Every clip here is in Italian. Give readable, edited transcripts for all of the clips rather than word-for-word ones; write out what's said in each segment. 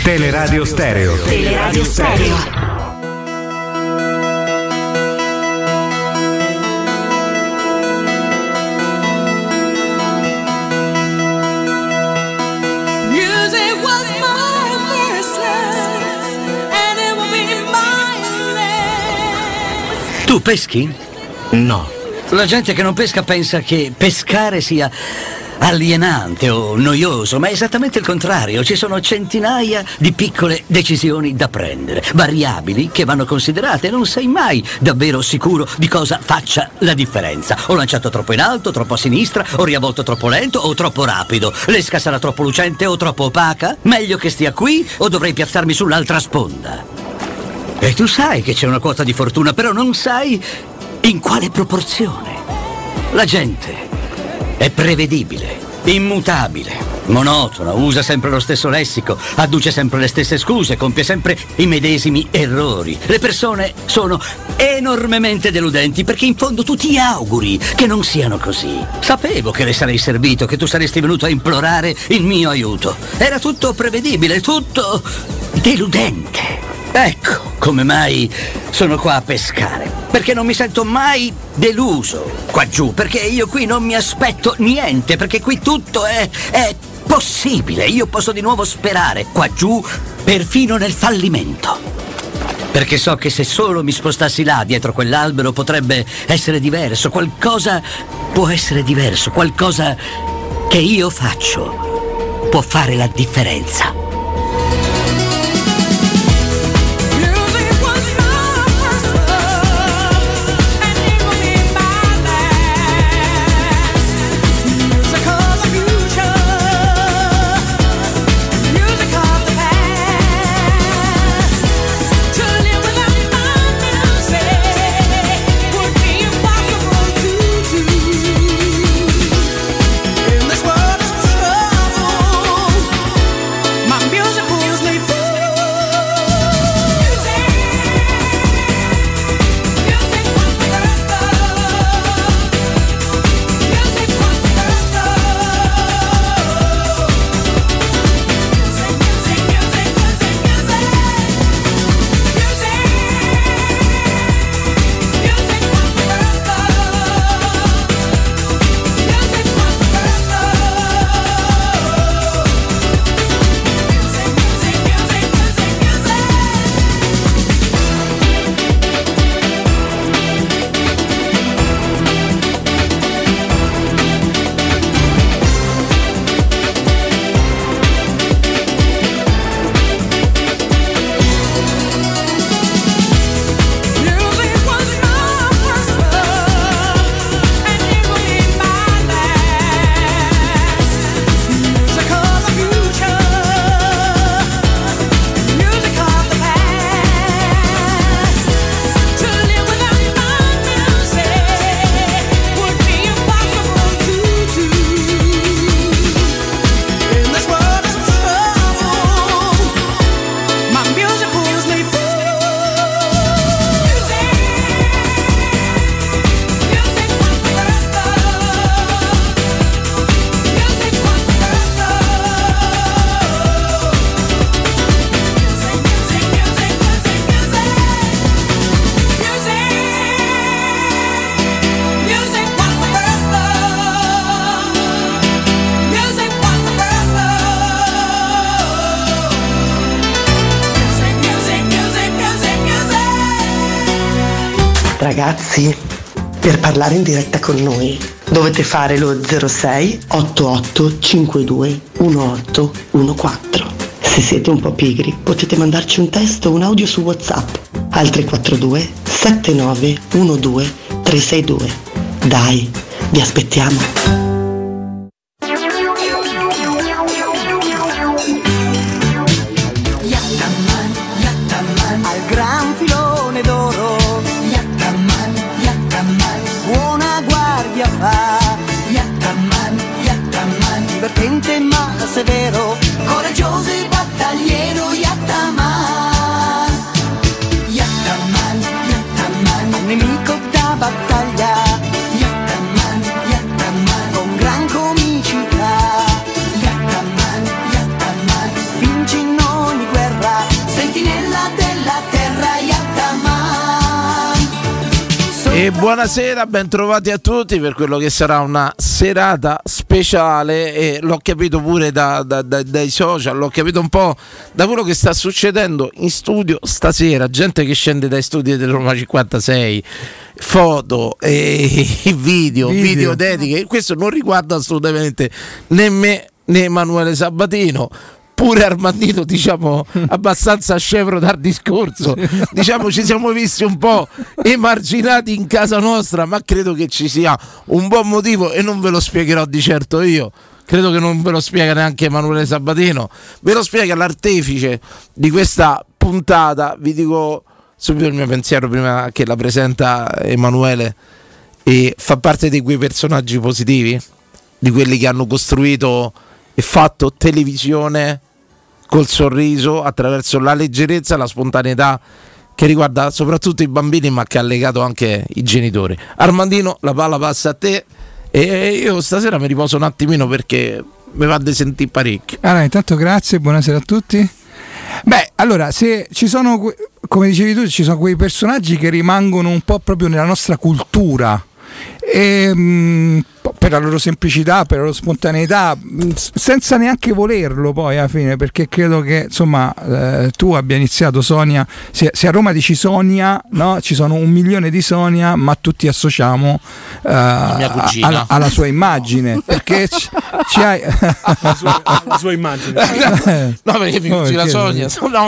Teleradio Stereo. Teleradio Stereo. Tu peschi? No. La gente che non pesca pensa che pescare sia alienante o noioso, ma è esattamente il contrario. Ci sono centinaia di piccole decisioni da prendere, variabili che vanno considerate. Non sei mai davvero sicuro di cosa faccia la differenza. Ho lanciato troppo in alto, troppo a sinistra, ho riavvolto troppo lento o troppo rapido. L'esca sarà troppo lucente o troppo opaca? Meglio che stia qui o dovrei piazzarmi sull'altra sponda? E tu sai che c'è una quota di fortuna, però non sai in quale proporzione. La gente è prevedibile, immutabile, monotona, usa sempre lo stesso lessico, adduce sempre le stesse scuse, compie sempre i medesimi errori. Le persone sono enormemente deludenti perché in fondo tu ti auguri che non siano così. Sapevo che le sarei servito, che tu saresti venuto a implorare il mio aiuto. Era tutto prevedibile, tutto deludente. Ecco come mai sono qua a pescare, perché non mi sento mai deluso qua giù, perché io qui non mi aspetto niente, perché qui tutto è possibile. Io posso di nuovo sperare qua giù, perfino nel fallimento, perché so che se solo mi spostassi là dietro quell'albero potrebbe essere diverso, qualcosa può essere diverso, qualcosa che io faccio può fare la differenza. Ragazzi, per parlare in diretta con noi dovete fare lo 06 88 52 1814. Se siete un po' pigri potete mandarci un testo o un audio su WhatsApp al 342 79 12 362. Dai, vi aspettiamo. Divertente ma severo, coraggioso e battagliero, Yattaman. Yattaman, Yattaman, un nemico da battaglia. Yattaman, Yattaman, con E buonasera, ben trovati a tutti per quello che sarà una serata speciale, e l'ho capito pure dai social, l'ho capito un po' da quello che sta succedendo in studio stasera, gente che scende dai studi del Roma 56, foto e video dediche. Questo non riguarda assolutamente né me né Emanuele Sabatino. Pure Armandino, diciamo, abbastanza scevro dal discorso, diciamo, ci siamo visti un po' emarginati in casa nostra, ma credo che ci sia un buon motivo e non ve lo spiegherò di certo io, credo che non ve lo spiega neanche Emanuele Sabatino, ve lo spiega l'artefice di questa puntata. Vi dico subito il mio pensiero prima che la presenta Emanuele, e fa parte di quei personaggi positivi, di quelli che hanno costruito e fatto televisione col sorriso, attraverso la leggerezza, la spontaneità che riguarda soprattutto i bambini, ma che ha legato anche i genitori. Armandino, la palla passa a te, e io stasera mi riposo un attimino perché mi va di sentire parecchio. Allora, intanto grazie, buonasera a tutti. Beh, allora, se ci sono, come dicevi tu, ci sono quei personaggi che rimangono un po' proprio nella nostra cultura, e per la loro semplicità, per la loro spontaneità, senza neanche volerlo poi alla fine, perché credo che insomma tu abbia iniziato, Sonia, se a Roma dici Sonia, no? Ci sono 1 milione di Sonia, ma tutti associamo alla sua immagine, perché ci hai la sua immagine. No, perché mi dici la Sonia,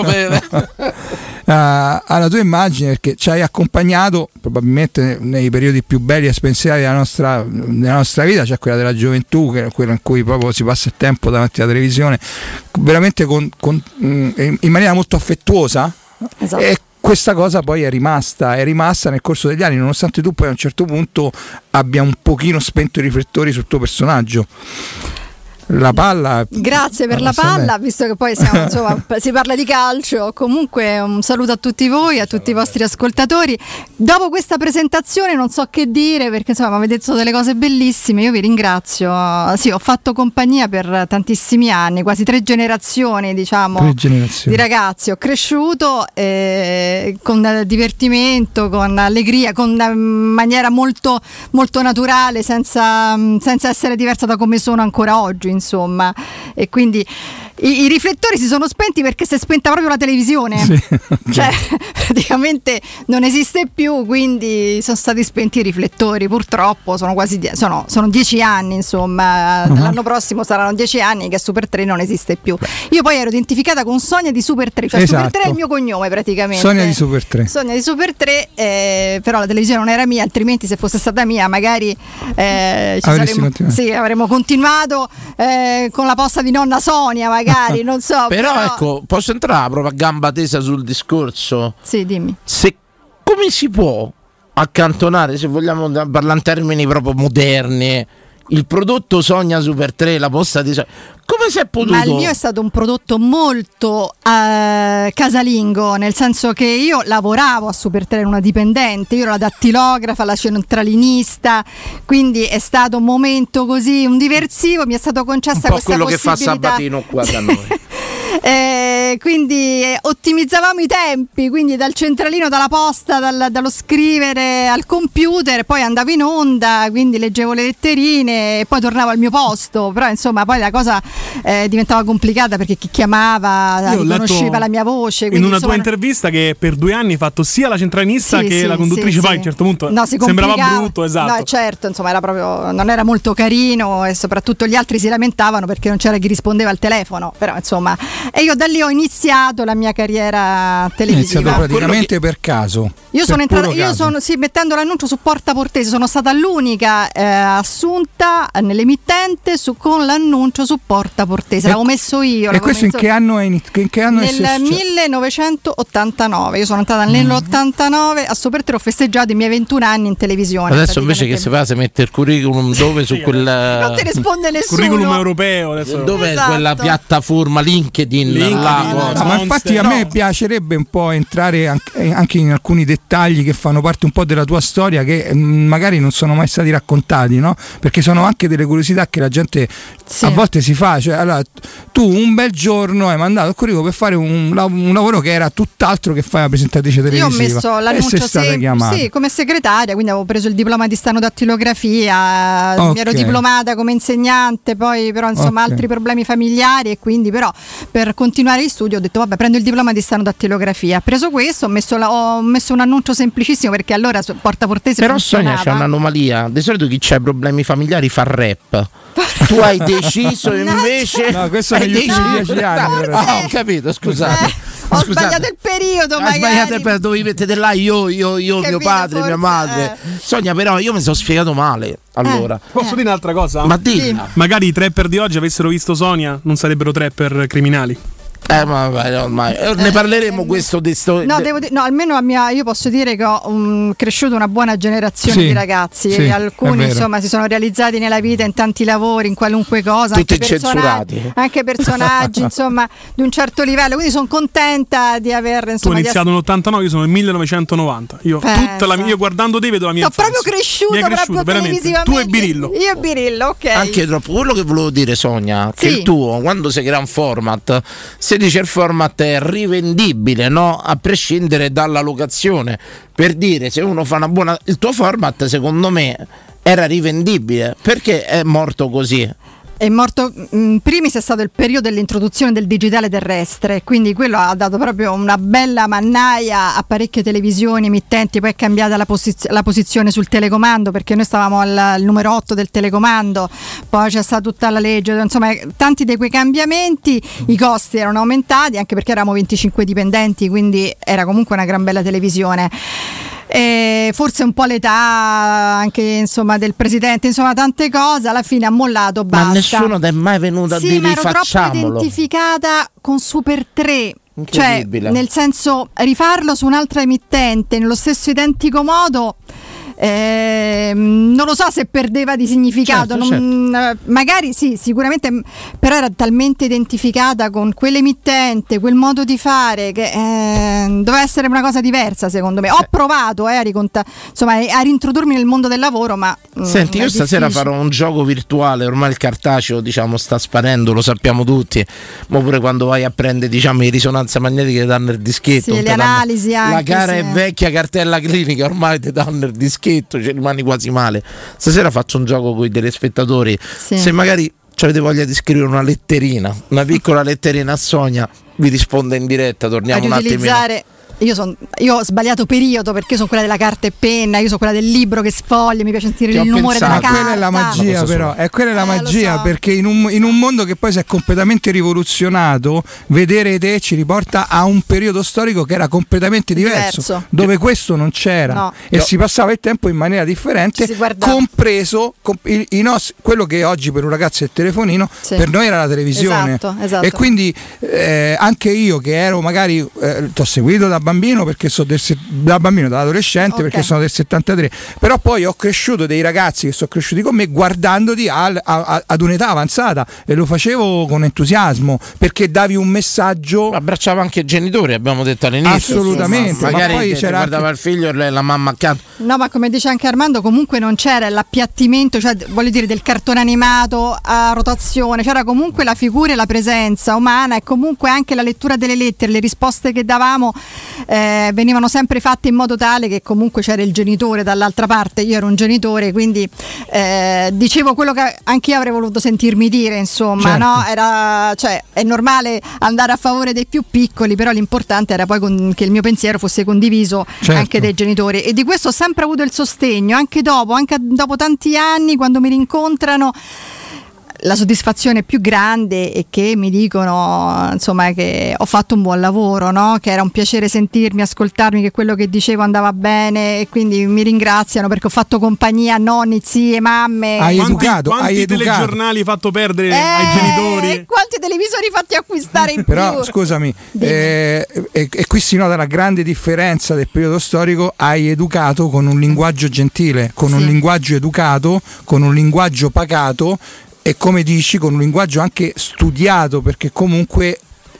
alla tua immagine, perché ci hai accompagnato probabilmente nei periodi più belli e spensierati della nostra vita, cioè quella della gioventù, che è quella in cui proprio si passa il tempo davanti alla televisione, veramente in maniera molto affettuosa. Esatto. E questa cosa poi è rimasta nel corso degli anni, nonostante tu poi a un certo punto abbia un pochino spento i riflettori sul tuo personaggio. La palla. Grazie per la palla, visto che poi siamo, insomma, si parla di calcio. Comunque un saluto a tutti voi, a tutti i vostri ascoltatori. Dopo questa presentazione non so che dire, perché insomma mi avete detto delle cose bellissime. Io vi ringrazio. Sì, ho fatto compagnia per tantissimi anni, quasi 3 generazioni, diciamo, di ragazzi. Ho cresciuto con divertimento, con allegria, con una maniera molto, molto naturale, senza essere diversa da come sono ancora oggi, insomma. E quindi i riflettori si sono spenti perché si è spenta proprio la televisione, sì. Cioè praticamente non esiste più, quindi sono stati spenti i riflettori, purtroppo. Sono quasi sono 10 anni, insomma. L'anno prossimo saranno 10 anni che Super 3 non esiste più. Io poi ero identificata con Sonia di Super 3, cioè esatto. Super 3 è il mio cognome praticamente, Sonia di Super 3, però la televisione non era mia, altrimenti se fosse stata mia magari avremmo continuato con la posta di nonna Sonia, magari, non so. Però ecco, posso entrare proprio a gamba tesa sul discorso? Sì, dimmi. Come si può accantonare, se vogliamo parlare in termini proprio moderni, il prodotto Sonia Super 3, la posta di Sonia? Come si è potuto? Ma il mio è stato un prodotto molto casalingo, nel senso che io lavoravo a Super 3, in una dipendente, io ero la dattilografa, la centralinista, quindi è stato un momento così, un diversivo, mi è stato concessa questa possibilità. Quello che fa Sabatino qua da noi. Quindi ottimizzavamo i tempi, quindi dal centralino, dalla posta, dallo scrivere al computer, poi andavo in onda, quindi leggevo le letterine e poi tornavo al mio posto. Però insomma poi la cosa diventava complicata, perché chi chiamava riconosceva la mia voce. In una tua intervista che per 2 anni hai fatto sia la centralinista che la conduttrice, poi a un certo punto sembrava brutto, esatto. No, certo, insomma era proprio, non era molto carino, e soprattutto gli altri si lamentavano perché non c'era chi rispondeva al telefono. Però insomma, e io da lì ho iniziato la mia carriera televisiva. Iniziato praticamente per caso. Io sono entrata, mettendo l'annuncio su Porta Portese, sono stata l'unica assunta nell'emittente con l'annuncio su Porta Portese. L'avevo messo io. E questo in che anno è? Nel 1989. Io sono entrata nell'89 a Super 3, ho festeggiato i miei 21 anni in televisione. Adesso invece che si fa, si mette il curriculum dove su quel non ti risponde nessuno. Curriculum europeo adesso. Dove è quella piattaforma LinkedIn là, ma infatti a me piacerebbe un po' entrare anche in alcuni dettagli che fanno parte un po' della tua storia, che magari non sono mai stati raccontati, no? Perché sono anche delle curiosità che la gente a volte si fa. Cioè, allora, tu un bel giorno hai mandato il curriculum per fare un lavoro che era tutt'altro che fai la presentatrice televisiva. Io ho messo l'annuncio come segretaria, quindi avevo preso il diploma di stenodattilografia, mi ero diplomata come insegnante, poi però insomma altri problemi familiari, e quindi però per continuare gli studi ho detto vabbè, prendo il diploma di stenodattilografia. Ho preso questo, ho messo un annuncio semplicissimo, perché allora Porta Portese però funzionava. Sonia, c'è un'anomalia, di solito chi c'ha problemi familiari fa rap. Tu hai deciso invece. No, questo negli ultimi 10 anni. Ho capito, scusate. Ho sbagliato il periodo, magari. Sbagliato il periodo, dovevi mettere là io, mio padre, mia madre. Sonia, però io mi sono spiegato male. Allora, posso dire un'altra cosa? Ma dilla. Magari i trapper di oggi avessero visto Sonia, non sarebbero trapper criminali. Ma ormai ne parleremo questo. No, almeno io posso dire che ho cresciuto una buona generazione di ragazzi. Alcuni insomma si sono realizzati nella vita in tanti lavori, in qualunque cosa, tutti censurati, anche personaggi insomma di un certo livello. Quindi sono contenta di aver tu hai iniziato nell'89, io sono nel 1990. Io guardando te vedo la mia infanzia. Proprio cresciuto veramente. Tu e Birillo. Io e Birillo, ok. Anche troppo. Quello che volevo dire, Sonia, che il tuo, quando si crea un format, si dice il format è rivendibile, no? A prescindere dalla locazione. Per dire, se uno fa una buona. Il tuo format, secondo me, era rivendibile. Perché è morto così? È morto primis è stato il periodo dell'introduzione del digitale terrestre, quindi quello ha dato proprio una bella mannaia a parecchie televisioni emittenti. Poi è cambiata la posizione sul telecomando, perché noi stavamo al numero 8 del telecomando, poi c'è stata tutta la legge, insomma tanti di quei cambiamenti. I costi erano aumentati anche perché eravamo 25 dipendenti, quindi era comunque una gran bella televisione. Forse un po' l'età anche insomma del presidente, insomma tante cose, alla fine ha mollato, basta. Ma nessuno ti è mai venuto a dire facciamolo. Ero troppo identificata con Super 3, cioè nel senso rifarlo su un'altra emittente nello stesso identico modo. Non lo so se perdeva di significato, certo. Magari sì, sicuramente, però era talmente identificata con quell'emittente, quel modo di fare, che doveva essere una cosa diversa, secondo me. Ho provato a rintrodurmi nel mondo del lavoro, ma senti, io stasera farò un gioco virtuale. Ormai il cartaceo, diciamo, sta sparendo, lo sappiamo tutti, ma pure quando vai a prendere, diciamo, le risonanze magnetiche ti danno il dischetto, le analisi anche, la cara e vecchia cartella clinica ormai ti danno il dischetto, ci rimani quasi male. Stasera faccio un gioco con i telespettatori. Se magari avete voglia di scrivere una letterina, una piccola letterina a Sonia, vi risponde in diretta. Torniamo un attimino. Io ho sbagliato periodo, perché sono quella della carta e penna, io sono quella del libro che sfoglia, mi piace sentire il rumore della carta. Quella è la magia, però quella è la magia, perché in un mondo che poi si è completamente rivoluzionato, vedere te ci riporta a un periodo storico che era completamente diverso. Dove questo non c'era, si passava il tempo in maniera differente, compreso quello che oggi per un ragazzo è il telefonino, per noi era la televisione. Esatto. E quindi anche io che ero magari ti ho seguito da bambino, perché da adolescente, perché sono del 73, però poi ho cresciuto dei ragazzi che sono cresciuti con me guardandoti ad un'età avanzata, e lo facevo con entusiasmo, perché davi un messaggio. Abbracciava anche i genitori, abbiamo detto all'inizio. Assolutamente. Magari ma poi c'era guardava il figlio e la mamma accanto. No, ma come dice anche Armando, comunque non c'era l'appiattimento, cioè voglio dire, del cartone animato a rotazione, c'era comunque la figura e la presenza umana, e comunque anche la lettura delle lettere, le risposte che davamo venivano sempre fatte in modo tale che comunque c'era il genitore dall'altra parte. Io ero un genitore, quindi dicevo quello che anche io avrei voluto sentirmi dire, insomma, no? È normale andare a favore dei più piccoli, però l'importante era poi che il mio pensiero fosse condiviso anche dai genitori, e di questo ho sempre avuto il sostegno, anche dopo tanti anni, quando mi rincontrano. La soddisfazione più grande è che mi dicono, insomma, che ho fatto un buon lavoro, no? Che era un piacere sentirmi, ascoltarmi, che quello che dicevo andava bene, e quindi mi ringraziano perché ho fatto compagnia a nonni, zie, mamme. Quanti telegiornali hai fatto perdere ai genitori? Quanti televisori fatti acquistare in Però più? scusami, e qui si nota la grande differenza del periodo storico. Hai educato con un linguaggio gentile, con un linguaggio educato, con un linguaggio pacato, e come dici con un linguaggio anche studiato, perché comunque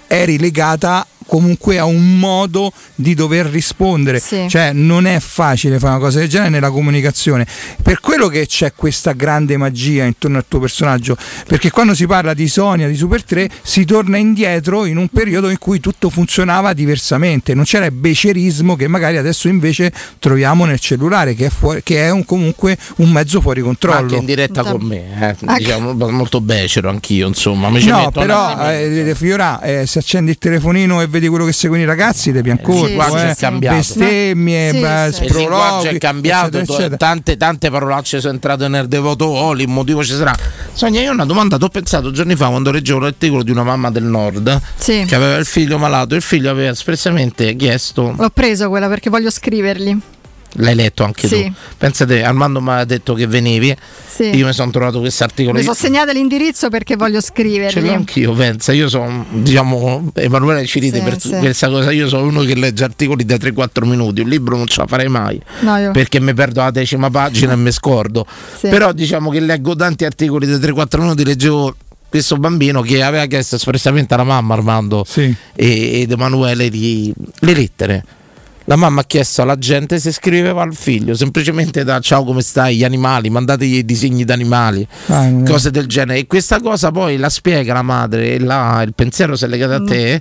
eri legata comunque a un modo di dover rispondere, cioè non è facile fare una cosa del genere nella comunicazione, per quello che c'è questa grande magia intorno al tuo personaggio, perché quando si parla di Sonia, di Super 3, si torna indietro in un periodo in cui tutto funzionava diversamente, non c'era il becerismo che magari adesso invece troviamo nel cellulare, che è comunque un mezzo fuori controllo. Anche in diretta con me, diciamo, molto becero anch'io, insomma. No, però Fiora, se accendi il telefonino e vedi quello che seguono i ragazzi, devi ancora bestemmie, sprologhi, è cambiato, eccetera. Tante parolacce sono entrate nel devoto, il motivo ci sarà. Sonia, io ho una domanda, ho pensato giorni fa quando leggevo l'articolo di una mamma del nord che aveva il figlio malato, il figlio aveva espressamente chiesto, l'ho preso quella perché voglio scrivergli. L'hai letto anche tu? Pensate, Armando mi ha detto che venevi, io mi sono trovato questo articolo, mi sono segnato l'indirizzo perché voglio scriverli. Ce l'ho anch'io, pensa, io sono, diciamo, Emanuele ci ride per questa cosa, io sono uno che legge articoli da 3-4 minuti, un libro non ce la farei mai, perché mi perdo la 10ª pagina e mi scordo, però diciamo che leggo tanti articoli da 3-4 minuti. Leggevo questo bambino che aveva chiesto espressamente alla mamma, Armando ed Emanuele, le lettere. La mamma ha chiesto alla gente se scriveva al figlio semplicemente da ciao come stai, gli animali, mandategli i disegni d'animali, cose del genere, e questa cosa poi la spiega la madre e il pensiero si è legato a te,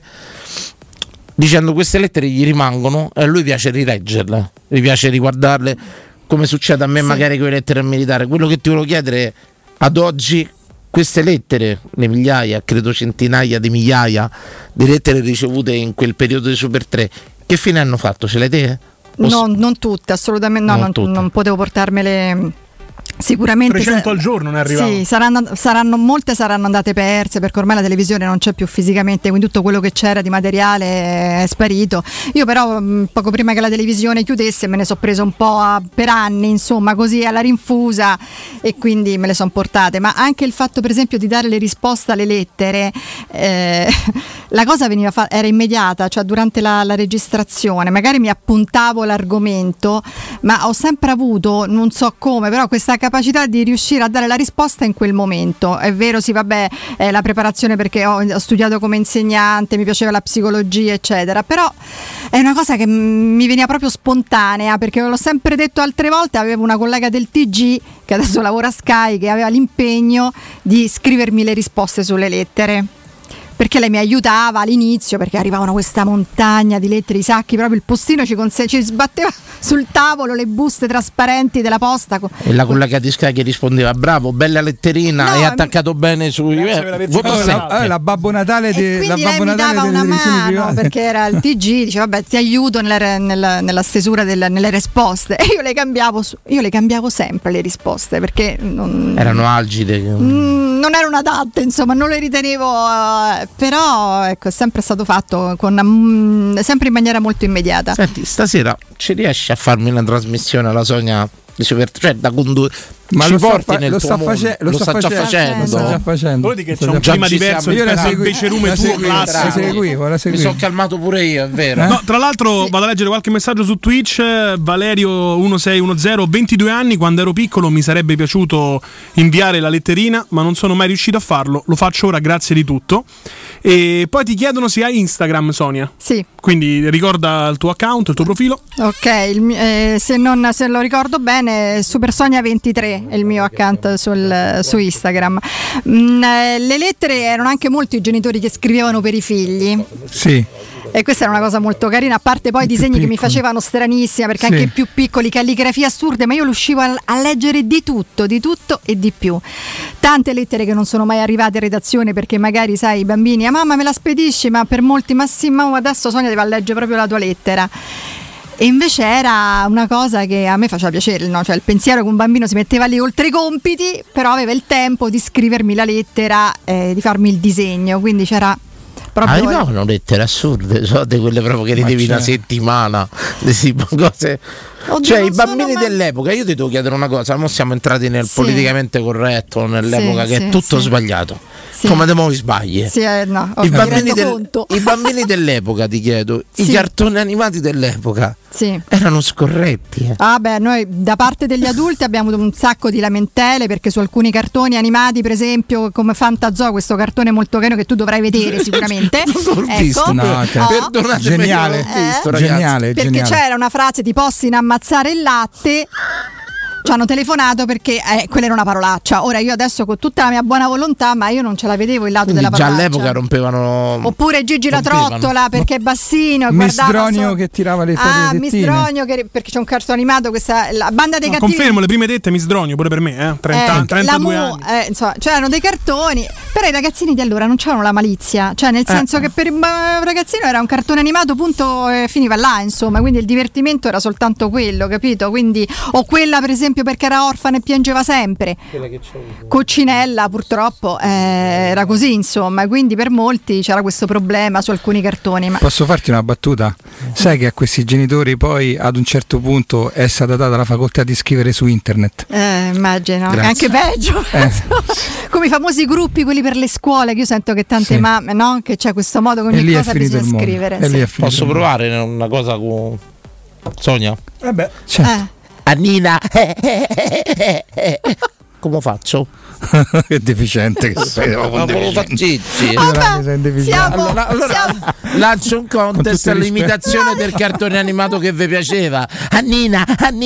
dicendo queste lettere gli rimangono e a lui piace rileggerle, gli piace riguardarle, come succede a me magari con le lettere al militare. Quello che ti volevo chiedere è, ad oggi queste lettere, le migliaia, credo centinaia di migliaia di lettere ricevute in quel periodo di Super 3, che fine hanno fatto? Ce le te? No, non tutte, assolutamente no, non potevo portarmele. Sicuramente 300 al giorno ne arrivano. Sì, molte saranno andate perse, perché ormai la televisione non c'è più fisicamente, quindi tutto quello che c'era di materiale è sparito. Io però poco prima che la televisione chiudesse me ne sono preso un po' per anni, insomma, così alla rinfusa, e quindi me le sono portate. Ma anche il fatto, per esempio, di dare le risposte alle lettere, la cosa era immediata, cioè durante la registrazione magari mi appuntavo l'argomento, ma ho sempre avuto, non so come, però questa capacità di riuscire a dare la risposta in quel momento. È vero, sì, vabbè, la preparazione, perché ho studiato come insegnante, mi piaceva la psicologia, eccetera, però è una cosa che mi veniva proprio spontanea, perché l'ho sempre detto altre volte, avevo una collega del TG che adesso lavora a Sky, che aveva l'impegno di scrivermi le risposte sulle lettere, perché lei mi aiutava all'inizio, perché arrivavano questa montagna di lettere, i sacchi, proprio il postino ci sbatteva sul tavolo le buste trasparenti della posta. E la collega di Sky che rispondeva: bravo, bella letterina, hai attaccato bene su la Babbo Natale quindi lei mi dava una mano, perché era il TG, diceva vabbè ti aiuto nella stesura nelle risposte, e io le cambiavo sempre le risposte, perché erano algide, non erano adatte, insomma, non le ritenevo, però ecco, è sempre stato fatto sempre in maniera molto immediata. Senti, stasera ci riesci a farmi una trasmissione alla Sonia, cioè da condurre? Ma lo sta già facendo. Vuol dire che c'è un clima diverso rispetto al becerume tuo classico. Mi sono calmato pure io, è vero. No, tra l'altro vado a leggere qualche messaggio su Twitch. Valerio 1610: 22 anni, quando ero piccolo mi sarebbe piaciuto inviare la letterina, ma non sono mai riuscito a farlo. Lo faccio ora, grazie di tutto. E poi ti chiedono se hai Instagram, Sonia. Sì. Quindi ricorda il tuo account, il tuo profilo. Ok, se lo ricordo bene, Super Sonia 23 è il mio account su Instagram. Le lettere erano anche molti i genitori che scrivevano per i figli. Sì. E questa era una cosa molto carina, a parte poi i disegni che mi facevano stranissima, perché anche più piccoli, calligrafie assurde, ma io riuscivo a leggere di tutto e di più. Tante lettere che non sono mai arrivate a redazione, perché magari sai, i bambini, mamma me la spedisci, ma per molti, ma sì, ma adesso Sonia deve leggere proprio la tua lettera. E invece era una cosa che a me faceva piacere, no? Cioè il pensiero che un bambino si metteva lì oltre i compiti, però aveva il tempo di scrivermi la lettera, di farmi il disegno, quindi c'era proprio... Arrivavano lettere assurde, so, di quelle proprio che ridevi una settimana, cose... Oddio, Cioè non i bambini sono mai- dell'epoca, io ti devo chiedere una cosa, mo siamo entrati nel Sì. politicamente corretto, nell'epoca Sì, che sì, è tutto sì. sbagliato. Sì. Come te muovi sbagli? Sì, no, I mi bambini, rendo conto. i bambini dell'epoca, ti chiedo, i Sì. cartoni animati dell'epoca Sì. erano scorretti. Ah beh, noi da parte degli adulti abbiamo avuto un sacco di lamentele perché su alcuni cartoni animati, per esempio come Fantazoo, questo cartone molto carino che tu dovrai vedere sicuramente. Non l'ho visto. No, cioè, Perdonatemi, geniale, non l'ho visto, ragazzi. geniale, Perché geniale. c'era una frase ti possono ammazzare il latte. Ci hanno telefonato perché quella era una parolaccia. Ora io adesso con tutta la mia buona volontà, ma io non ce la vedevo il lato Quindi della già parolaccia. all'epoca rompevano. Oppure Gigi la rompevano. trottola perché è bassino e guardava Mistronio che tirava le fuori le tettine. Mistronio perché c'è un cartone animato, questa la banda dei cattivi. Confermo, le prime dette Misdronio pure per me, 32 anni. Insomma, c'erano dei cartoni, però i ragazzini di allora non c'avevano la malizia, cioè nel senso che per un ragazzino era un cartone animato, punto, finiva là, insomma, quindi il divertimento era soltanto quello, capito? Quindi, o quella per esempio perché era orfana e piangeva sempre, Coccinella purtroppo era così, insomma, quindi per molti c'era questo problema su alcuni cartoni. Ma Posso farti una battuta? Sai che a questi genitori poi ad un certo punto è stata data la facoltà di scrivere su internet. immagino, Grazie. anche peggio. Come i famosi gruppi, quelli per le scuole, che io sento che tante Sì. mamme, no? Che c'è questo modo che E ogni lì è cosa finito bisogna il mondo. scrivere. E lì sì. è finito Posso il mondo. provare una cosa con Sonia? Certo. Annina. Come faccio? Che deficiente che sei. Ma come facci? Vabbè, sei deficiente. siamo- Allora lancio un Con contest tutto il all'imitazione del cartone animato che vi piaceva. Annina.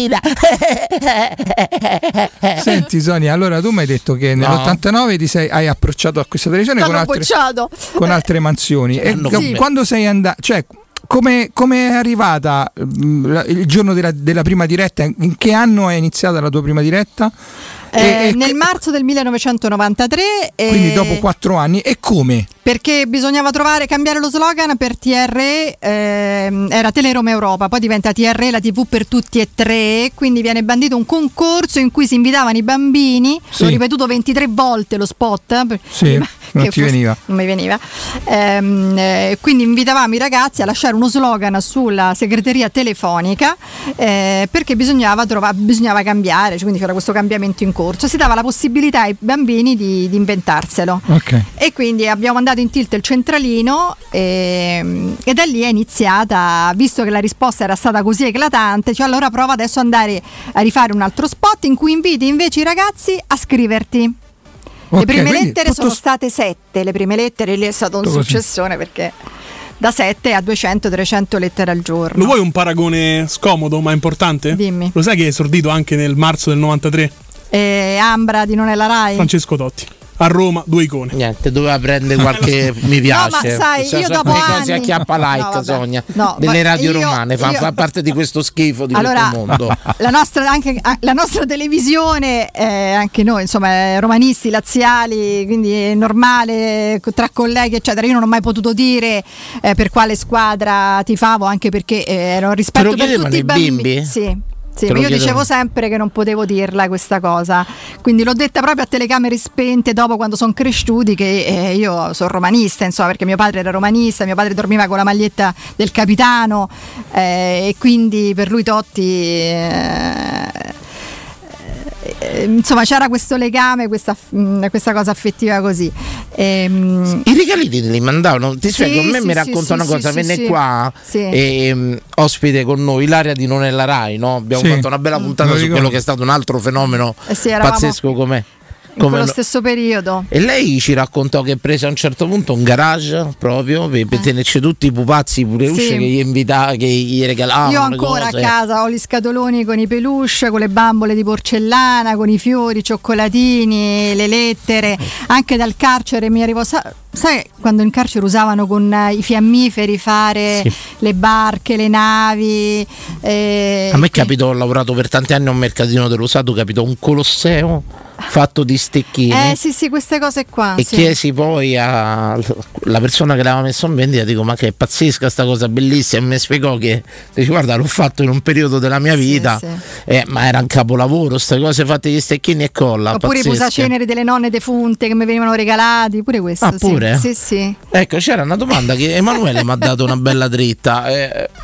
Senti Sonia, allora tu mi hai detto che nell'89 hai approcciato a questa televisione T'hanno bocciato. con altre mansioni. E Sì. quando sei andato, cioè come è arrivata il giorno della prima diretta? In che anno è iniziata la tua prima diretta? Nel marzo del 1993, Quindi dopo 4 anni. E come? perché bisognava cambiare lo slogan per TR, era Teleroma Europa, poi diventa TR, la TV per tutti e tre, quindi viene bandito un concorso in cui si invitavano i bambini, Sì. l'ho ripetuto 23 volte lo spot, Sì, non ti veniva. Non mi veniva. Quindi invitavamo i ragazzi a lasciare uno slogan sulla segreteria telefonica, perché bisognava cambiare, cioè, quindi c'era questo cambiamento in corso, si dava la possibilità ai bambini di inventarselo. Ok. E quindi abbiamo mandato in tilt il centralino e da lì è iniziata, visto che la risposta era stata così eclatante, cioè allora prova adesso ad andare a rifare un altro spot in cui inviti invece i ragazzi a scriverti. Le Ok, prime quindi lettere tutto sono state 7, le prime lettere lì è stato un Tutto così. successone perché da 7 a 200-300 lettere al giorno. Lo vuoi un paragone scomodo ma importante? Dimmi. Lo sai che è esordito anche nel marzo del 93? Ambra di Non è la Rai? Francesco Totti. A Roma, 2 icone. Niente, doveva prendere qualche mi piace. No, ma sai, Cioè, io sono dopo quelle cose anni- a chiappa like, No, vabbè. Sonia. No, delle ma radio io- romane, fa parte di questo schifo di Allora, questo mondo. la nostra televisione, anche noi, insomma, romanisti, laziali, quindi è normale, tra colleghi, eccetera. Io non ho mai potuto dire per quale squadra tifavo, anche perché ero rispetto Te lo per chiedevano tutti i i bambini. bimbi? Sì. Sì, Te lo io chiedevano? dicevo sempre che non potevo dirla questa cosa, quindi l'ho detta proprio a telecamere spente dopo, quando sono cresciuti, che io sono romanista, insomma, perché mio padre era romanista, mio padre dormiva con la maglietta del capitano, e quindi per lui Totti insomma c'era questo legame, questa cosa affettiva così. I regali te li mandavano, ti spiego, a me mi racconta una cosa, venne qua ospite con noi Ilaria di Non è la Rai, no? Abbiamo fatto una bella puntata su quello che è stato un altro fenomeno pazzesco come in quello stesso periodo. E lei ci raccontò che prese a un certo punto un garage proprio per tenerci tutti i pupazzi pure usce che gli invitava, che gli regalavano. Io ancora a casa ho gli scatoloni con i peluche, con le bambole di porcellana, con i fiori, i cioccolatini, le lettere. Anche dal carcere mi arrivò, sai quando in carcere usavano con i fiammiferi fare le barche, le navi. A me capitò, ho lavorato per tanti anni a un mercatino dell'usato, capitò un colosseo fatto di stecchini. Sì, queste cose qua. E chiesi poi alla persona che l'aveva messo in vendita, dico: ma che è pazzesca sta cosa, bellissima. E mi spiegò che dice: guarda, l'ho fatto in un periodo della mia vita, ma era un capolavoro, queste cose fatte di stecchini e colla. Oppure i posaceneri delle nonne defunte che mi venivano regalati, pure questo. Ah, pure? Sì. Ecco, c'era una domanda che Emanuele mi ha dato una bella dritta.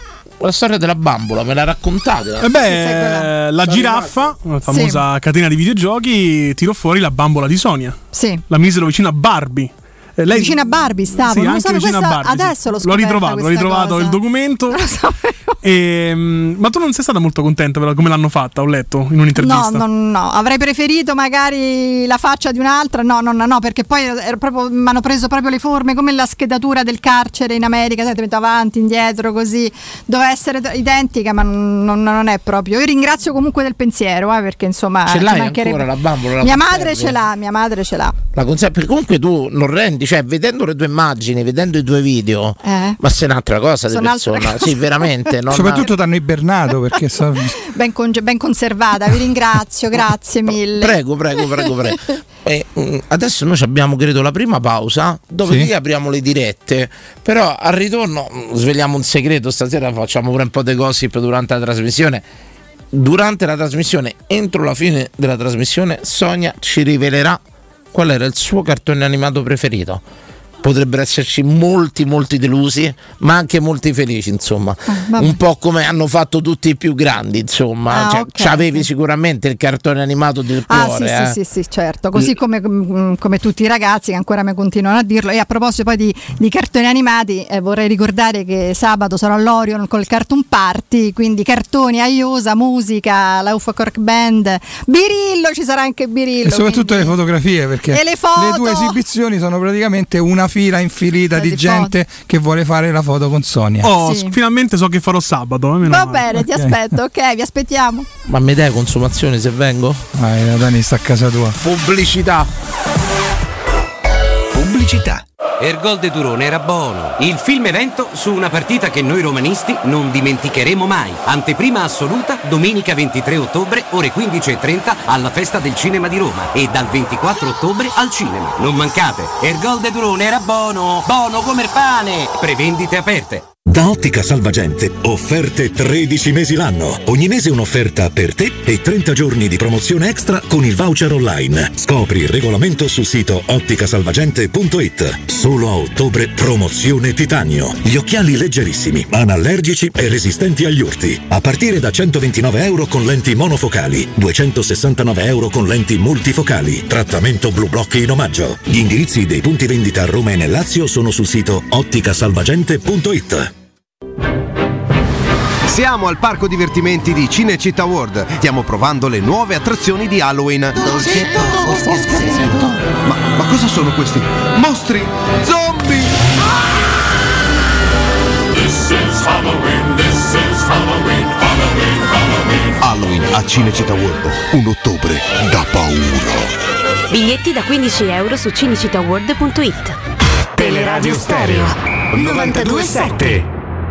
la storia della bambola, me la raccontate? La giraffa, la famosa catena di videogiochi, tirò fuori la bambola di Sonia. Sì. La misero vicino a Barbie. Lei, vicino a Barbie stavo, sì, non lo anche sapevo, vicino a Barbie, adesso sì. L'ho ritrovato il documento. Non lo sapevo. Ma tu non sei stata molto contenta per come l'hanno fatta, ho letto in un'intervista. No, avrei preferito magari la faccia di un'altra, no, perché poi mi hanno preso proprio le forme come la schedatura del carcere in America, sai, ti metto avanti, indietro, così, doveva essere identica, ma non è proprio. Io ringrazio comunque del pensiero, perché insomma ce l'hai ancora la bambola? Mia madre ce l'ha. La perché comunque tu non rendi, cioè vedendo le tue immagini, vedendo i tuoi video, ma sei un'altra cosa di persona, sì, veramente. Soprattutto t'hanno ibernato perché ben conservata, vi ringrazio, grazie mille. Prego. Adesso noi abbiamo credo la prima pausa, dopodiché apriamo le dirette, però al ritorno sveliamo un segreto, stasera facciamo pure un po' di gossip durante la trasmissione. Durante la trasmissione, entro la fine della trasmissione, Sonia ci rivelerà qual era il suo cartone animato preferito. Potrebbero esserci molti delusi, ma anche molti felici, insomma. Un po' come hanno fatto tutti i più grandi, insomma. C'avevi sicuramente il cartone animato del cuore. Sì, certo. Così come tutti i ragazzi che ancora mi continuano a dirlo. E a proposito poi di cartoni animati, vorrei ricordare che sabato sarò all'Orion col Cartoon Party, quindi cartoni a Iosa, musica, la UFO Cork Band, Birillo, ci sarà anche Birillo. E soprattutto le fotografie, perché le 2 esibizioni sono praticamente una fila infilita di gente che vuole fare la foto con Sonia. Finalmente so che farò sabato. Va bene, ti aspetto, vi aspettiamo. Ma mi dai consumazione se vengo? Dani, sta a casa tua. Pubblicità. Ergol de Durone era buono. Il film evento su una partita che noi romanisti non dimenticheremo mai. Anteprima assoluta domenica 23 ottobre ore 15:30 alla Festa del Cinema di Roma e dal 24 ottobre al cinema. Non mancate. Ergol de Durone era buono come il pane. Prevendite aperte. Da Ottica Salvagente, offerte 13 mesi l'anno. Ogni mese un'offerta per te e 30 giorni di promozione extra con il voucher online. Scopri il regolamento sul sito otticasalvagente.it. Solo a ottobre promozione titanio. Gli occhiali leggerissimi, anallergici e resistenti agli urti. A partire da €129 con lenti monofocali, €269 con lenti multifocali. Trattamento Blue Block in omaggio. Gli indirizzi dei punti vendita a Roma e nel Lazio sono sul sito otticasalvagente.it. Siamo al parco divertimenti di Cinecittà World. Stiamo provando le nuove attrazioni di Halloween. Ma cosa sono questi? Mostri? Zombie? This is Halloween, Halloween. Halloween a Cinecittà World. 1 ottobre da paura. Biglietti da €15 su cinecittàworld.it. Teleradio Stereo 92.7.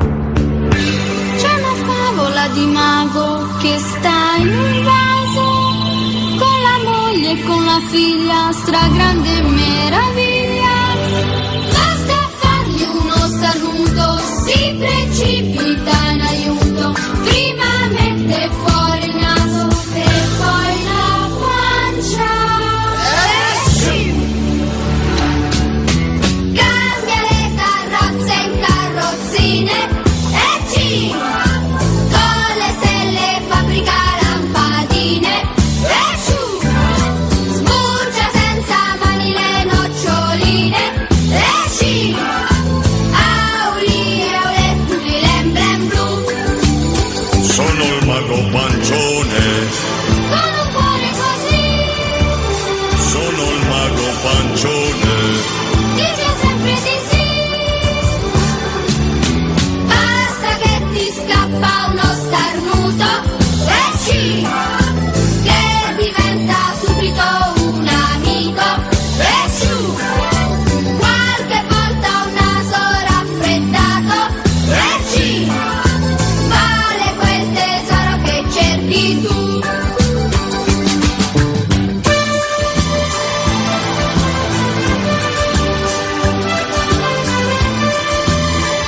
Di mago che sta in un vaso con la moglie e con la figlia, stragrande meraviglia. Basta fargli uno starnuto, si precipita in aiuto. Prima mette fuori il naso e poi la pancia. Cambia le carrozze in carrozzine e lampadine e giù, sbuccia senza mani le noccioline e ci auli e aulettuli l'emblem blu. Sono il mago pancione con un cuore così. Sono il mago pancione, Dice sempre di sì. Basta che ti scappa uno starnuto che diventa subito un amico e giù, qualche volta un naso raffreddato e ci vale quel tesoro che cerchi tu.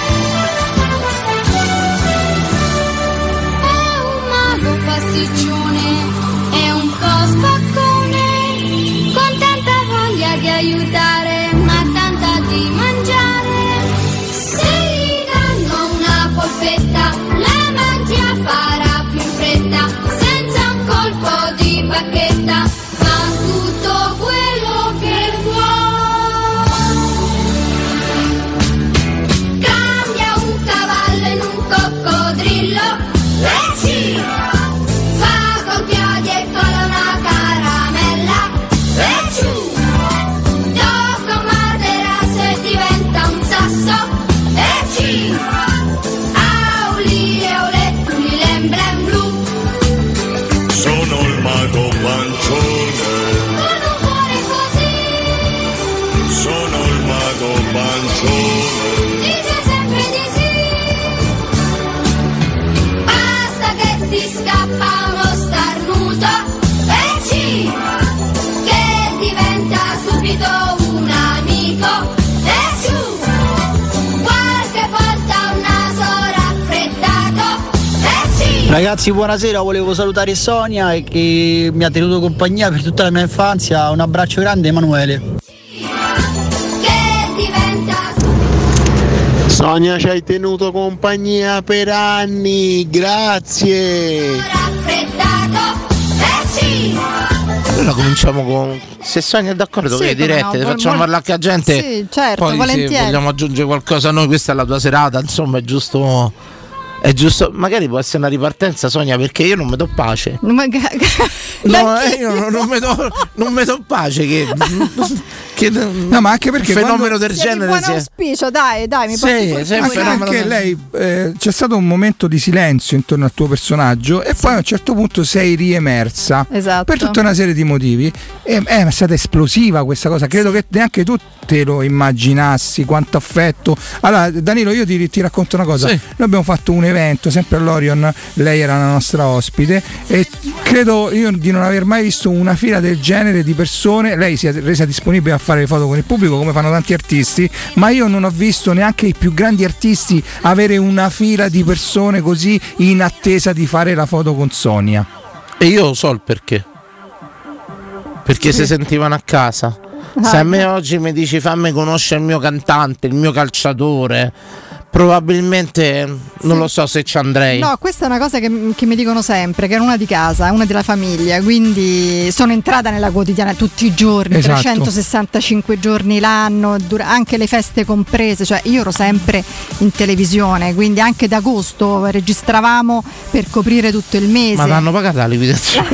Pasticcione Ragazzi, buonasera, volevo salutare Sonia che mi ha tenuto compagnia per tutta la mia infanzia. Un abbraccio grande, Emanuele. Sonia, ci hai tenuto compagnia per anni, grazie. Allora cominciamo con, se Sonia è d'accordo, Sì, le dirette, no, facciamo parlare anche a gente. Sì, certo, poi volentieri. se vogliamo aggiungere qualcosa noi, questa è la tua serata, insomma è giusto, magari può essere una ripartenza, Sonia, perché io non mi do pace. No, Io non mi do pace che no, ma anche perché un fenomeno del Siete genere di buon auspicio, dai, mi porti fortuna. anche perché lei c'è stato un momento di silenzio intorno al tuo personaggio e poi a un certo punto sei riemersa, esatto, per tutta una serie di motivi e è stata esplosiva questa cosa, credo che neanche tu te lo immaginassi quanto affetto. Allora Danilo, io ti racconto una cosa, noi abbiamo fatto un evento sempre all'Orion, lei era la nostra ospite e credo io di non aver mai visto una fila del genere di persone. Lei si è resa disponibile a fare le foto con il pubblico come fanno tanti artisti, ma io non ho visto neanche i più grandi artisti avere una fila di persone così in attesa di fare la foto con Sonia. E io so il perché si sentivano a casa. Se a me oggi mi dici fammi conoscere il mio cantante, il mio calciatore, probabilmente non lo so se ci andrei. No, questa è una cosa che mi dicono sempre, che è una di casa, una della famiglia, quindi sono entrata nella quotidiana tutti i giorni, esatto, 365 giorni l'anno, anche le feste comprese, cioè io ero sempre in televisione, quindi anche d'agosto registravamo per coprire tutto il mese. Ma l'hanno pagata la liquidazione?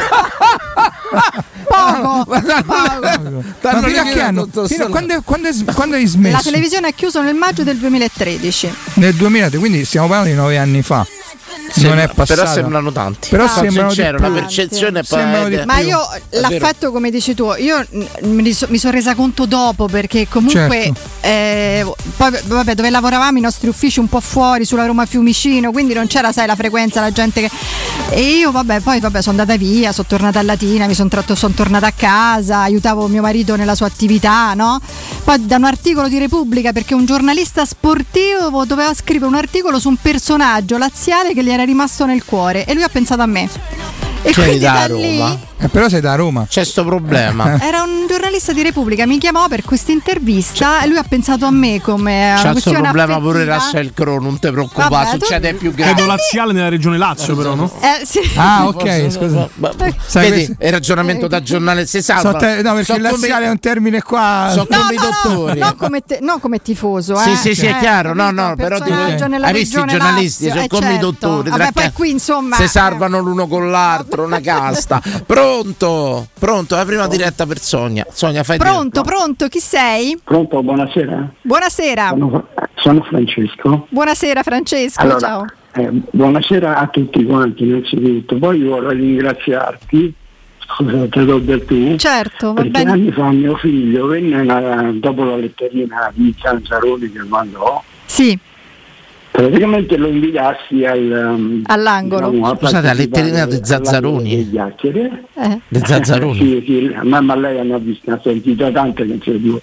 Poco. Ma fino a che anno? Quando hai smesso? La televisione è chiusa nel maggio del 2013. Nel 2000, quindi stiamo parlando di 9 anni fa. Non è passato. Però sembrano tanti. Però sembrano sincero, di più. la percezione Ma io l'affetto, come dici tu, io mi sono resa conto dopo, perché comunque poi vabbè, dove lavoravamo i nostri uffici un po' fuori sulla Roma Fiumicino, quindi non c'era, sai, la frequenza, la gente che... E io poi sono andata via, sono tornata a Latina, sono tornata a casa, aiutavo mio marito nella sua attività, no? Poi da un articolo di Repubblica, perché un giornalista sportivo doveva scrivere un articolo su un personaggio laziale che gli era rimasto nel cuore e lui ha pensato a me. E quindi da Roma? Però sei da Roma. C'è sto problema. Era un giornalista di Repubblica, mi chiamò per questa intervista e lui ha pensato a me come c'è una questo questione problema affettiva. pure Russell Crowe, non ti preoccupare, Vabbè, succede più grave. Credo laziale nella regione Lazio, però, no? Sì. Ah, ok, scusa. Vedi, è ragionamento da giornale, si salva. No, perché il laziale è un termine qua. Sono come i dottori. Non come tifoso, Sì, è chiaro. No, però nella hai visto i giornalisti, sono come i dottori. Vabbè, poi qui insomma si salvano l'uno con l'altro, una casta. Pronto, la prima diretta per Sonia. Sonia, fai pronto, chi sei? Pronto, buonasera. Buonasera. Sono Francesco. Buonasera Francesco, allora, ciao. Buonasera a tutti quanti innanzitutto. Poi vorrei ringraziarti, scusa te l'ho detto tu, certo, va perché bene. anni fa mio figlio venne dopo la letterina di Zanzaroni che mandò. Sì. Praticamente lo invitassi all'angolo. Diciamo, scusate, la letterina di Zazzaroni? Di Zazzaroni? Sì, ma lei ne ha sentito tante che non si ricorda.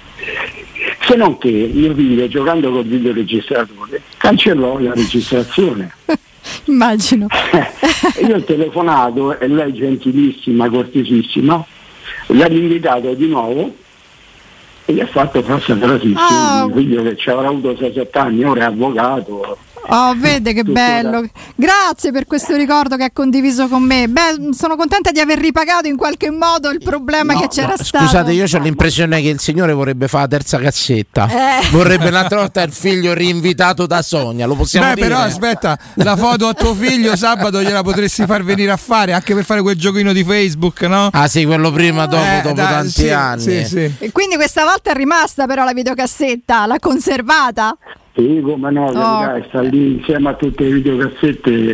Se non che mio figlio, giocando col videoregistratore, cancellò la registrazione. Immagino. Io ho telefonato e lei, gentilissima, cortesissima, l'ha invitato di nuovo e gli ha fatto falsa frasissima. Mio figlio, che ci avrà avuto 6-7 anni, ora è avvocato. Oh, vede che bello. Grazie per questo ricordo che ha condiviso con me. Beh, sono contenta di aver ripagato in qualche modo il problema che c'era stato. Scusate, io ho l'impressione che il signore vorrebbe fare la terza cassetta. Vorrebbe un'altra volta il figlio rinvitato da Sonia. Lo possiamo dire? Però aspetta, la foto a tuo figlio sabato gliela potresti far venire a fare, anche per fare quel giochino di Facebook, no? Ah sì, quello prima, dopo tanti anni. Sì. E quindi questa volta è rimasta però la videocassetta, l'ha conservata? Sì, come no, sta lì insieme a tutte le videocassette.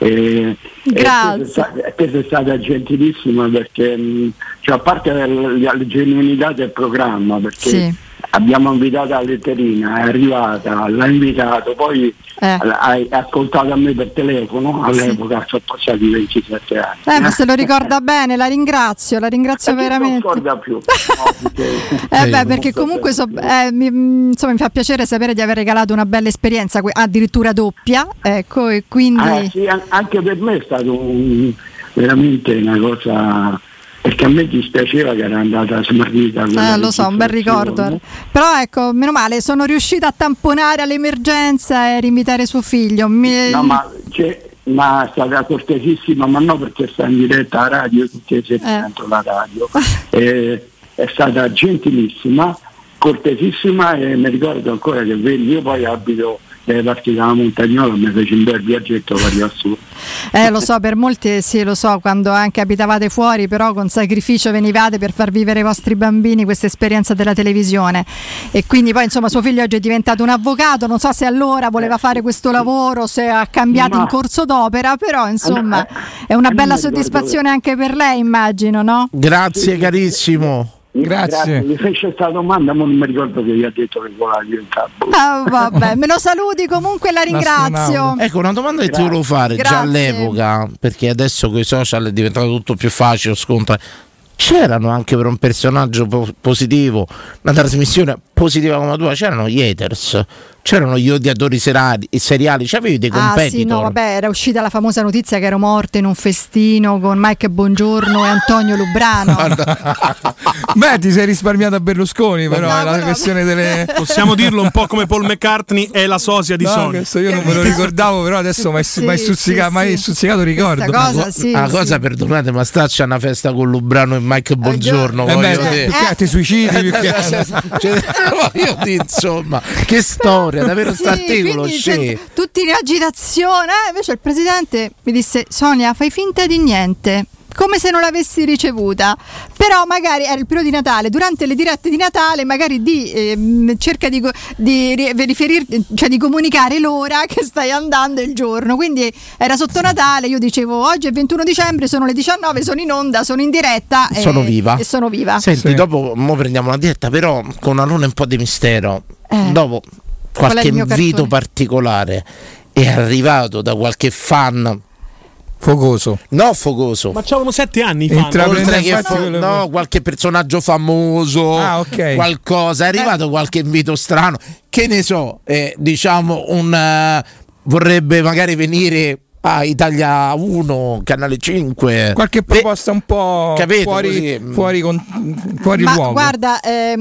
Grazie. Te sei stata gentilissima perché, cioè, a parte la genuinità del programma, perché abbiamo invitato la letterina, è arrivata, l'ha invitato, poi ha ascoltato a me per telefono, all'epoca sono passati 27 anni. Ma se lo ricorda bene, la ringrazio veramente. Non ricorda più. Perché comunque mi fa piacere sapere di aver regalato una bella esperienza, addirittura doppia, ecco, e quindi... sì, anche per me è stato veramente una cosa... Perché a me dispiaceva che era andata smarrita. Lo so, un bel ricordo. Però ecco, meno male, sono riuscita a tamponare all'emergenza e rinvitare suo figlio. No, ma è stata cortesissima, ma no, perché sta in diretta a radio, tutti i dentro la radio. È stata gentilissima, cortesissima, e mi ricordo ancora che io poi abito delle parti della Montagnola, mi fece un bel viaggetto per su. Lo so, per molti sì, lo so, quando anche abitavate fuori, però con sacrificio venivate per far vivere ai vostri bambini questa esperienza della televisione, e quindi poi insomma suo figlio oggi è diventato un avvocato, non so se allora voleva fare questo lavoro, se ha cambiato in corso d'opera, però insomma è una bella soddisfazione anche per lei, immagino, no? Grazie carissimo. Grazie. Mi fece questa domanda, ma non mi ricordo che vi ha detto che voleva diventare. Vabbè, me lo saluti comunque, la ringrazio. Ecco, una domanda che ti volevo fare già all'epoca, perché adesso con i social è diventato tutto più facile, scontato. C'erano anche per un personaggio positivo, una trasmissione positiva come la tua, c'erano gli haters, c'erano gli odiatori seriali, c'avevi dei competitor? Sì, no, vabbè, era uscita la famosa notizia che ero morta in un festino con Mike Bongiorno e Antonio Lubrano. Beh, ti sei risparmiato a Berlusconi, però è la questione delle... Possiamo dirlo un po' come Paul McCartney è la sosia di Sony. Questo io non me lo ricordavo, però adesso mi hai stuzzicato ricordo. Una cosa, perdonate, ma staccia una festa con Lubrano e Mike Bongiorno, ti suicidi insomma, che storia, davvero st'articolo tutti in agitazione, invece il presidente mi disse: Sonia, fai finta di niente, come se non l'avessi ricevuta, però magari era il periodo di Natale, durante le dirette di Natale magari cerca di riferirti, cioè di comunicare l'ora che stai andando il giorno, quindi era sotto Natale, io dicevo oggi è 21 dicembre, sono le 19, sono in onda, sono in diretta e sono viva. Senti, dopo mo prendiamo una diretta, però con almeno un po' di mistero, dopo qualche invito particolare è arrivato da qualche fan fogoso. Ma c'avevano 7 anni fan. Oltre che qualche personaggio famoso, qualcosa, è arrivato qualche invito strano, che ne so, diciamo vorrebbe magari venire a Italia 1, Canale 5, qualche proposta un po' fuori luogo. Guarda,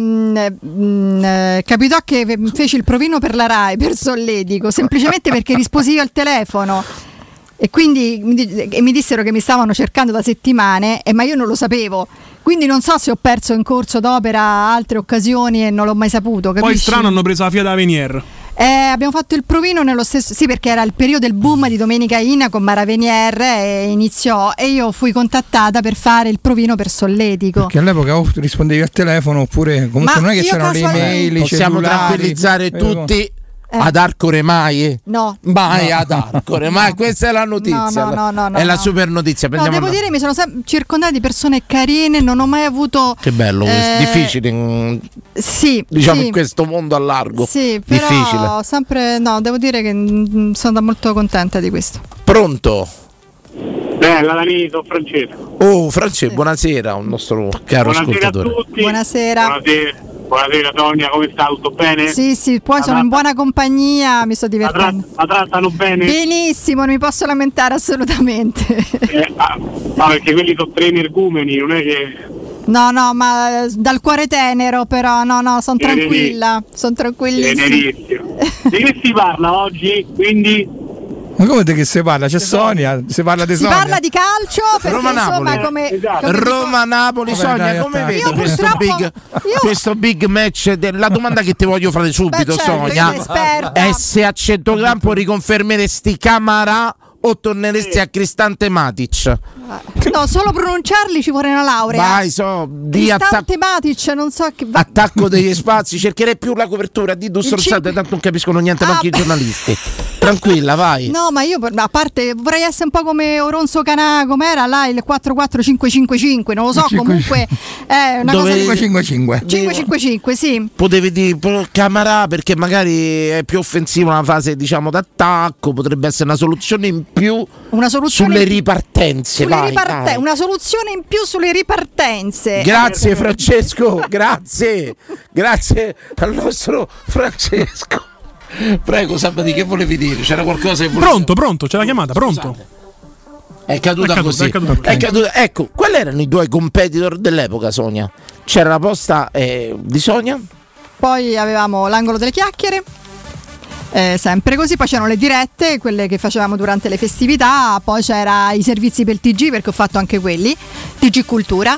capitò che feci il provino per la Rai, per Solletico, semplicemente perché risposi io al telefono. E quindi mi dissero che mi stavano cercando da settimane, ma io non lo sapevo, quindi non so se ho perso in corso d'opera altre occasioni e non l'ho mai saputo, capisci? Poi strano hanno preso la Fiat Avenier. Abbiamo fatto il provino nello stesso, sì, perché era il periodo del boom di Domenica Ina con Mara Venier, e iniziò, e io fui contattata per fare il provino per Solletico. Perché all'epoca rispondevi al telefono, oppure comunque non è che c'erano le email, possiamo tranquillizzare tutti. Ad Arcore mai? No. Mai ad Arcore, mai. Questa è la notizia. No, è la super notizia. Devo dire, mi sono circondata di persone carine, non ho mai avuto. Che bello, difficile. Sì. Diciamo in questo mondo a largo. Sì, difficile. Però sempre devo dire che sono molto contenta di questo. Pronto? Bella Danilo, Francesco. Oh, Francesco, buonasera, un nostro caro ascoltatore. A tutti. Buonasera. Buonasera Sonia, come sta? Tutto bene? Sì, poi sono in buona compagnia, mi sto divertendo. La trattano bene? Benissimo, non mi posso lamentare assolutamente. Perché quelli sono 3 energumeni, non è che... No, ma dal cuore tenero, però sono tranquilla, sono tranquillissima. Tenerissimo. Di che si parla oggi, quindi? Ma come te che si parla? C'è Sonia, si parla di Sonia. Si parla di calcio, perché Roma-Napoli. Roma-Napoli, Sonia, come vedi questo big match? La domanda che ti voglio fare subito, Sonia, è se a centrocampo riconfermeresti Camara o torneresti a Cristante Matic? No, solo pronunciarli ci vuole una laurea. Vai, di Cristante Matic, non so che attacco degli spazi, cercherei più la copertura di due stronzate, tanto non capiscono niente neanche i giornalisti. Tranquilla, vai. No, ma io a parte vorrei essere un po' come Oronzo Canà, com'era là il 44555, non lo so, comunque è una cosa 555, sì. Potevi dire Camarà perché magari è più offensiva una fase, diciamo, d'attacco, potrebbe essere una soluzione in più sulle ripartenze. Vai. Una soluzione in più sulle ripartenze. Grazie Francesco, grazie al nostro Francesco. Prego, Sabati, che volevi dire? C'era qualcosa che volevi... Pronto, c'è la chiamata, pronto. È caduta così. Ecco, quali erano i due competitor dell'epoca, Sonia? C'era la posta di Sonia. Poi avevamo l'angolo delle chiacchiere. Sempre così, poi c'erano le dirette, quelle che facevamo durante le festività, poi c'era i servizi per il TG, perché ho fatto anche quelli, TG Cultura,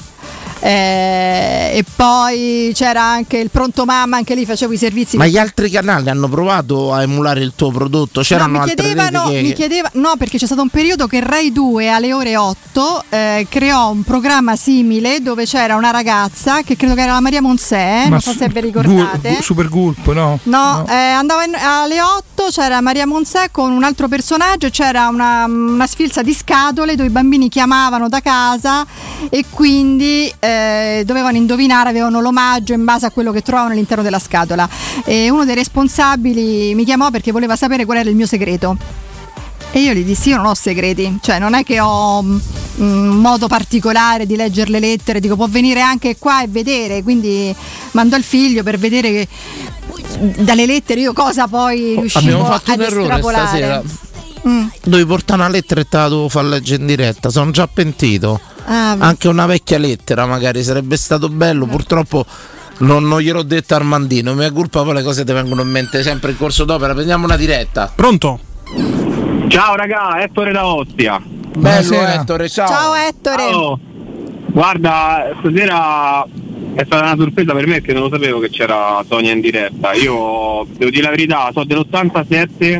e poi c'era anche il Pronto Mamma, anche lì facevo i servizi. Ma gli altri canali hanno provato a emulare il tuo prodotto? C'erano altre reti no, perché c'è stato un periodo che Rai 2 alle ore 8 creò un programma simile dove c'era una ragazza che credo che era la Maria Monsè, non so se vi ricordate. Super Gulp, no? Andava alle 8, c'era Maria Monsè con un altro personaggio, c'era una sfilza di scatole dove i bambini chiamavano da casa e quindi dovevano indovinare, avevano l'omaggio in base a quello che trovavano all'interno della scatola, e uno dei responsabili mi chiamò perché voleva sapere qual era il mio segreto e io gli dissi: io non ho segreti, cioè non è che ho un modo particolare di leggere le lettere, dico può venire anche qua e vedere, quindi mandò il figlio per vedere che dalle lettere io cosa poi riuscivo ad estrapolare. Stasera dovevi portare una lettera e te la dovevo far leggere in diretta, sono già pentito. Anche una vecchia lettera magari sarebbe stato bello, purtroppo non gliel'ho detto a Armandino, mia colpa, poi le cose ti vengono in mente sempre in corso d'opera. Prendiamo una diretta. Pronto? Ciao raga, Ettore da Ostia. Bello Ettore, ciao. Ciao Ettore. Ciao. Guarda, stasera è stata una sorpresa per me perché non lo sapevo che c'era Sonia in diretta. Io devo dire la verità, sono dell'87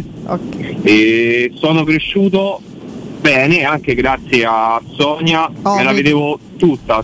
e sono cresciuto bene anche grazie a Sonia, me la vedevo tutta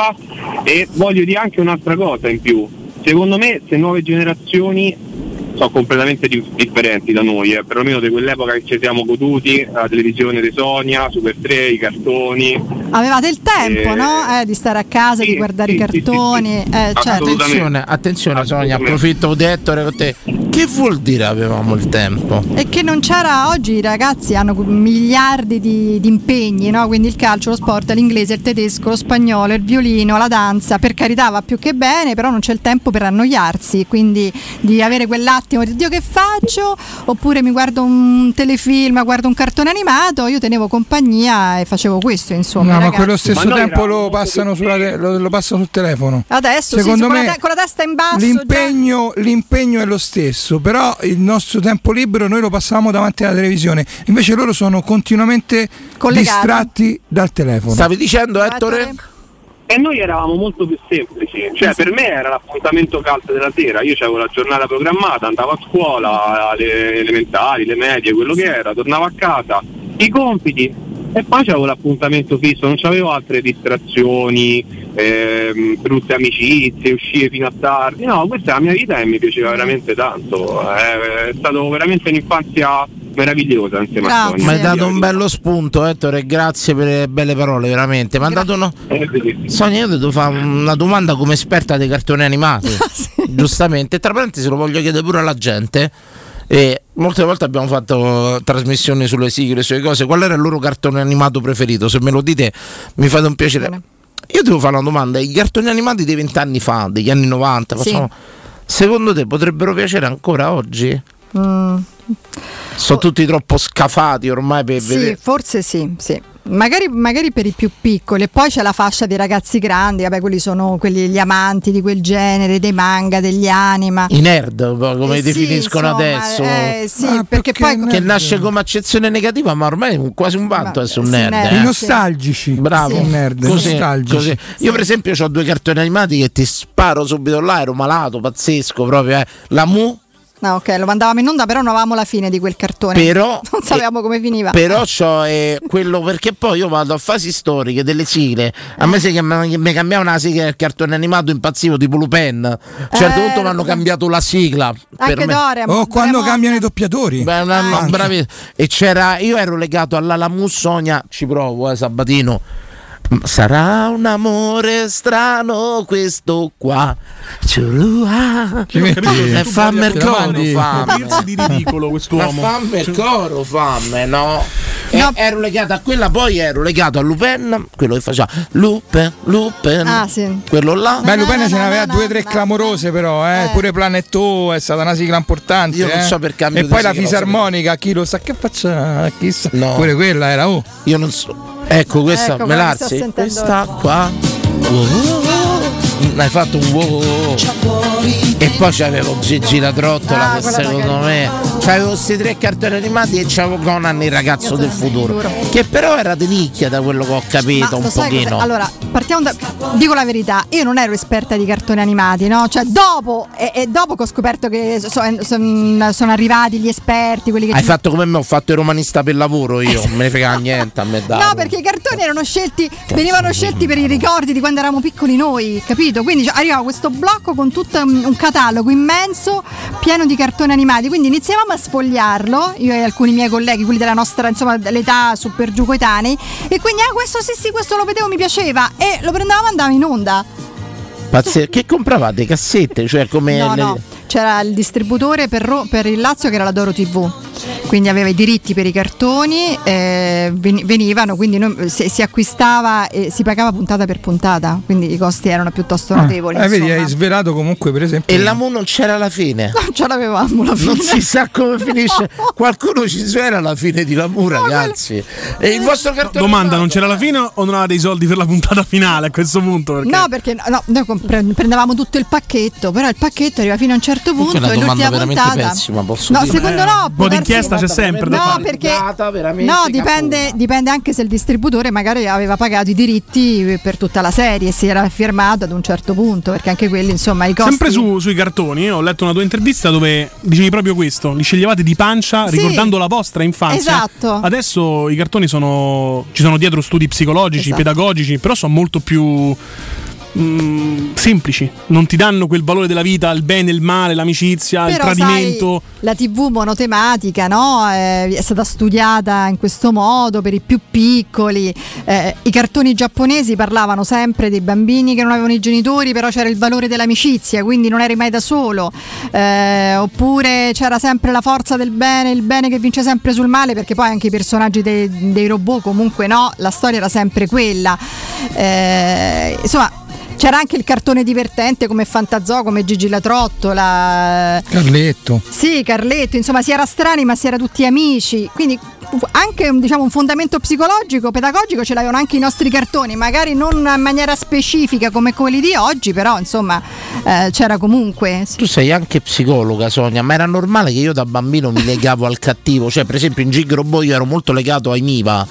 e voglio dire anche un'altra cosa in più. Secondo me le nuove generazioni sono completamente differenti da noi, perlomeno di quell'epoca che ci siamo goduti, la televisione di Sonia, Super 3, i cartoni. Avevate il tempo, no? Di stare a casa, di guardare i cartoni. Certo. Attenzione Sonia, approfitto di Ettore con te. Che vuol dire avevamo il tempo? E che non c'era, oggi i ragazzi hanno miliardi di impegni, no? Quindi il calcio, lo sport, l'inglese, il tedesco, lo spagnolo, il violino, la danza, per carità va più che bene, però non c'è il tempo per annoiarsi, quindi di avere quell'attimo di Dio che faccio, oppure mi guardo un telefilm, guardo un cartone animato, io tenevo compagnia e facevo questo, insomma. No, ma quello stesso tempo lo passano sul telefono. Adesso secondo me con la testa in basso l'impegno è lo stesso, però il nostro tempo libero noi lo passiamo davanti alla televisione, invece loro sono continuamente distratti dal telefono. Stavi dicendo Ettore? E noi eravamo molto più semplici, cioè per me era l'appuntamento caldo della sera, io avevo la giornata programmata, andavo a scuola, alle elementari, le medie, quello che era, tornavo a casa, i compiti e poi c'avevo l'appuntamento fisso, non c'avevo altre distrazioni, brutte amicizie, uscire fino a tardi, no, questa è la mia vita e mi piaceva veramente tanto, è stato veramente un'infanzia meravigliosa insieme a Sonia. Mi hai dato un bello spunto Ettore, grazie per le belle parole, veramente. Sonia, io ti devo fare una domanda come esperta dei cartoni animati. Giustamente, tra parentesi lo voglio chiedere pure alla gente. E molte volte abbiamo fatto trasmissioni sulle sigle, sulle cose. Qual era il loro cartone animato preferito? Se me lo dite mi fate un piacere. Io devo fare una domanda: i cartoni animati dei 20 anni fa, degli anni 90, secondo te potrebbero piacere ancora oggi? Sono tutti troppo scafati ormai per vedere. Forse sì. Magari per i più piccoli, e poi c'è la fascia dei ragazzi grandi, vabbè, quelli sono gli amanti di quel genere, dei manga, degli anima, i nerd come definiscono adesso, perché poi che nasce come accezione negativa, ma ormai è quasi un vanto essere un nerd. I nostalgici, bravo, nerd nostalgici. Così. Io per esempio ho 2 cartoni animati che ti sparo subito là, ero malato, pazzesco proprio, la Mu No, ok, lo mandavamo in onda, però non avevamo la fine di quel cartone. Però non sapevamo come finiva. Però c'ho quello, perché poi io vado a fasi storiche delle sigle. A me si mi cambiava una sigla del cartone animato, impazzivo tipo Lupin. A un certo punto mi hanno cambiato la sigla. Anche Doraemon. O quando cambiano i doppiatori. Beh, bravi. E c'era, io ero legato all'Alamus Sonia, ci provo, Sabatino. Sarà un amore strano questo qua. E fammi il coro, fammi di ridicolo quest'uomo. Ma fammi il coro, fammi, no? Ero legato a quella, poi ero legato a Lupin, quello che faceva Lupin. Ah, sì. Quello là. Beh, Lupin ce ne aveva 2 o 3 clamorose, però, pure Planet O è stata una sigla importante. Io non so per cambio. E poi la fisarmonica, chi lo sa che faccia, chissà. No. Pure quella era Io non so. Ecco questa, Melarzi. Questa qua. Hai fatto un wow. E poi c'avevo Gigi la trottola, che secondo me c'avevo questi 3 cartoni animati e c'avevo Conan il ragazzo del futuro, che però era di nicchia da quello che ho capito. Un pochino. Allora, partiamo dico la verità, io non ero esperta di cartoni animati, no? Cioè dopo dopo che ho scoperto che sono arrivati gli esperti, quelli che hai fatto come me, ho fatto il romanista per lavoro io, non me ne frega niente a me. No, perché i cartoni erano scelti, venivano scelti per i ricordi di quando eravamo piccoli noi, capito? Quindi arrivava questo blocco con tutto un catalogo immenso pieno di cartoni animati, quindi iniziavamo a sfogliarlo io e alcuni miei colleghi, quelli della nostra, insomma, l'età su per giù coetanei, e quindi questo sì, questo lo vedevo, mi piaceva, e lo prendevamo e andava in onda. Che compravate? Cassette? Cioè come no. C'era il distributore per il Lazio che era la Doro TV, quindi aveva i diritti per i cartoni, venivano, quindi si acquistava e si pagava puntata per puntata, quindi i costi erano piuttosto notevoli. Vedi, hai svelato comunque, per esempio. E la Mu non c'era la fine. Non ce l'avevamo la fine. Non si sa come finisce. Qualcuno ci svela la fine di la Mu, ragazzi. E il vostro cartone. Domanda, non c'era la fine o non avevate i soldi per la puntata finale a questo punto? Perché... No, perché noi prendevamo tutto il pacchetto, però il pacchetto arriva fino a un certo punto e l'ultima puntata pessima, posso dire. Secondo no, un po' d'inchiesta c'è sempre da fare. Perché dipende anche se il distributore magari aveva pagato i diritti per tutta la serie e si era firmato ad un certo punto, perché anche quelli, insomma, i costi. Sempre sui cartoni, ho letto una tua intervista dove dicevi proprio questo, li sceglievate di pancia, sì, ricordando la vostra infanzia. Esatto. Adesso i cartoni ci sono dietro studi psicologici, esatto, pedagogici, però sono molto più semplici, non ti danno quel valore della vita, il bene, il male, l'amicizia, però, il tradimento. Sai, la TV monotematica, no? È stata studiata in questo modo per i più piccoli. I cartoni giapponesi parlavano sempre dei bambini che non avevano i genitori, però c'era il valore dell'amicizia, quindi non eri mai da solo. Oppure c'era sempre la forza del bene, il bene che vince sempre sul male, perché poi anche i personaggi dei robot, comunque no, la storia era sempre quella. Insomma, c'era anche il cartone divertente come Fantazò, come Gigi la trottola, Carletto. Sì, Carletto, insomma, si era strani ma si era tutti amici. Quindi anche, diciamo, un fondamento psicologico, pedagogico ce l'avevano anche i nostri cartoni, magari non in maniera specifica come quelli di oggi, però insomma c'era comunque. Tu sei anche psicologa, Sonia, ma era normale che io da bambino mi legavo al cattivo? Cioè, per esempio in Gig Robot io ero molto legato ai Miva,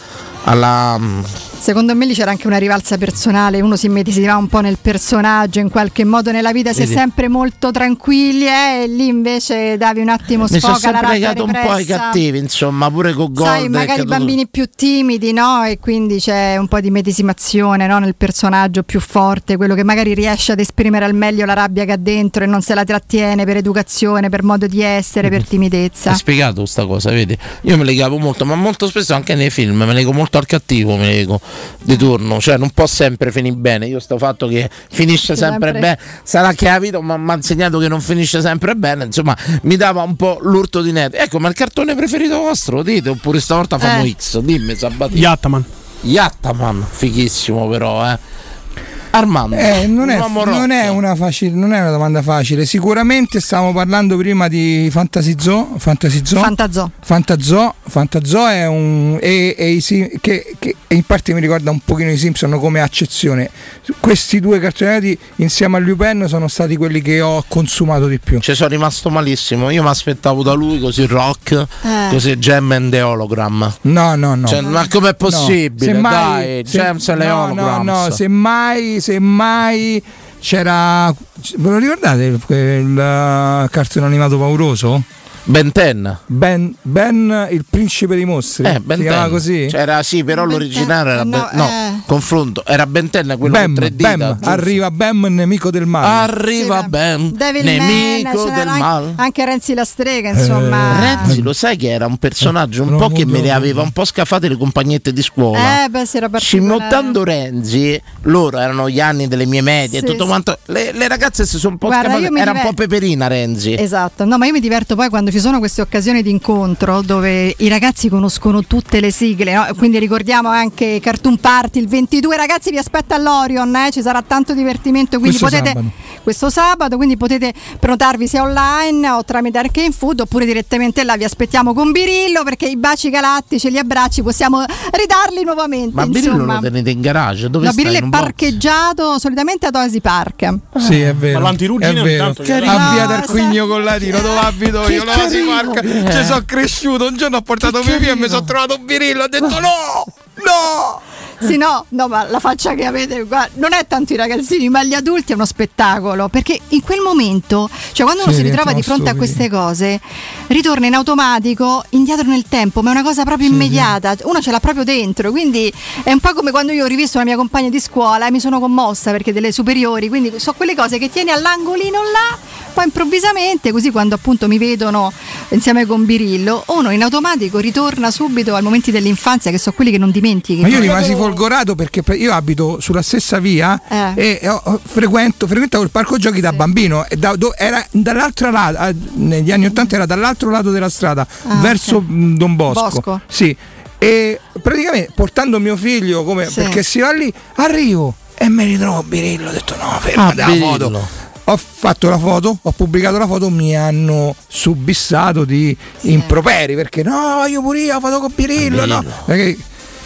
secondo me lì c'era anche una rivalsa personale, uno si immedesimava un po' nel personaggio, in qualche modo nella vita si è sempre molto tranquilli, e lì invece davi un attimo sfoga la rabbia repressa. Mi sono sempre legato un po' ai cattivi, insomma, pure con Gold. Sai, magari i bambini più timidi, no? E quindi c'è un po' di medesimazione, no? Nel personaggio più forte, quello che magari riesce ad esprimere al meglio la rabbia che ha dentro e non se la trattiene per educazione, per modo di essere, per timidezza. Hai spiegato questa cosa, vedi? Io mi legavo molto, ma molto spesso anche nei film mi lego molto al cattivo, mi lego di turno, cioè non può sempre finire bene. Io sto fatto che finisce sempre bene, sarà che la vita mi ha insegnato che non finisce sempre bene, insomma mi dava un po' l'urto di net. Ecco, ma il cartone preferito vostro, dite, oppure stavolta fanno X, dimmi Sabatino. Yattaman, fighissimo però, Armando, non è una domanda facile. Sicuramente stavamo parlando prima di Fantazò è un che in parte mi ricorda un pochino i Simpson come accezione. Questi due cartoni animati insieme a Lupin sono stati quelli che ho consumato di più. Ci sono rimasto malissimo. Io mi aspettavo da lui così Rock, così Gem and the Hologram. No. Cioè, ma com'è possibile? Dai, Gems e le Holograms. No, semmai c'era, ve lo ricordate il cartone animato pauroso? Ben 10. Ben il principe dei mostri. Ben si chiamava così? C'era, sì, però l'originale era confronto. Era Ben 10 quello Bam, con 3 dita. Bam, arriva Bam, nemico del male. Arriva Bam, Devil nemico Man, del male. Anche Renzi la strega, insomma. Renzi, lo sai che era un personaggio un po' che me le aveva un po' scaffate le compagnette di scuola. Si era Scimmottando Renzi, loro erano gli anni delle mie medie e tutto quanto. Le ragazze si sono un po' scaffate. Era un po' Peperina Renzi. Esatto, no, ma io mi diverto poi quando ci sono queste occasioni di incontro dove i ragazzi conoscono tutte le sigle, no? Quindi ricordiamo anche Cartoon Party il 22, ragazzi, vi aspetta all'Orion, ci sarà tanto divertimento, quindi questo sabato, quindi potete prenotarvi sia online o tramite Arcane Food oppure direttamente là, vi aspettiamo con Birillo, perché i baci galattici, gli abbracci possiamo ridarli nuovamente. Ma Birillo lo tenete in garage? Dove sta? Birillo è parcheggiato solitamente ad Oasi Park. Sì, è vero. Ma l'antirugine è vero. A via d'Arquigno Collatino, dove abito io, l'Oasi Park. Ci sono cresciuto, un giorno ho portato mio figlio e mi sono trovato un Birillo, ho detto no! Sì, no, ma la faccia che avete, guarda, non è tanto i ragazzini, ma gli adulti è uno spettacolo, perché in quel momento, cioè quando uno si ritrova di fronte a queste cose, ritorna in automatico indietro nel tempo, ma è una cosa proprio immediata, uno ce l'ha proprio dentro, quindi è un po' come quando io ho rivisto una mia compagna di scuola e mi sono commossa perché delle superiori, quindi so quelle cose che tieni all'angolino là, poi improvvisamente, così quando appunto mi vedono insieme con Birillo, uno in automatico ritorna subito ai momenti dell'infanzia, che sono quelli che non dimentichi. Ma io rimasi folgorato perché io abito sulla stessa via e frequentavo il parco giochi da bambino, e era dall'altro lato, negli anni 80 era dall'altro lato della strada, verso Don Bosco. Sì, e praticamente portando mio figlio perché si va lì, arrivo e mi ritrovo Birillo, ho detto no, fermate la foto. Ho fatto la foto, ho pubblicato la foto, mi hanno subissato di improperi perché no, io pure ho fatto con Birillo, no. Perché,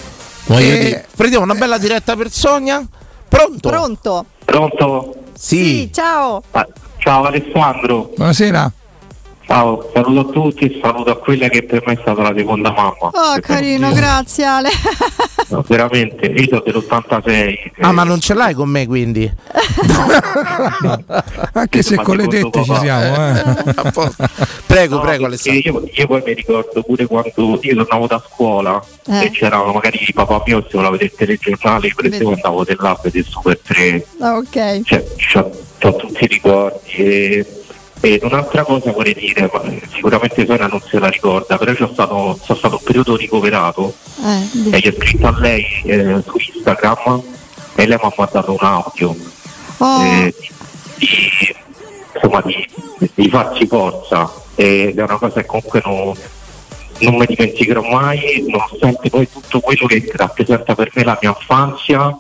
prendiamo una bella diretta per Sonia. Pronto? Sì, ciao. Ciao Alessandro. Buonasera. Ciao, saluto a tutti e saluto a quella che per me è stata la seconda mamma. Oh, carino, grazie Ale. No, veramente, io sono dell'86. Ma non ce l'hai con me, quindi? No. Anche se con le tette ci siamo. Prego, Alessandro. Io poi mi ricordo pure quando io tornavo da scuola e c'era magari papà mio che si voleva vedere il telegiornale, per esempio andavo dell'app del Super 3. Ok. Cioè, c'ho tutti i ricordi e un'altra cosa vorrei dire, ma sicuramente Sonia non se la ricorda, però sono stato un periodo ricoverato e gli ho scritto a lei su Instagram e lei mi ha mandato un audio di farci forza, ed è una cosa che comunque non mi dimenticherò mai, nonostante poi tutto quello che rappresenta per me la mia infanzia.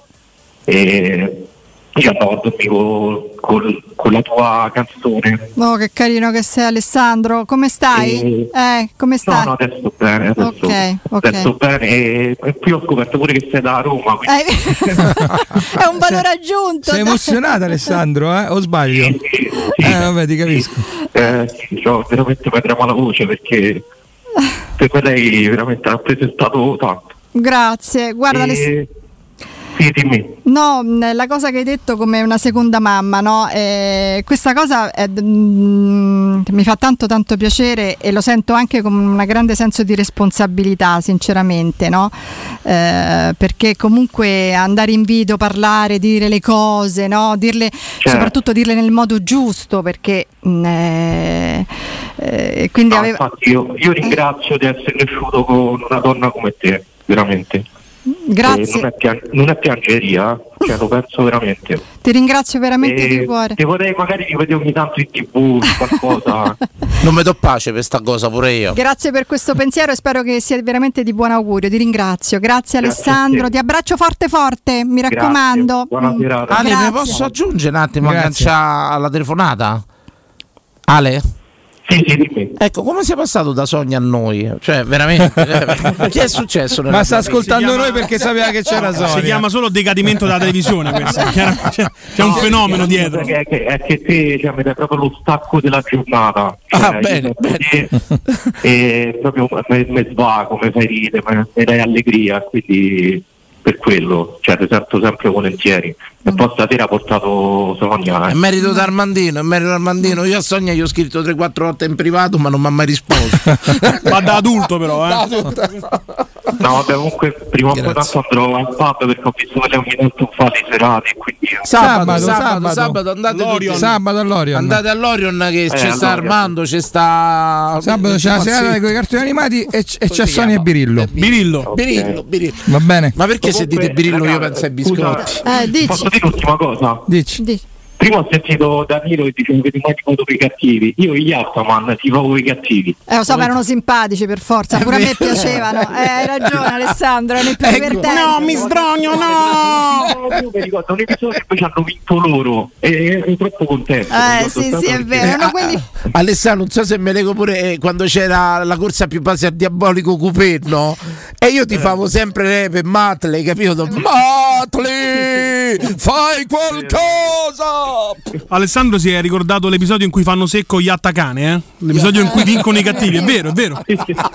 Io andavo a dormire con la tua canzone. Oh, che carino che sei Alessandro, come stai? Come stai? No, adesso bene, adesso bene, e qui ho scoperto pure che sei da Roma. È un valore aggiunto. Sei emozionato Alessandro, o sbaglio? Sì. Vabbè, ti capisco. Sì, veramente vedremo la voce perché per lei veramente ha rappresentato tanto. Grazie, guarda Alessandro. Sì, dimmi. No, la cosa che hai detto come una seconda mamma, no? Questa cosa mi fa tanto piacere e lo sento anche come un grande senso di responsabilità, sinceramente, no? Perché comunque andare in video, parlare, dire le cose, no? Dirle, soprattutto dirle nel modo giusto, perché quindi infatti io ringrazio di essere cresciuto con una donna come te, veramente. Grazie. Non è piangeria, cioè lo penso veramente. Ti ringrazio veramente di cuore. Ti vorrei magari rivedere ogni tanto in TV, qualcosa. Non mi do pace per sta cosa pure io. Grazie per questo pensiero e spero che sia veramente di buon augurio. Ti ringrazio. Grazie Alessandro, ti abbraccio forte, mi raccomando. Buona serata. Ale, mi posso aggiungere un attimo alla telefonata? Ale? Sì, dimmi. Ecco, come sei passato da Sonia a noi? Cioè, veramente, che è successo? Ma sta ascoltando noi perché sapeva che c'era Sonia. Si chiama solo decadimento dalla televisione questo. C'è un fenomeno dietro. È che te mi dai proprio lo stacco della giornata. Bene. E proprio mi svago, mi fai ridere, mi dai allegria, quindi per quello, cioè ti sento sempre volentieri. E poi stasera ha portato Sonia. È merito d'Armandino, io a Sonia gli ho scritto 3-4 volte in privato ma non mi ha mai risposto. Ma da adulto però, No, vabbè, comunque prima o poi tanto andrò al pub perché ho visto che lei ogni tanto fa le serate, quindi sabato andate tutti. Sabato all'Orion. Andate all'Orion che ci sta Armando, ci sta sabato c'è la serata con i cartoni animati e c'è Sonia e Birillo. Birillo. Va bene. Ma perché se dite Birillo io penso ai biscotti? Dici. Posso dire l'ultima cosa? Dici. Prima ho sentito Danilo che diceva che ti motivo per i cattivi. Io gli Ataman ti favo i cattivi. Lo so, ma erano simpatici per forza, pure a me piacevano. Hai ragione Alessandro, erano i più divertenti. No, mi sbrogno, no! Io mi ricordo un episodio che invece hanno vinto loro e ero troppo contento. Sì, è vero. Erano quelli... Alessandro, non so se me leggo pure quando c'era la corsa più base al diabolico Coupé, no? E io ti favo sempre per Matley, capito? Matley, fai qualcosa! Alessandro si è ricordato l'episodio in cui fanno secco gli Attacane, l'episodio in cui vincono i cattivi, è vero. Sì.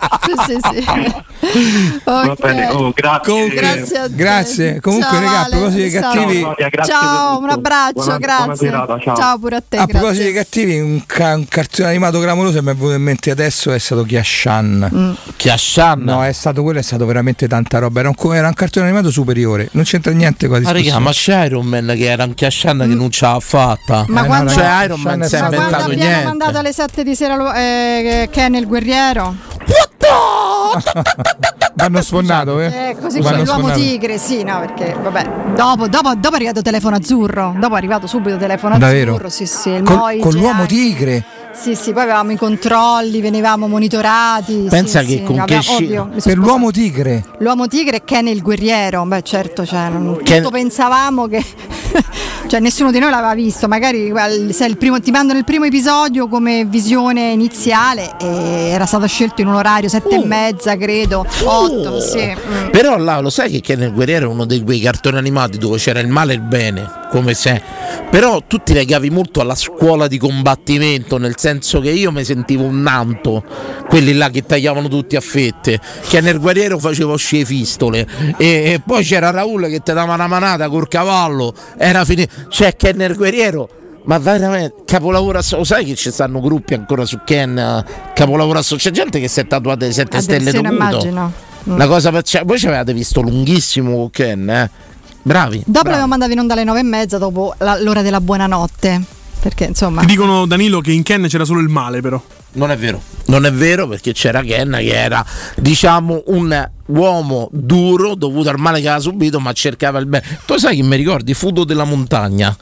Va bene, grazie. Comunque, raga, a proposito dei cattivi, ciao, un abbraccio, grazie. Ciao pure a te. A proposito dei cattivi, un cartone animato clamoroso che mi è venuto in mente adesso è stato Kiashan. Kiashan? No, è stato veramente tanta roba. Era un cartone animato superiore, non c'entra niente con la discussione. Ma c'è Iron Man che era un Kiashan che non ce l'ha fatta. Ma quando Iron Man si è inventato niente. Abbiamo mandato alle 7 di sera Ken il guerriero. Vanno sfondato, così con l'uomo tigre, sì, no, perché vabbè. Dopo è arrivato Telefono Azzurro. Dopo è arrivato subito Telefono Azzurro. Sì, con l'uomo tigre. Sì, poi avevamo i controlli, venivamo monitorati. Pensa che con per l'uomo tigre. L'uomo tigre e Ken il guerriero. Beh, certo, tutto pensavamo che cioè nessuno di noi l'aveva visto. Magari se ti mandano il primo episodio come visione iniziale era stato scelto in un orario 7:30, credo, 8, sì. Però là lo sai che Ken il guerriero è uno di quei cartoni animati dove c'era il male e il bene, come se. Però tu ti legavi molto alla scuola di combattimento, nel senso che io mi sentivo un nanto, quelli là che tagliavano tutti a fette, che nel guerriero facevo scefistole e poi c'era Raul che ti dava una manata col cavallo, era finito, cioè che nel guerriero, ma veramente capolavoro sai che ci stanno gruppi ancora su Ken, capolavoro c'è gente che si è tatuata le 7 stelle dovuto, immagino. Una cosa voi ci avevate visto lunghissimo con Ken, bravi. Dopo l'avevo mandato in onda alle 9:30 dopo l'ora della buonanotte. Perché insomma. Ti dicono, Danilo, che in Ken c'era solo il male, però. Non è vero perché c'era Ken che era, diciamo, un uomo duro dovuto al male che aveva subito, ma cercava il bene. Tu sai che mi ricordi Fudo della montagna.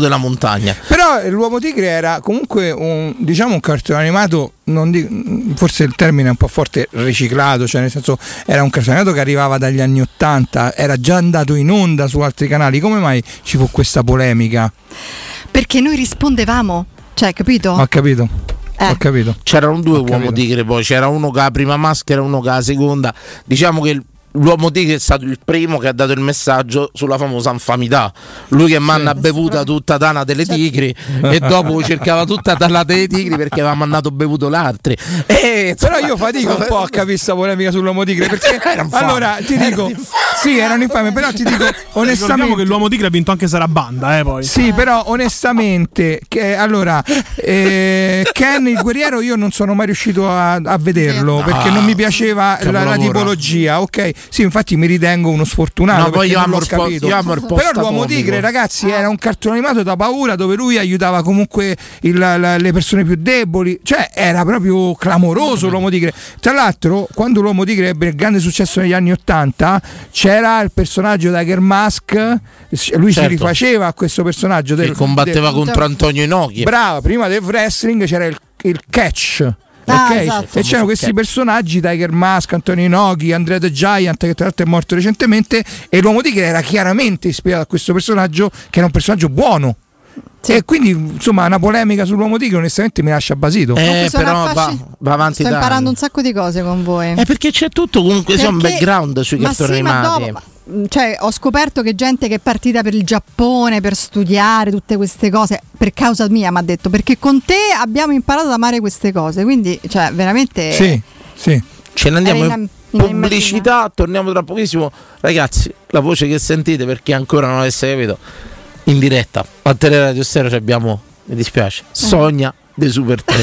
Però l'uomo tigre era comunque un cartone animato, forse il termine è un po' forte, riciclato, cioè nel senso era un cartone animato che arrivava dagli anni 80, era già andato in onda su altri canali. Come mai ci fu questa polemica? Perché noi rispondevamo, cioè, capito? Ho capito. C'erano due uomo tigre, poi c'era uno che ha la prima maschera e uno che ha la seconda. Diciamo che l'uomo tigre è stato il primo che ha dato il messaggio sulla famosa infamità. Lui che manna bevuta tutta tana delle tigri e dopo cercava tutta tana delle tigri perché aveva mandato bevuto l'altri. Però io fatico un po' a capire questa polemica sull'uomo tigre, perché allora ti dico sì, erano infami, però ti dico onestamente ricordiamo che l'uomo tigre ha vinto anche Sarabanda, poi. Sì, però onestamente allora Ken il guerriero io non sono mai riuscito a vederlo perché non mi piaceva la tipologia, ok? Sì, infatti mi ritengo uno sfortunato. No, poi io non l'ho capito. Però l'uomo tigre, ragazzi, era un cartone animato da paura dove lui aiutava comunque le persone più deboli. Cioè, era proprio clamoroso l'uomo tigre. Tra l'altro, quando l'uomo tigre ebbe il grande successo negli anni 80, c'era il personaggio Tiger Mask. Lui si rifaceva a questo personaggio che combatteva contro Antonio Inoki. Bravo, prima del wrestling c'era il catch. Okay? Esatto. E c'erano questi personaggi, Tiger Mask, Antonio Inoki, Andre the Giant, che tra l'altro è morto recentemente, e l'uomo tigre era chiaramente ispirato a questo personaggio che era un personaggio buono. Sì. E quindi insomma una polemica sull'uomo tigre onestamente mi lascia basito. Però va avanti. Sto imparando un sacco di cose con voi. Perché c'è tutto comunque un background sui cartoni animati. Cioè, ho scoperto che gente che è partita per il Giappone per studiare tutte queste cose per causa mia mi ha detto, perché con te abbiamo imparato ad amare queste cose, quindi cioè veramente sì. Ce ne andiamo pubblicità, torniamo tra pochissimo. Ragazzi, la voce che sentite, per chi ancora non l'avesse capito, in diretta a Teleradio Stereo abbiamo, mi dispiace, Sonia dei Super 3.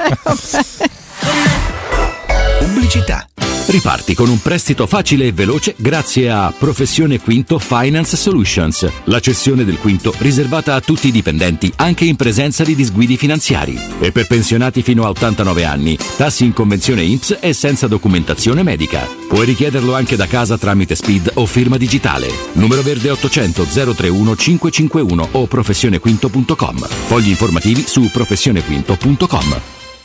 Pubblicità. Riparti con un prestito facile e veloce grazie a Professione Quinto Finance Solutions, la cessione del quinto riservata a tutti i dipendenti anche in presenza di disguidi finanziari, e per pensionati fino a 89 anni, tassi in convenzione INPS e senza documentazione medica. Puoi richiederlo anche da casa tramite SPID o firma digitale. Numero verde 800 031 551 o professionequinto.com. Fogli informativi su professionequinto.com.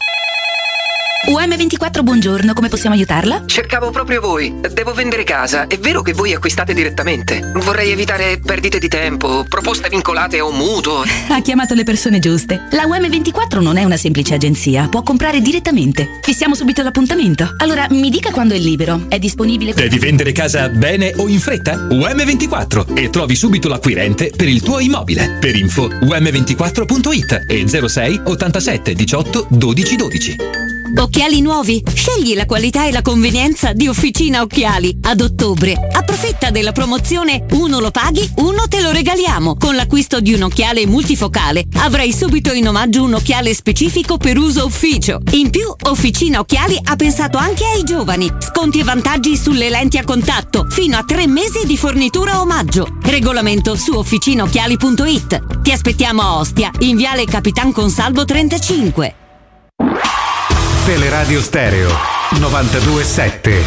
UM24, buongiorno, come possiamo aiutarla? Cercavo proprio voi. Devo vendere casa. È vero che voi acquistate direttamente? Vorrei evitare perdite di tempo, proposte vincolate a un mutuo. Ha chiamato le persone giuste. La UM24 non è una semplice agenzia, può comprare direttamente. Fissiamo subito l'appuntamento. Allora, mi dica quando è libero. È disponibile? Devi vendere casa bene o in fretta? UM24 e trovi subito l'acquirente per il tuo immobile. Per info um24.it e 06 87 18 12 12. Occhiali nuovi? Scegli la qualità e la convenienza di Officina Occhiali. Ad ottobre approfitta della promozione 1 lo paghi, 1 te lo regaliamo. Con l'acquisto di un occhiale multifocale avrai subito in omaggio un occhiale specifico per uso ufficio. In più, Officina Occhiali ha pensato anche ai giovani. Sconti e vantaggi sulle lenti a contatto, fino a 3 mesi di fornitura omaggio. Regolamento su officinaocchiali.it. Ti aspettiamo a Ostia, in viale Capitan Consalvo 35. Teleradio Stereo 92.7.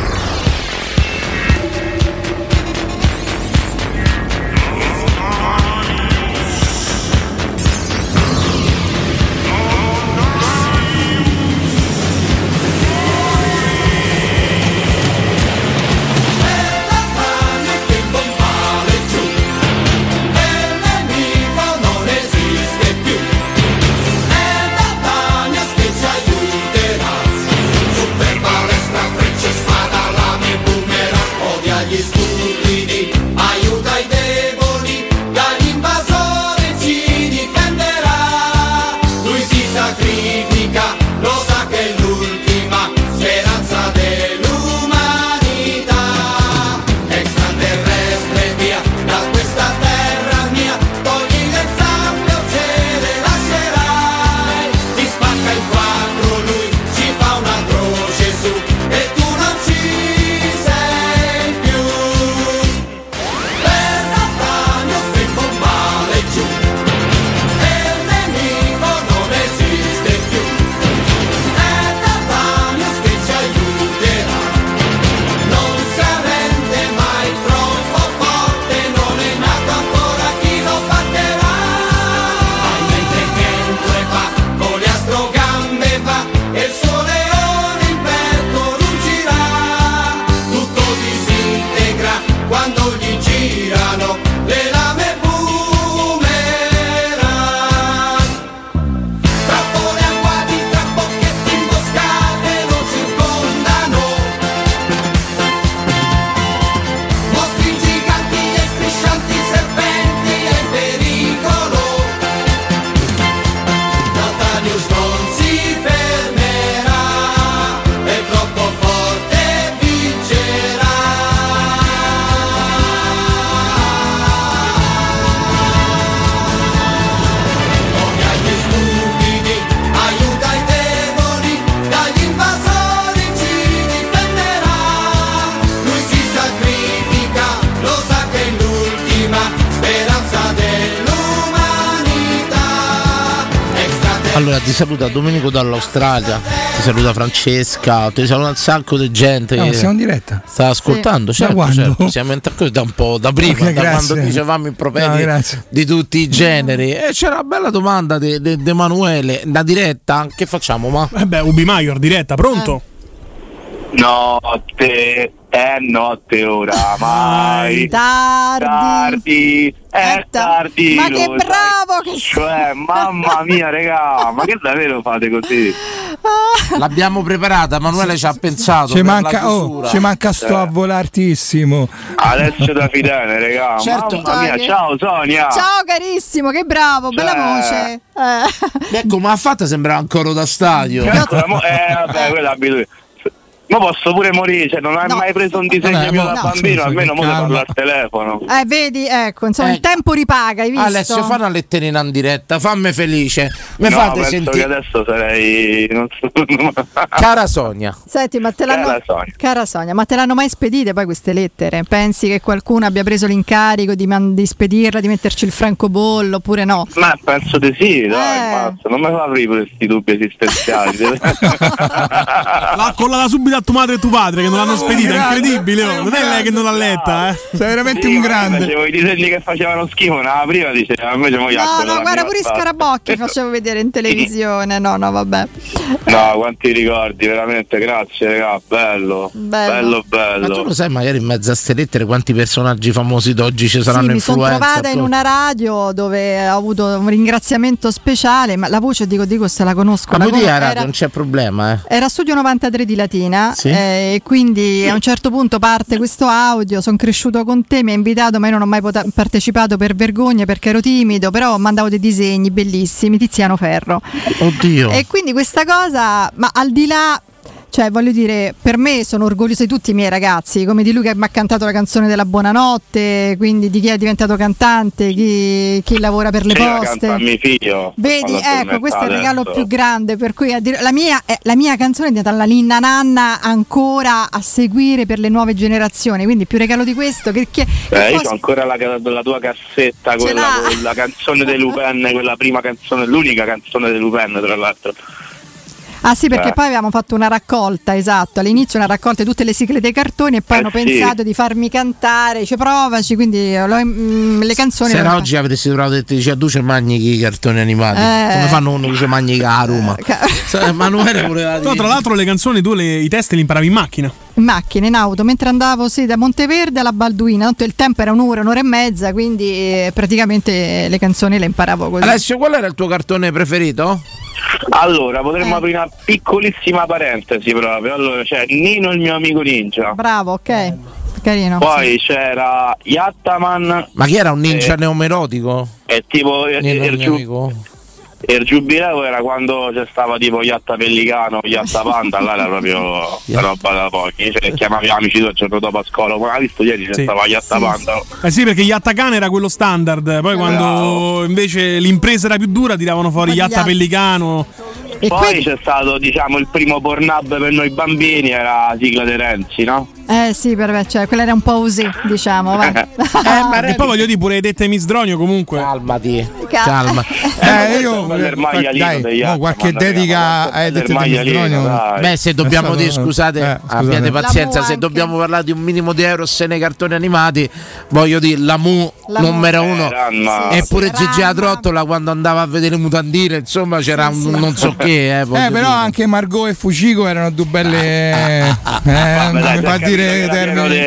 Allora ti saluta Domenico dall'Australia, ti saluta Francesca, ti saluta un sacco di gente che siamo in diretta. Sta ascoltando, sì. certo, siamo in da un po' da prima, Okay, da quando dicevamo i properi di tutti i generi. E c'era una bella domanda di Emanuele, da diretta, che facciamo? Ma Ubi Maior, diretta, pronto? Notte, è notte oramai. Tardi. È tardi. Ma che bravo che Cioè, mamma mia, regà, ma che davvero fate così? L'abbiamo preparata, Emanuele ci ha pensato. Ci manca sto avvolartissimo. Adesso da Fidene, regà. Certo. Mamma mia, ciao Sonia. Ciao carissimo, che bravo, bella voce. Ecco, ma ha fatto sembrare un coro da stadio. Vabbè, quella abitudine. Ma posso pure morire, cioè non hai mai preso un disegno mio da bambino, almeno mo parlo al telefono. Vedi, ecco, insomma, il tempo ripaga, hai visto? Alessio, fa una letterina in diretta, fammi felice. Mi No, fate penso sentire. che adesso sarei... non so. Cara Sonia. Senti, ma te l'hanno... Cara Sonia, ma te l'hanno mai spedite poi queste lettere? Pensi che qualcuno abbia preso l'incarico di spedirla, di metterci il francobollo, oppure no? Ma penso di sì, dai, mazza, non mi fa aprire questi dubbi esistenziali. L'ha collata subito a tua madre e tuo padre che non l'hanno spedita, è incredibile, oh. Non è lei che non l'ha letta, Sei veramente Sì, un ma grande. facevo i disegni che facevano schifo, non la prima diceva, invece mo No, guarda, pure i scarabocchi facevo vedere in televisione. No, vabbè. No, quanti ricordi, veramente, grazie, raga, bello. Ma tu lo sai magari in mezzo a ste lettere quanti personaggi famosi d'oggi ci saranno Mi sono influencer? trovata in una radio dove ho avuto un ringraziamento speciale, ma la voce dico se la conosco. Ma La poi era, radio non c'è problema, era Studio 93 di Latina, Sì. e quindi a un certo punto parte questo audio, sono cresciuto con te, mi hai invitato ma io non ho mai partecipato per vergogna perché ero timido, però mandavo dei disegni bellissimi, Tiziano Ferro. Oddio. E quindi questa cosa, ma al di là, cioè voglio dire, per me sono orgogliosa di tutti i miei ragazzi, come di lui che mi ha cantato la canzone della buonanotte, quindi di chi è diventato cantante, chi lavora per le poste. Canta a mio figlio. Vedi, ecco, questo è il regalo adesso. più grande, per cui la mia canzone è diventata la ninna nanna ancora a seguire per le nuove generazioni, quindi più regalo di questo che Io ho ancora la tua cassetta, quella con la canzone dei Lupin, quella prima canzone, l'unica canzone dei Lupin tra l'altro. Ah sì, perché poi avevamo fatto una raccolta, esatto, all'inizio una raccolta di tutte le sigle dei cartoni e poi hanno pensato di farmi cantare, provaci, quindi le canzoni... Se era oggi avresti trovato e ti dice a Duce magni i cartoni animati, come fanno uno che dice magni a Roma. Emanuele voleva dire. No, tra l'altro le canzoni tu i testi li imparavi in macchina. In macchina, in auto, mentre andavo da Monteverde alla Balduina, tanto il tempo era un'ora e mezza, quindi praticamente le canzoni le imparavo così. Alessio, qual era il tuo cartone preferito? Allora, potremmo aprire una piccolissima parentesi proprio. Allora, c'è Nino il mio amico ninja. Bravo, ok. Carino. Poi c'era Yattaman. Ma chi era un ninja neomelodico? È tipo Nino il mio amico. il giubileo era quando c'è stava tipo Yatta Pellicano, Yatta Panda, là era proprio una roba da pochi, cioè chiamavi amici tu il giorno dopo a scuola, ma hai visto ieri c'è stava Yatta Panda. Sì, perché Yatta Cane era quello standard, poi quando invece l'impresa era più dura tiravano fuori Yatta Pellicano. E poi c'è stato, diciamo, il primo Pornhub per noi bambini, era la sigla dei Renzi, no? Sì, cioè, quella era un po' così, diciamo. Va. E poi voglio dire pure dette Misdronio comunque. Calmati. Calma. Io dai, qualche dedica ai dette Misdronio. Beh, se dobbiamo dire, scusate, abbiate pazienza, se dobbiamo parlare di un minimo di Eros nei cartoni animati, voglio dire, la Mu numero uno, eppure Gigi la Trottola quando andava a vedere le mutandine, insomma c'era un non so che. Però dire. anche Margot e Fucico erano due belle. Non mi fa dire termini.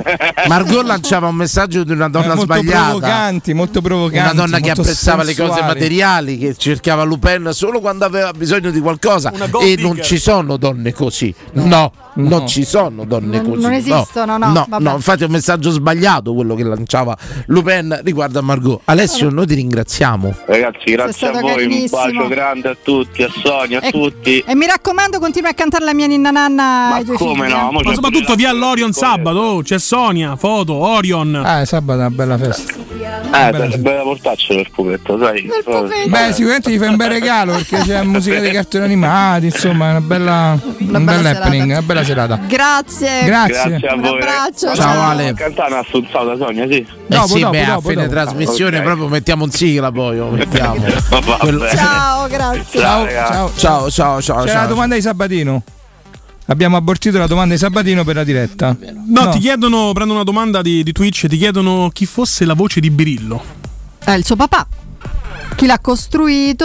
Margot lanciava un messaggio di una donna molto sbagliata, molto provocanti, una donna che molto apprezzava sensuali. le cose materiali, che cercava Lupin solo quando aveva bisogno di qualcosa, e non ci sono donne così, no. Non ci sono donne così. Non esistono, no. Infatti è un messaggio sbagliato quello che lanciava Lupin riguardo a Margot. Alessio, noi ti ringraziamo. Ragazzi, grazie a voi, un bacio grande a tutti, a Sonia, a tutti. E mi raccomando, continua a cantare la mia ninna nanna ai tuoi come figli. no? Ma soprattutto via all'Orion sabato, c'è Sonia, foto, Orion. Sabato è una bella festa. Bella portarcelo il pupetto, sai. Beh, sicuramente gli fai un bel regalo perché c'è musica dei cartoni animati, insomma, è una bella happening, una bella serata. Grazie a voi. Un abbraccio. Ciao Ale. Cantare una stuzzata Sonia, sì. A fine trasmissione proprio mettiamo in sigla, poi lo mettiamo. Ciao, grazie. Ciao. C'è la domanda di Sabatino. Abbiamo abortito la domanda di Sabatino per la diretta. No, ti chiedono, prendo una domanda di Twitch, ti chiedono chi fosse la voce di Birillo. Il suo papà. Chi l'ha costruito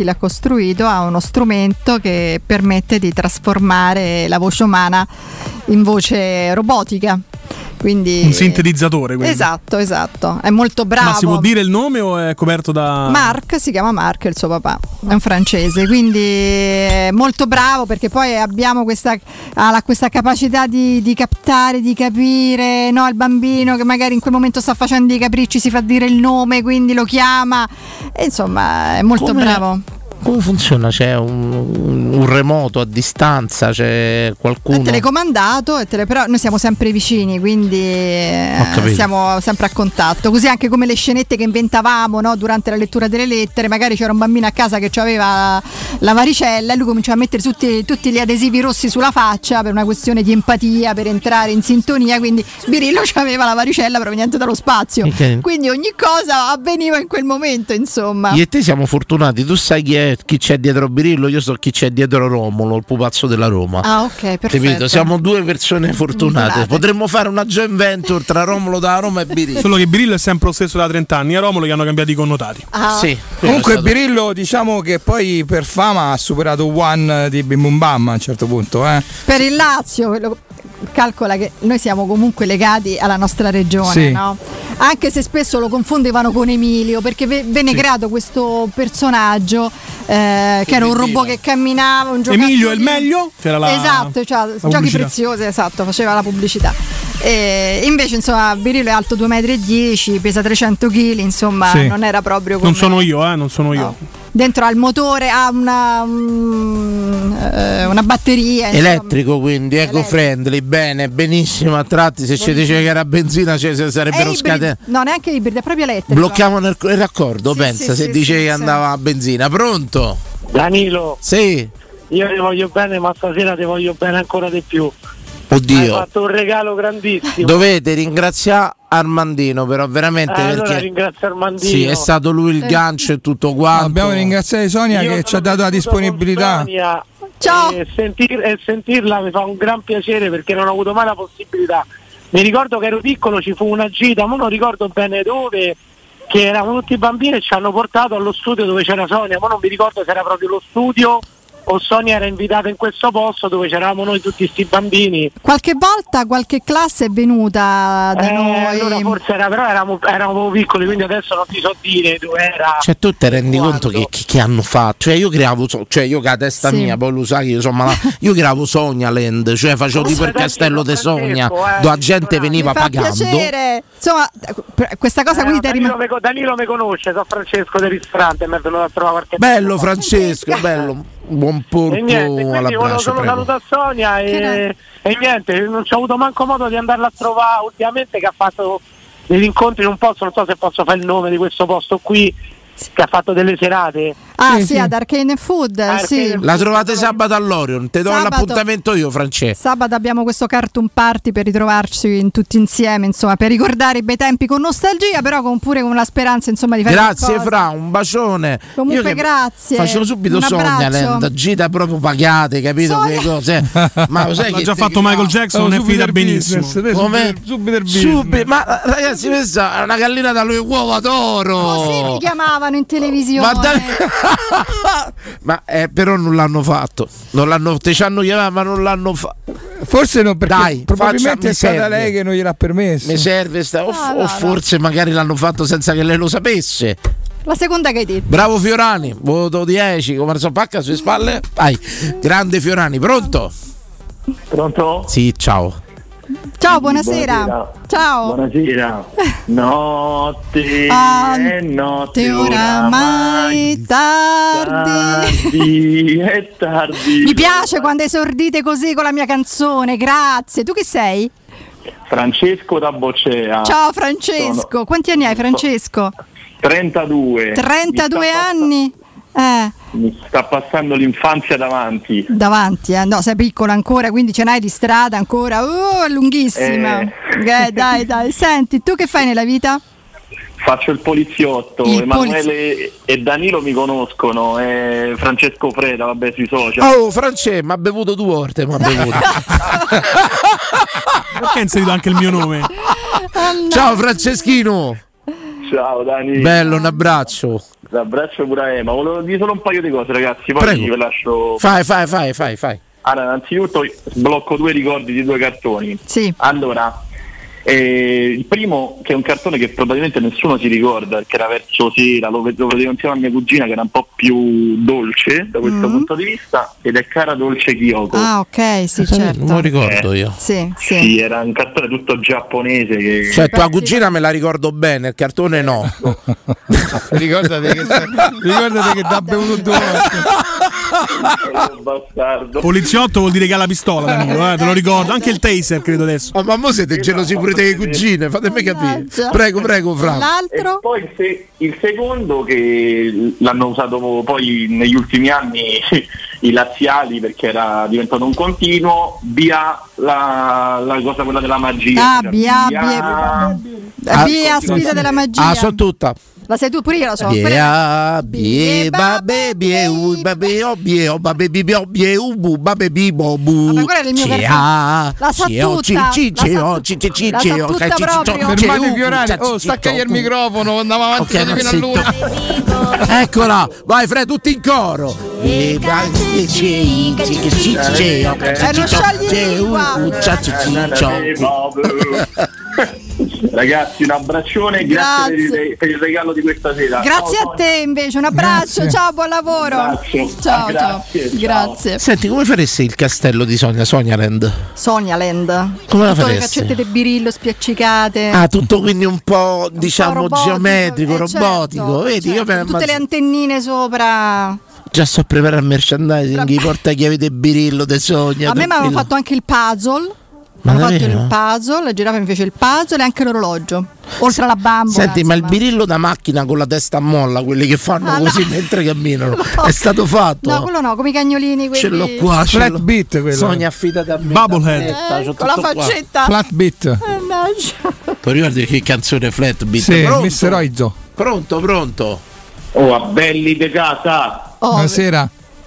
ha uno strumento che permette di trasformare la voce umana in voce robotica. Quindi, un sintetizzatore, quindi. Esatto, è molto bravo. Ma si può dire il nome o è coperto da... Marc, si chiama Marc, il suo papà è un francese, quindi è molto bravo perché poi abbiamo questa capacità di captare, di capire, no, il bambino che magari in quel momento sta facendo i capricci, si fa dire il nome, quindi lo chiama, e insomma è molto bravo. come funziona? C'è un remoto a distanza? C'è qualcuno? È telecomandato, però noi siamo sempre vicini, quindi siamo sempre a contatto. Così anche come le scenette che inventavamo, no? Durante la lettura delle lettere, magari c'era un bambino a casa che aveva la varicella e lui cominciava a mettere tutti gli adesivi rossi sulla faccia per una questione di empatia, per entrare in sintonia, quindi Birillo aveva la varicella proveniente dallo spazio, quindi ogni cosa avveniva in quel momento, insomma. Io e te siamo fortunati, tu sai chi c'è dietro Birillo, io so chi c'è dietro Romolo, il pupazzo della Roma. Ah, ok, perfetto. Capito? Siamo due persone fortunate. Potremmo fare una joint venture tra Romolo da Roma e Birillo. Solo che Birillo è sempre lo stesso da 30 anni, a Romolo gli hanno cambiato i connotati. Sì, comunque Birillo, diciamo che poi per fama ha superato One di Bim Bum Bam a un certo punto. Per il Lazio, calcola che noi siamo comunque legati alla nostra regione, sì. No? Anche se spesso lo confondevano con Emilio, perché venne creato questo personaggio che era un robot che camminava, un giocatore. Emilio è il meglio? Esatto, giochi preziosi, esatto, faceva la pubblicità. E invece insomma Birillo è alto 2,10 m, pesa 300 kg, insomma sì. Non era proprio come... Non sono io. No. Dentro al motore ha una batteria, insomma. Elettrico, quindi eco-friendly, benissimo. A tratti se ci diceva che era benzina sarebbero scatenati. No, neanche ibrido, è proprio elettrico. Bloccavano il raccordo, sì, pensa, sì, se dice che andava a benzina. Pronto? Danilo. Sì. Io ti voglio bene, ma stasera ti voglio bene ancora di più. Oddio. Hai fatto un regalo grandissimo. Dovete ringraziare Armandino, però veramente allora perché ringrazio Armandino. Sì, è stato lui il gancio e tutto quanto. Abbiamo ringraziato Sonia che ci ha dato la disponibilità. Ciao. E sentirla mi fa un gran piacere perché non ho avuto mai la possibilità. Mi ricordo che ero piccolo, ci fu una gita, ma non ricordo bene dove, che eravamo tutti bambini e ci hanno portato allo studio dove c'era Sonia, ma non mi ricordo se era proprio lo studio o Sonia era invitata in questo posto dove c'eravamo noi tutti sti bambini. Qualche volta qualche classe è venuta da noi. Allora forse però eravamo piccoli, quindi adesso non ti so dire dove era. Cioè tu ti rendi conto che hanno fatto? Cioè io creavo, io con la testa mia, poi lo sai che io sono malato, io creavo Sogna Land, cioè facevo tipo il castello di Sogna, dove la gente veniva pagando. Piacere. Insomma, questa cosa qui Danilo mi conosce, sono Francesco del ristorante, mi è venuto a trovare qualche bello Francesco, bello. Buon porco all'abbraccio. Volevo solo salutare Sonia e niente, non ci ho avuto manco modo di andarla a trovare ultimamente, che ha fatto degli incontri in un posto, non so se posso fare il nome di questo posto qui, che ha fatto delle serate. Sì, ad Arcane Food, sì. La trovate sabato all'Orion, te do l'appuntamento io, Francesco. Sabato abbiamo questo cartoon party per ritrovarci tutti insieme, insomma, per ricordare i bei tempi con nostalgia, però pure con la speranza, insomma, di fare grazie qualcosa. Fra, un bacione. Comunque grazie. Facevo subito Sogna Land, gita proprio pagate, capito? Che cose. Ma lo sai l'ha già fatto Michael Jackson, non è finita benissimo. Come? Subito. Ma ragazzi, questa è una gallina dalle uova d'oro. Così mi chiamavano in televisione. Ma però non l'hanno fatto. Te ci hanno chiamato, ma non l'hanno fatto. Forse no, perché dai, probabilmente è stata lei che non gliel'ha permesso. Mi serve o forse magari l'hanno fatto senza che lei lo sapesse. La seconda che hai detto. Bravo Fiorani, voto 10, come so pacca sulle spalle. Vai, grande Fiorani, pronto? Pronto? Sì, ciao. Ciao, buonasera. Ciao. Buonasera. Notte e notte oramai tardi. È tardi. Mi piace quando esordite così con la mia canzone, grazie. Tu chi sei? Francesco da Boccea. Ciao Francesco. Quanti anni hai, Francesco? 32. 32 anni? Mi sta passando l'infanzia davanti. No, sei piccolo ancora, quindi ce n'hai di strada ancora. È lunghissima. Dai. Senti, tu che fai nella vita? Faccio il poliziotto. Emanuele e Danilo mi conoscono. Francesco Freda, vabbè, sui social. Oh, Francesco, mi ha bevuto 2 volte. Perché ha inserito anche il mio nome? Ciao Franceschino. Ciao Dani. Bello, un abbraccio. Un abbraccio pure a Ema. Volevo dire solo un paio di cose, ragazzi. Poi prego. Vi lascio. Fai. Allora, innanzitutto sblocco 2 ricordi di 2 cartoni. Sì. Allora, Il primo, che è un cartone che probabilmente nessuno si ricorda, perché era verso sera, lo vedevo insieme a mia cugina, che era un po' più dolce da questo punto di vista, ed è Cara Dolce Kyoko. Ah, ok, sì, certo. Non lo ricordo io. Sì, era un cartone tutto giapponese che... Cioè tua cugina me la ricordo bene, il cartone no. Ricordate che t'ha bevuto 2 bastardo. Poliziotto vuol dire che ha la pistola, Danilo, te lo ricordo. Anche il taser, credo adesso. Ma mo siete gelosi pure delle cugine, fatemi capire. Prego, Fra. L'altro? E poi il secondo, che l'hanno usato poi negli ultimi anni i laziali, perché era diventato un continuo, la cosa quella della magia. Via, sfida della magia. Ah, so tutta. La sai tu, pure io la so. Vabbè, quello era il mio cartone. La sa tutta. Fermate i fiorani. Staccagli il microfono, andiamo avanti fino all'una. Eccola, vai Fred, tutti in coro. Non sciogli Ragazzi, un abbraccione, grazie per il regalo di questa sera. Grazie a te invece, un abbraccio, ciao, buon lavoro. Ciao. Grazie. Senti, come faresti il castello di Sognaland? Come la faresti? faresti? Le caccette di birillo spiaccicate. Ah, tutto quindi un po' diciamo robotico, geometrico, robotico. Certo, vedi, io per tutte le antennine sopra. Già sto preparando il merchandising, i portachiavi del birillo, de Sogna. A me mi avevano fatto anche il puzzle. Hanno fatto il puzzle, la giraffa invece il puzzle e anche l'orologio. Oltre alla bambola. Senti, ma il birillo da macchina con la testa a molla, quelli che fanno così mentre camminano, è stato fatto? No, quello no, come i cagnolini quelli. Ce l'ho qua, Flat beat quello. Sogna affidata a me. Bubblehead. Con la faccetta. Flat beat. Tu ricordi che canzone Flat beat? Sì, Mr. Oizo. Pronto. Oh, a belli de casa. Buonasera.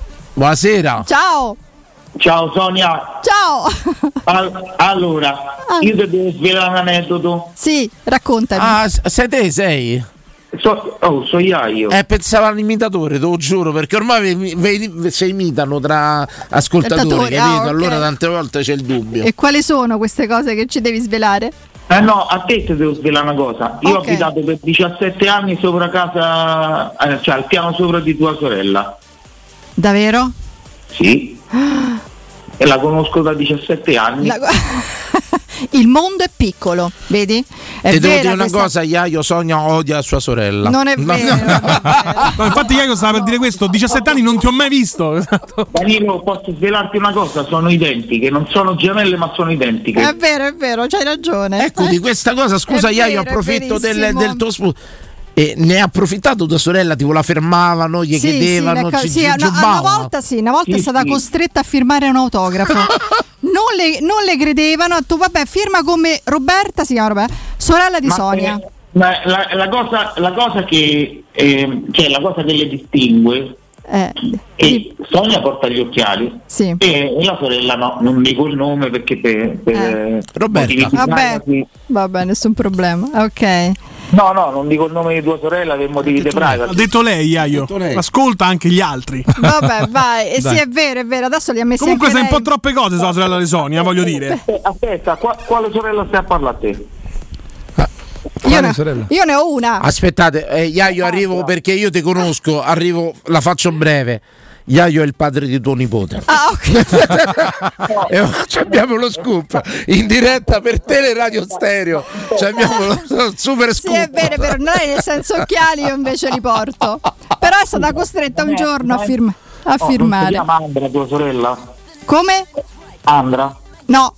Ciao Sonia. Ciao. Allora, io ti devo svelare un aneddoto. Sì, raccontami. Ah, sei? So io. Pensavo all'imitatore, te lo giuro, perché ormai si imitano tra ascoltatori, capito? Okay. Allora tante volte c'è il dubbio. E quali sono queste cose che ci devi svelare? No, a te devo svelare una cosa. Io ho abitato per 17 anni sopra casa, cioè al piano sopra di tua sorella. Davvero? Sì. E la conosco da 17 anni. Il mondo è piccolo, vedi? Ti devo dire una cosa, Iaio Sogna odia sua sorella. Non è vero. No, infatti Iaio stava per dire questo, 17 anni non ti ho mai visto. Danilo, posso svelarti una cosa? Sono identiche, non sono gemelle ma sono identiche. È vero, c'hai ragione. Ecco, di questa cosa, scusa Iaio, approfitto del tuo spunto. E ne ha approfittato tua sorella, tipo la fermavano, gli chiedevano, una volta è stata costretta a firmare un autografo. non le credevano, tu vabbè, firma come Roberta, si chiama Roberta, sorella di Sonia. Ma la cosa che la cosa che le distingue che Sonia porta gli occhiali e la sorella no, non dico il nome perché Roberta. Vabbè, nessun problema. Ok. No, non dico il nome di tua sorella per motivi di privacy. Ha detto lei, Iaio. Ascolta anche gli altri. Vabbè, vai. Sì, è vero. Adesso li ha messi. Comunque anche sai un po' troppe cose sulla sorella di Sonia, voglio dire. Aspetta, quale sorella stai a parlare a te? Io ne ho una. Aspettate, Iaio, arrivo perché io ti conosco, la faccio breve. Iaio è il padre di tuo nipote. Ah, ok. Abbiamo lo scoop in diretta per Teleradio Stereo. Abbiamo lo super scoop. Sì, è vero, noi nel senso occhiali io invece li porto. Però è stata costretta un giorno a firmare. Non si chiama Andra tua sorella? Come? Andra? No.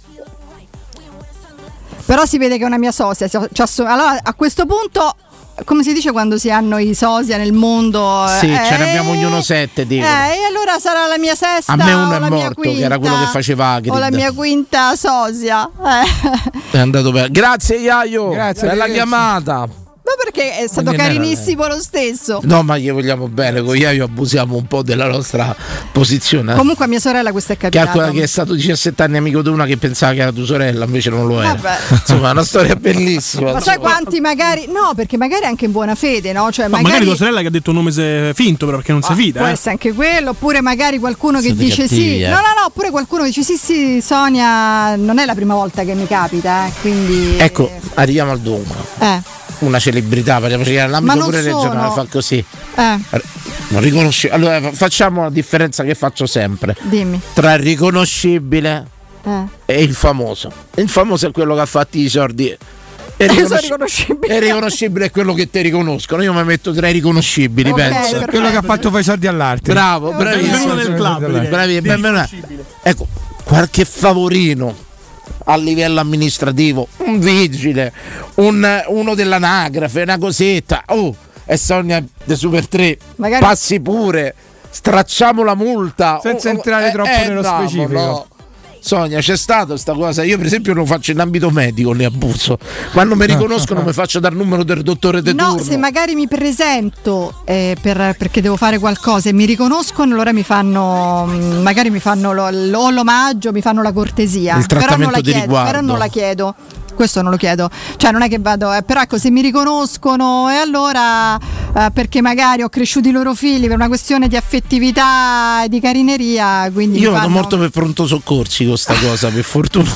Però si vede che è una mia sosia. Allora, a questo punto, come si dice quando si hanno i sosia nel mondo? Sì, ce ne abbiamo ognuno 7, dico. E allora sarà la mia sesta. A me uno è morto, che era quello che faceva Agrid. O la mia quinta sosia. È andato bene. Grazie Iaio. Grazie. Bella chiamata. Ma perché perché è stato carinissimo lo stesso. No, ma gli vogliamo bene, con Iaio abusiamo un po' della nostra posizione. Comunque a mia sorella questo è capitato. Calcola che è stato 17 anni amico di una che pensava che era tua sorella, invece non lo era. Vabbè. Insomma, è una storia bellissima. Ma sai quanti magari no, perché magari anche in buona fede, no? Cioè magari tua sorella che ha detto un nome finto, però perché non si fida. Può essere anche quello, oppure magari qualcuno che dice cattivi, sì. No, oppure qualcuno dice sì, Sonia, non è la prima volta che mi capita, quindi. Ecco, arriviamo al dunque. Una celebrità, parliamoci nell'ambito pure regionale, fa così. Non riconosci. Allora facciamo la differenza che faccio sempre. Dimmi. Tra il riconoscibile e il famoso. Il famoso è quello che ha fatto i sordi. È riconoscibile è quello che ti riconoscono. Io mi metto tra i riconoscibili, penso. Perfetto. Quello che ha fatto fare i soldi all'arte. Bravo, bravissimo. Benvenuto. Ecco, qualche favorino a livello amministrativo, un vigile, uno dell'anagrafe, una cosetta. È Sonia de Super 3. Magari passi pure, stracciamo la multa senza entrare troppo nello specifico. No. Sonia, c'è stata sta cosa. Io per esempio lo faccio in ambito medico, ne abuso. Quando mi riconoscono mi faccio dare il numero del dottore de turno. No, se magari mi presento perché devo fare qualcosa e mi riconoscono, allora magari mi fanno l'omaggio, mi fanno la cortesia. Il trattamento di riguardo. Però non la chiedo. Questo non lo chiedo, cioè non è che vado, però ecco, se mi riconoscono e allora perché magari ho cresciuto i loro figli per una questione di affettività e di carineria, quindi io vado molto per pronto soccorsi con sta cosa, per fortuna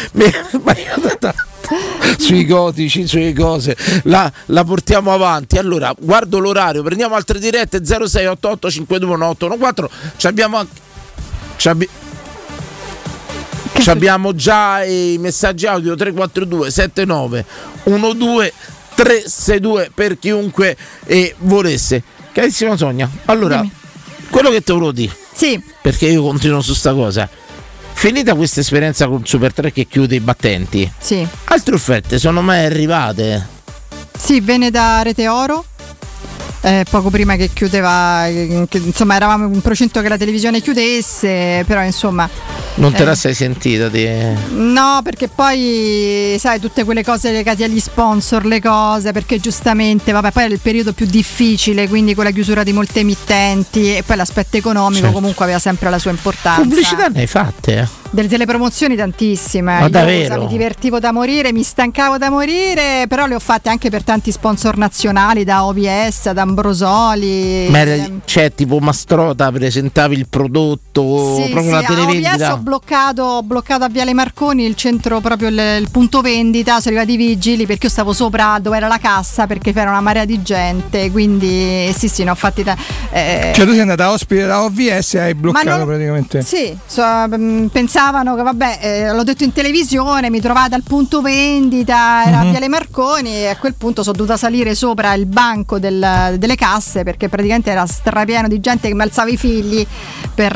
sui gotici, sulle cose la portiamo avanti. Allora guardo l'orario, prendiamo altre dirette 0688 521 abbiamo già i messaggi audio 342 79 12 362 per chiunque volesse. Carissima Sonia, allora quello che te volevo dire, perché io continuo su sta cosa, finita questa esperienza con Super 3 che chiude i battenti, altre offerte sono mai arrivate? Sì, venne da Rete Oro. Poco prima che chiudeva, insomma eravamo in procinto che la televisione chiudesse, però insomma non te la sei sentita no, perché poi sai tutte quelle cose legate agli sponsor, le cose, perché giustamente poi era il periodo più difficile, quindi con la chiusura di molte emittenti e poi l'aspetto economico comunque aveva sempre la sua importanza. Pubblicità ne hai fatte? Delle telepromozioni tantissime. Ma davvero? Mi divertivo da morire, mi stancavo da morire, però le ho fatte anche per tanti sponsor nazionali, da OVS, da Ambrosoli. Ma c'è tipo Mastrota, presentavi il prodotto, proprio la televendita. Ho bloccato a Viale Marconi il centro, proprio il punto vendita, sono arrivati i vigili perché io stavo sopra dove era la cassa, perché c'era una marea di gente, quindi ne ho fatti cioè tu sei andata ospite da OVS e hai bloccato praticamente. Sì, pensavano che l'ho detto in televisione, mi trovate al punto vendita, era a Viale Marconi, e a quel punto sono dovuta salire sopra il banco delle casse perché praticamente era strapieno di gente che mi alzava i figli per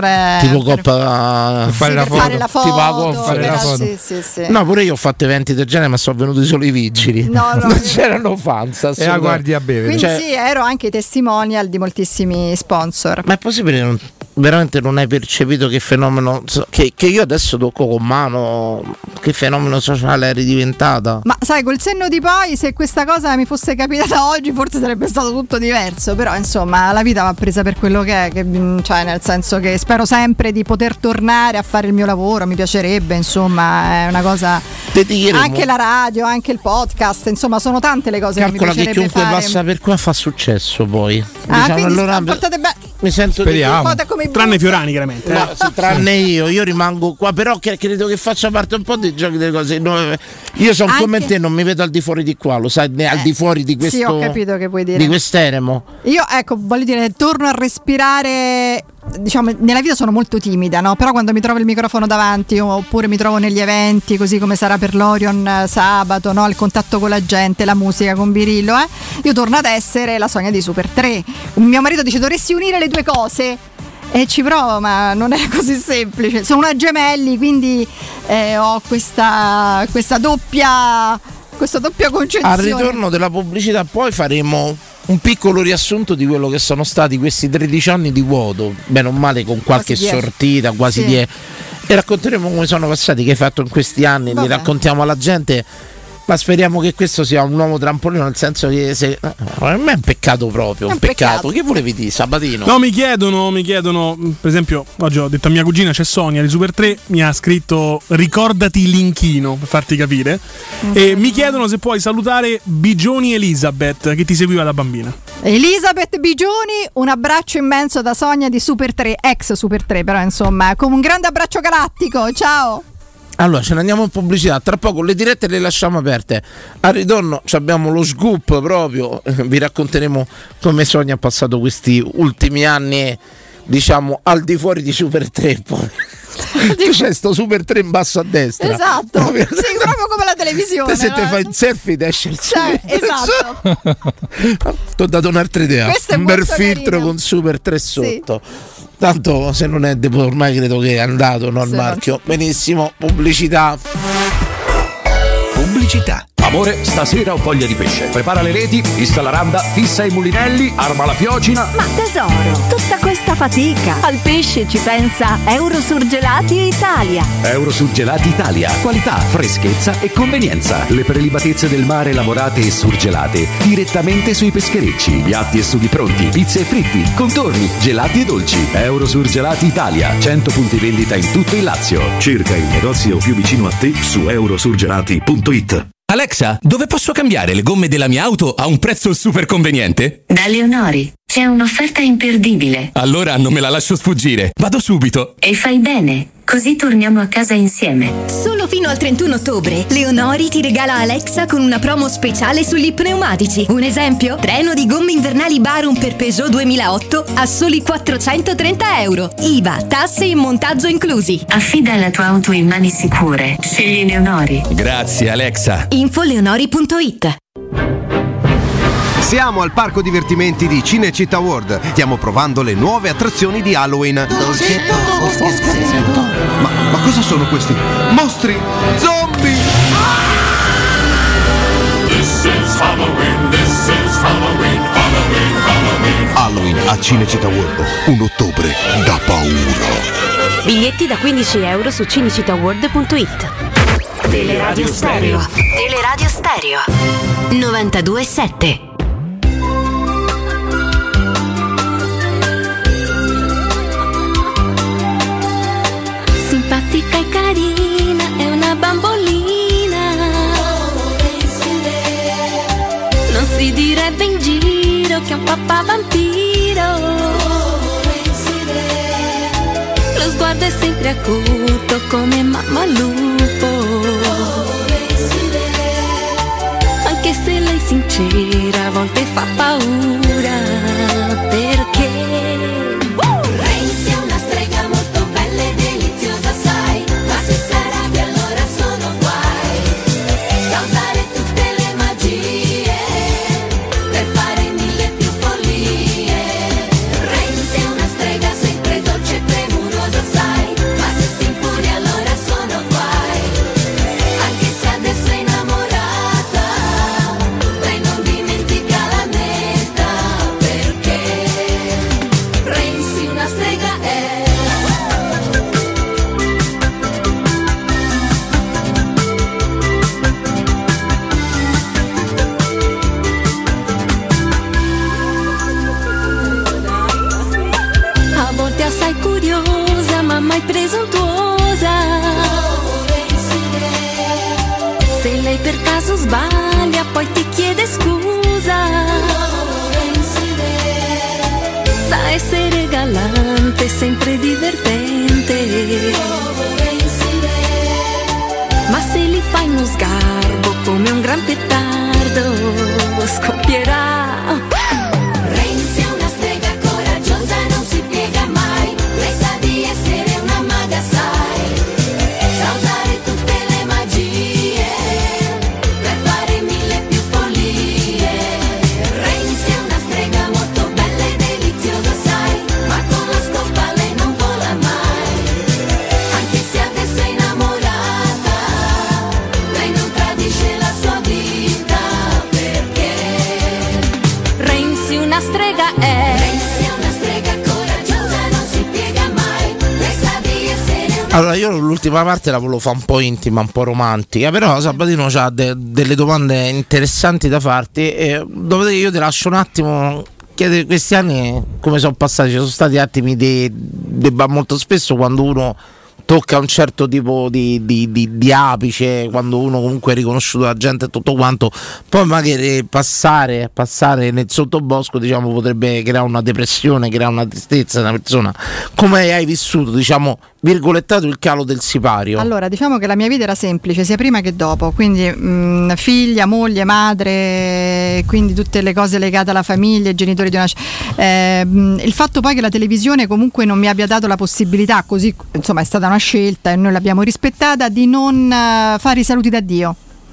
fare la foto. Sì. No, pure io ho fatto eventi del genere, ma sono venuti solo i vigili. No, non c'erano fans. E la guardia a bere. Quindi ero anche testimonial di moltissimi sponsor. Ma è possibile veramente non hai percepito che fenomeno che io adesso tocco con mano, che fenomeno sociale è ridiventata? Ma sai, col senno di poi, se questa cosa mi fosse capitata oggi forse sarebbe stato tutto diverso, però insomma la vita va presa per quello che è, cioè nel senso che spero sempre di poter tornare a fare il mio lavoro, mi piacerebbe, insomma è una cosa, anche la radio, anche il podcast, insomma sono tante le cose. Calcola che mi piacerebbe che chiunque fare. passa per qua fa successo poi. Quindi allora mi sento tranne Fiorani chiaramente. No, sì, tranne io rimango qua, però credo che faccia parte un po' dei giochi delle cose. Io sono come te, non mi vedo al di fuori di qua, lo sai, al di fuori di questo. Sì, ho capito che vuoi dire. Di quest'eremo. Io voglio dire, torno a respirare. Diciamo, nella vita sono molto timida, no? Però quando mi trovo il microfono davanti oppure mi trovo negli eventi, così come sarà per l'Orion sabato, no? Il contatto con la gente, la musica con Birillo, io torno ad essere la Sonia di Super 3. Mio marito dice dovresti unire le due cose e ci provo, ma non è così semplice. Sono una gemelli, quindi ho questa doppia concezione. Al ritorno della pubblicità poi faremo un piccolo riassunto di quello che sono stati questi 13 anni di vuoto, bene o male con qualche sortita, quasi 10, e racconteremo come sono passati, che hai fatto in questi anni. Li raccontiamo alla gente Ma speriamo che questo sia un nuovo trampolino, nel senso che per me è un peccato proprio, un peccato. Che volevi dire, Sabatino? No, mi chiedono, per esempio, oggi ho detto a mia cugina, c'è Sonia di Super 3, mi ha scritto ricordati l'inchino, per farti capire, e mi chiedono se puoi salutare Bigioni Elisabeth, che ti seguiva da bambina. Elisabeth Bigioni, un abbraccio immenso da Sonia di Super 3, ex Super 3 però insomma, con un grande abbraccio galattico, ciao! Allora, ce ne andiamo in pubblicità, tra poco le dirette le lasciamo aperte. Al ritorno abbiamo lo scoop proprio, vi racconteremo come Sonia ha passato questi ultimi anni, diciamo, al di fuori di Super 3. C'è sto Super 3 in basso a destra. Esatto, sì, proprio come la televisione. Se te fai il selfie ti esce il Super 3. Esatto. Ti ho dato un'altra idea, un bel filtro carino. Con Super 3 sotto. Sì. Tanto se non è ormai credo che è andato, no, il marchio. Benissimo, pubblicità. Pubblicità. Amore, stasera ho voglia di pesce. Prepara le reti, fissa la randa, fissa i mulinelli, arma la fiocina. Ma tesoro, tutta questa fatica. Al pesce ci pensa Eurosurgelati Italia. Eurosurgelati Italia. Qualità, freschezza e convenienza. Le prelibatezze del mare lavorate e surgelate direttamente sui pescherecci. Piatti e sughi pronti, pizze e fritti, contorni, gelati e dolci. Eurosurgelati Italia. 100 punti vendita in tutto il Lazio. Cerca il negozio più vicino a te su eurosurgelati.it. Alexa, dove posso cambiare le gomme della mia auto a un prezzo super conveniente? Da Leonori c'è un'offerta imperdibile. Allora non me la lascio sfuggire. Vado subito. E fai bene, così torniamo a casa insieme. Solo fino al 31 ottobre, Leonori ti regala Alexa con una promo speciale sugli pneumatici. Un esempio? Treno di gomme invernali Barum per Peugeot 2008 a soli 430 euro. IVA, tasse e montaggio inclusi. Affida la tua auto in mani sicure. Scegli Leonori. Grazie Alexa. Info leonori.it. Siamo al parco divertimenti di Cinecittà World. Stiamo provando le nuove attrazioni di Halloween. Ma cosa sono questi? Mostri? Zombie? This is Halloween, this is Halloween, Halloween, Halloween. Halloween a Cinecittà World. 1 ottobre da paura. Biglietti da €15 su cinecittàworld.it. Teleradio Stereo. Teleradio Stereo 92.7. Simpatica e carina, è una bambolina. Non si direbbe in giro che è un papà vampiro. Lo sguardo è sempre acuto come mamma lupo. Anche se lei sincera a volte fa paura, perché Renzi è una strega molto bella e deliziosa, sai, ma se s'arrabbia allora sono guai. Sa usare tutte le magie per fare mille più follie. Renzi è una strega sempre dolce e premurosa, sai, ma se si infuria allora sono guai. Anche se adesso è innamorata, lei non dimentica la meta, perché Renzi una strega è. A volte assai curiosa, ma mai presuntuosa. Se lei per caso sbaglia, poi ti chiede scusa. Sa essere galante, sempre divertente. Ma se li fai uno sgarbo come un gran petardo, scoppierà. Renzi è una strega coraggiosa, non si piega mai. Lei sa di essere una maga, sai. Sa usare tutte le magie per fare mille più follie. Renzi è una strega molto bella e deliziosa, sai, ma con la scopa lei non vola mai. Allora, io l'ultima parte la volevo fare un po' intima, un po' romantica, però Sabatino ha delle domande interessanti da farti, e dopodiché io ti lascio un attimo chiedere questi anni come sono passati. Ci sono stati attimi molto spesso quando uno tocca un certo tipo di apice, quando uno comunque è riconosciuto da gente e tutto quanto, poi magari passare nel sottobosco, diciamo, potrebbe creare una depressione, creare una tristezza nella persona. Come hai vissuto, diciamo, virgolettato, il calo del sipario? Allora, diciamo che la mia vita era semplice, sia prima che dopo, quindi figlia, moglie, madre, quindi tutte le cose legate alla famiglia, i genitori di una... il fatto poi che la televisione comunque non mi abbia dato la possibilità, così insomma è stata una scelta e noi l'abbiamo rispettata, di non fare i saluti da Dio.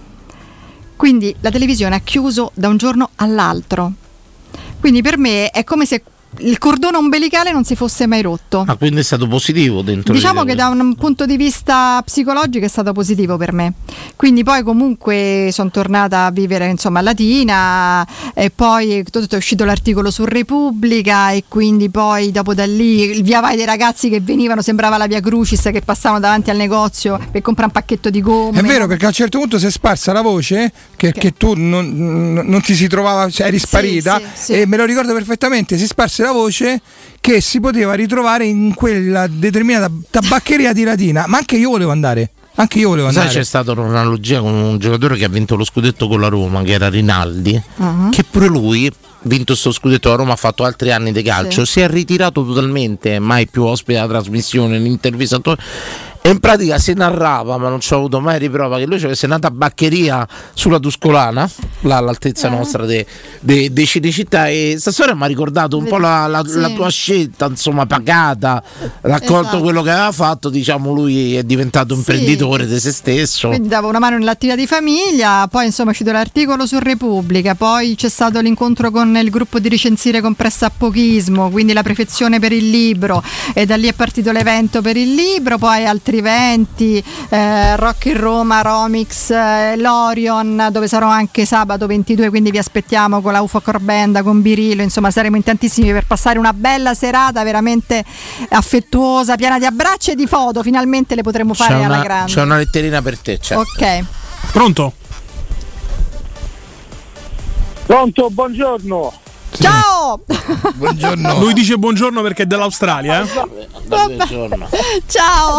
Quindi la televisione ha chiuso da un giorno all'altro, quindi per me è come se il cordone ombelicale non si fosse mai rotto. Ah, quindi è stato positivo dentro? Diciamo che da un punto di vista psicologico è stato positivo per me. Quindi poi comunque sono tornata a vivere, insomma, a Latina, e poi è uscito l'articolo su Repubblica, e quindi poi dopo da lì il via vai dei ragazzi che venivano, sembrava la Via Crucis, che passavano davanti al negozio per comprare un pacchetto di gomme. È vero, perché a un certo punto si è sparsa la voce che tu non ti si trovava, cioè eri sparita, sì. E me lo ricordo perfettamente, si sparse la voce che si poteva ritrovare in quella determinata tabaccheria di Latina, ma anche io volevo andare. Sai, c'è stata un'analogia con un giocatore che ha vinto lo scudetto con la Roma, che era Rinaldi, che pure lui, vinto sto scudetto, la Roma ha fatto altri anni di calcio, si è ritirato totalmente, mai più ospite della trasmissione, l'intervista, e in pratica si narrava, ma non ci ho avuto mai riprova, che lui c'è una tabaccheria sulla Tuscolana, là all'altezza nostra di Cinecittà, e sta storia mi ha ricordato un po' la tua scelta, insomma, pagata, raccolto quello che aveva fatto, diciamo, lui è diventato imprenditore di se stesso. Quindi davo una mano nell'attività di famiglia, poi insomma è uscito l'articolo su Repubblica, poi c'è stato l'incontro con il gruppo di Recensire con Pressappochismo, quindi la prefazione per il libro, e da lì è partito l'evento per il libro, poi altri eventi, Rock in Roma, Romix, l'Orion, dove sarò anche sabato 22, quindi vi aspettiamo con la UFO Corbenda, con Birillo, insomma saremo in tantissimi per passare una bella serata veramente affettuosa, piena di abbracci e di foto, finalmente le potremo fare alla grande. C'è una letterina per te, Ok. Pronto? Pronto, buongiorno. Ciao! Buongiorno. Lui dice buongiorno perché è dell'Australia, Buongiorno. Ciao!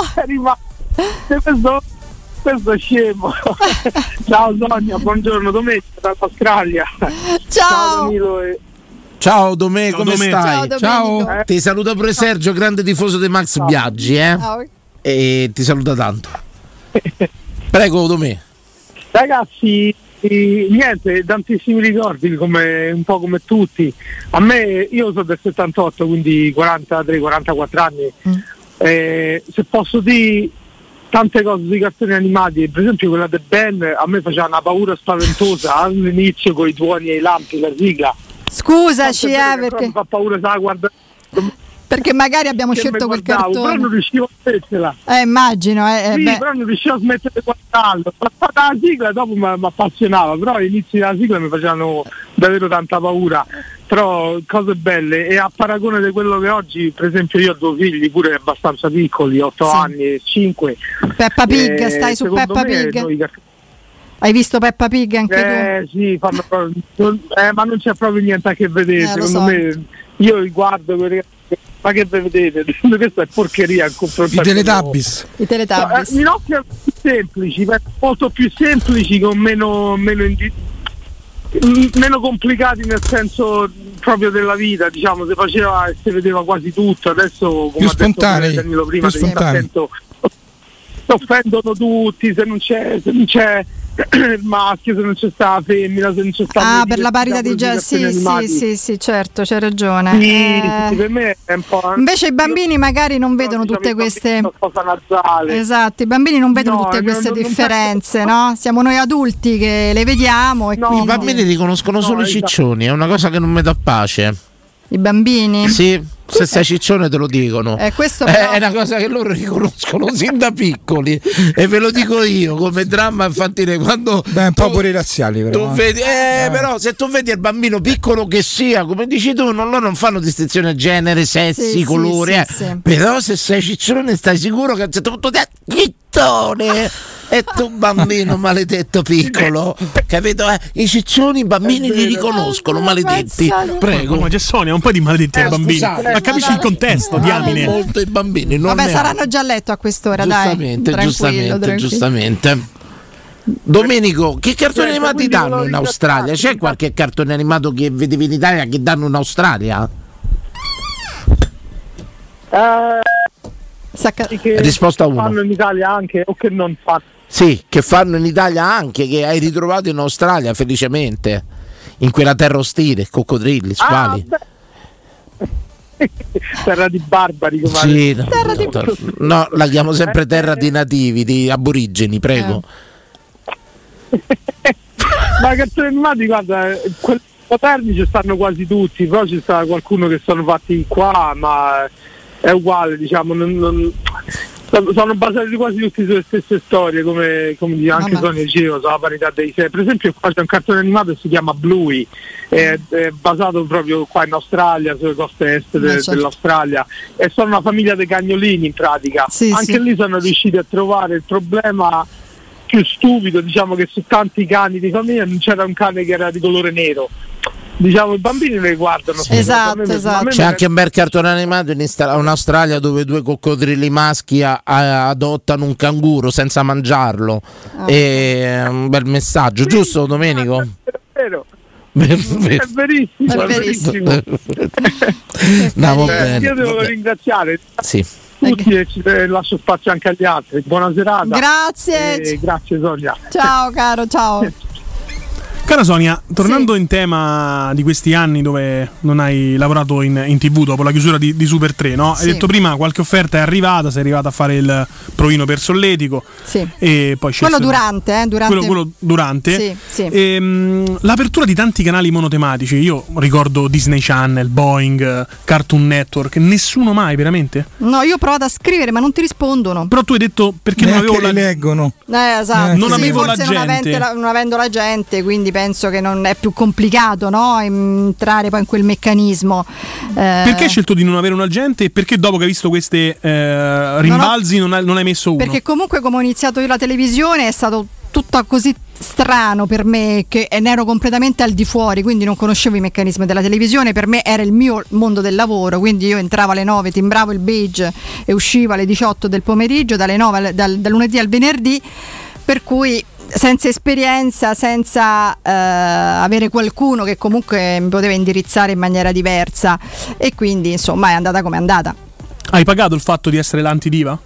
Questo è scemo. Ciao Sonia, buongiorno, Domenico dall'Australia. Ciao Danilo e... Ciao Domè, come stai? Ciao. Ti saluta pure Sergio, grande tifoso di Max Biaggi, e ti saluta tanto. Prego Domè. Ragazzi, niente, tantissimi ricordi, come un po' come tutti. A me, io sono del 78, quindi 43-44 anni. Se posso dire tante cose sui cartoni animati, per esempio quella del Ben, a me faceva una paura spaventosa all'inizio con i tuoni e i lampi, la sigla. Scusaci, perché mi fa paura, sa, guarda, perché magari abbiamo scelto quel cartone, però non riuscivo a smetterla. Immagino, sì, però non riuscivo a smettere di guardarlo. Passata la sigla dopo mi appassionava, però all'inizio della sigla mi facevano davvero tanta paura. Però cose belle, e a paragone di quello che oggi, per esempio, io ho due figli pure abbastanza piccoli, 8 anni e 5. Peppa Pig, stai su Peppa Pig? Hai visto Peppa Pig anche tu? Sì, ma non c'è proprio niente a che vedere, secondo me. Io li guardo, ma che vedete? Questa è porcheria. I Teletubbies. I nostri erano più semplici, molto più semplici, con meno complicati nel senso proprio della vita, diciamo, si faceva e si vedeva quasi tutto. Adesso, come più spontanei, Danilo prima, si offendono tutti, se non c'è il maschio, se non c'è sta la femmina, se non c'è sta per la parità di genere, sì, certo, c'è ragione. Sì, per me è un po'. Invece i bambini magari non vedono tutte queste. Esatto, i bambini non vedono tutte queste differenze, no? Siamo noi adulti che le vediamo e quindi... I bambini riconoscono solo i ciccioni, è una cosa che non mi dà pace. I bambini? Sì. Se sei ciccione te lo dicono. Questo però... È una cosa che loro riconoscono sin da piccoli. E ve lo dico io come dramma infantile. Quando un po' pure razziali, però. Tu vedi, però se tu vedi il bambino piccolo che sia, come dici tu, loro non fanno distinzione genere, sessi, colori. sì. Però se sei ciccione stai sicuro che a un certo punto ciccione. E tu bambino maledetto piccolo, capito? I ciccioni i bambini li riconoscono, maledetti. Prego. Ma c'è Sonia, un po' di maledetti ai bambini. Scusate, ma capisci il contesto, diamine? Molto i bambini. Non Vabbè, ne saranno hanno. già a letto a quest'ora, Giustamente, dai. Tranquillo. giustamente. Domenico, che cartoni animati danno in Australia? C'è qualche cartone animato che vedevi in Italia che danno in Australia? Che Risposta 1. fanno in Italia anche o che non fanno? Sì, che fanno in Italia anche, che hai ritrovato in Australia felicemente, in quella terra ostile, coccodrilli, squali. Terra di barbari, come sì, no, la chiamo sempre terra di nativi, di aborigeni, prego. Ma cartoni animati, guarda, quelli moderni ci stanno quasi tutti, però ci sta qualcuno che sono fatti qua, ma è uguale, diciamo, sono basati quasi tutti sulle stesse storie, come anche Sonia diceva, sulla parità dei sé. Per esempio qua c'è un cartone animato che si chiama Bluey, è basato proprio qua in Australia, sulle coste est dell'Australia, e sono una famiglia dei cagnolini in pratica. Anche lì sono riusciti a trovare il problema più stupido, diciamo, che su tanti cani di famiglia non c'era un cane che era di colore nero. Diciamo, i bambini le guardano. Esatto. C'è anche un bel cartone animato in Australia dove 2 coccodrilli maschi adottano un canguro senza mangiarlo. E un bel messaggio, giusto Domenico? È vero. È verissimo. Andiamo bene. Io devo ringraziare tutti e ci lascio spazio anche agli altri. Buona serata. Grazie. Grazie Sonia. Ciao caro, ciao. Cara Sonia, tornando in tema di questi anni dove non hai lavorato in TV dopo la chiusura di Super 3, no? Hai detto prima qualche offerta è arrivata, sei arrivata a fare il provino per Solletico. E poi quello durante. Quello durante. L'apertura di tanti canali monotematici, io ricordo Disney Channel, Boeing, Cartoon Network, nessuno mai veramente? No, io ho provato a scrivere ma non ti rispondono. Però tu hai detto perché non avevo leggono. Esatto. Non avevo la gente. Non avendo la gente, quindi penso che non è più complicato, no? Entrare poi in quel meccanismo. Perché hai scelto di non avere un agente e perché dopo che hai visto queste rimbalzi non hai messo uno? Perché comunque come ho iniziato io la televisione è stato tutto così strano per me che ne ero completamente al di fuori, quindi non conoscevo i meccanismi della televisione. Per me era il mio mondo del lavoro, quindi io entravo alle 9, timbravo il badge e uscivo alle 18 del pomeriggio, dalle 9 dal lunedì al venerdì, per cui senza esperienza, senza avere qualcuno che comunque mi poteva indirizzare in maniera diversa, e quindi insomma è andata come è andata. Hai pagato il fatto di essere l'antidiva?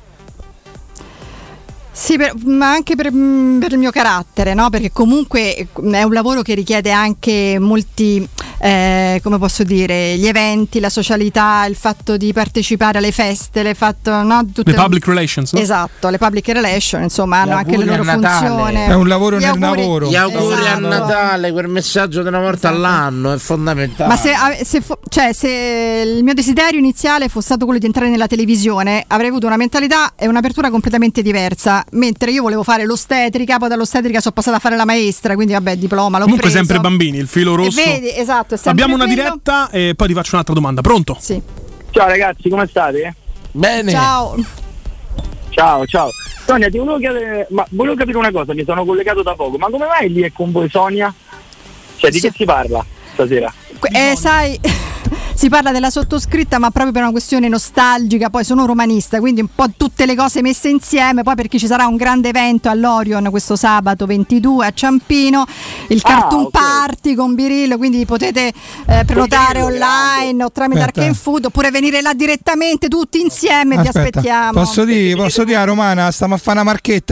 Sì, ma anche per il mio carattere, no? Perché comunque è un lavoro che richiede anche molti, come posso dire, gli eventi, la socialità, il fatto di partecipare alle feste, le public relations, no? Esatto, le public relations, insomma, hanno anche le loro funzioni. È un lavoro nel lavoro. Gli auguri a Natale, quel messaggio di una volta all'anno è fondamentale. Ma se il mio desiderio iniziale fosse stato quello di entrare nella televisione, avrei avuto una mentalità e un'apertura completamente diversa. Mentre io volevo fare l'ostetrica, poi dall'ostetrica sono passata a fare la maestra, quindi vabbè, diploma l'ho comunque preso. Sempre bambini, il filo rosso. Vedi, esatto, abbiamo una diretta e poi ti faccio un'altra domanda. Pronto? Sì. Ciao ragazzi, come state? Bene. Ciao. Sonia, ti volevo chiedere, ma volevo capire una cosa, mi sono collegato da poco, ma come mai lì è con voi Sonia? Cioè di che si parla stasera? Sai, si parla della sottoscritta, ma proprio per una questione nostalgica. Poi sono romanista, quindi un po' tutte le cose messe insieme. Poi perché ci sarà un grande evento all'Orion questo sabato 22 a Ciampino, il Cartoon Party con Birillo, quindi potete prenotare online o tramite Arcane Food, oppure venire là direttamente tutti insieme. Vi aspettiamo. Posso dire a Romana, stiamo a fare una marchetta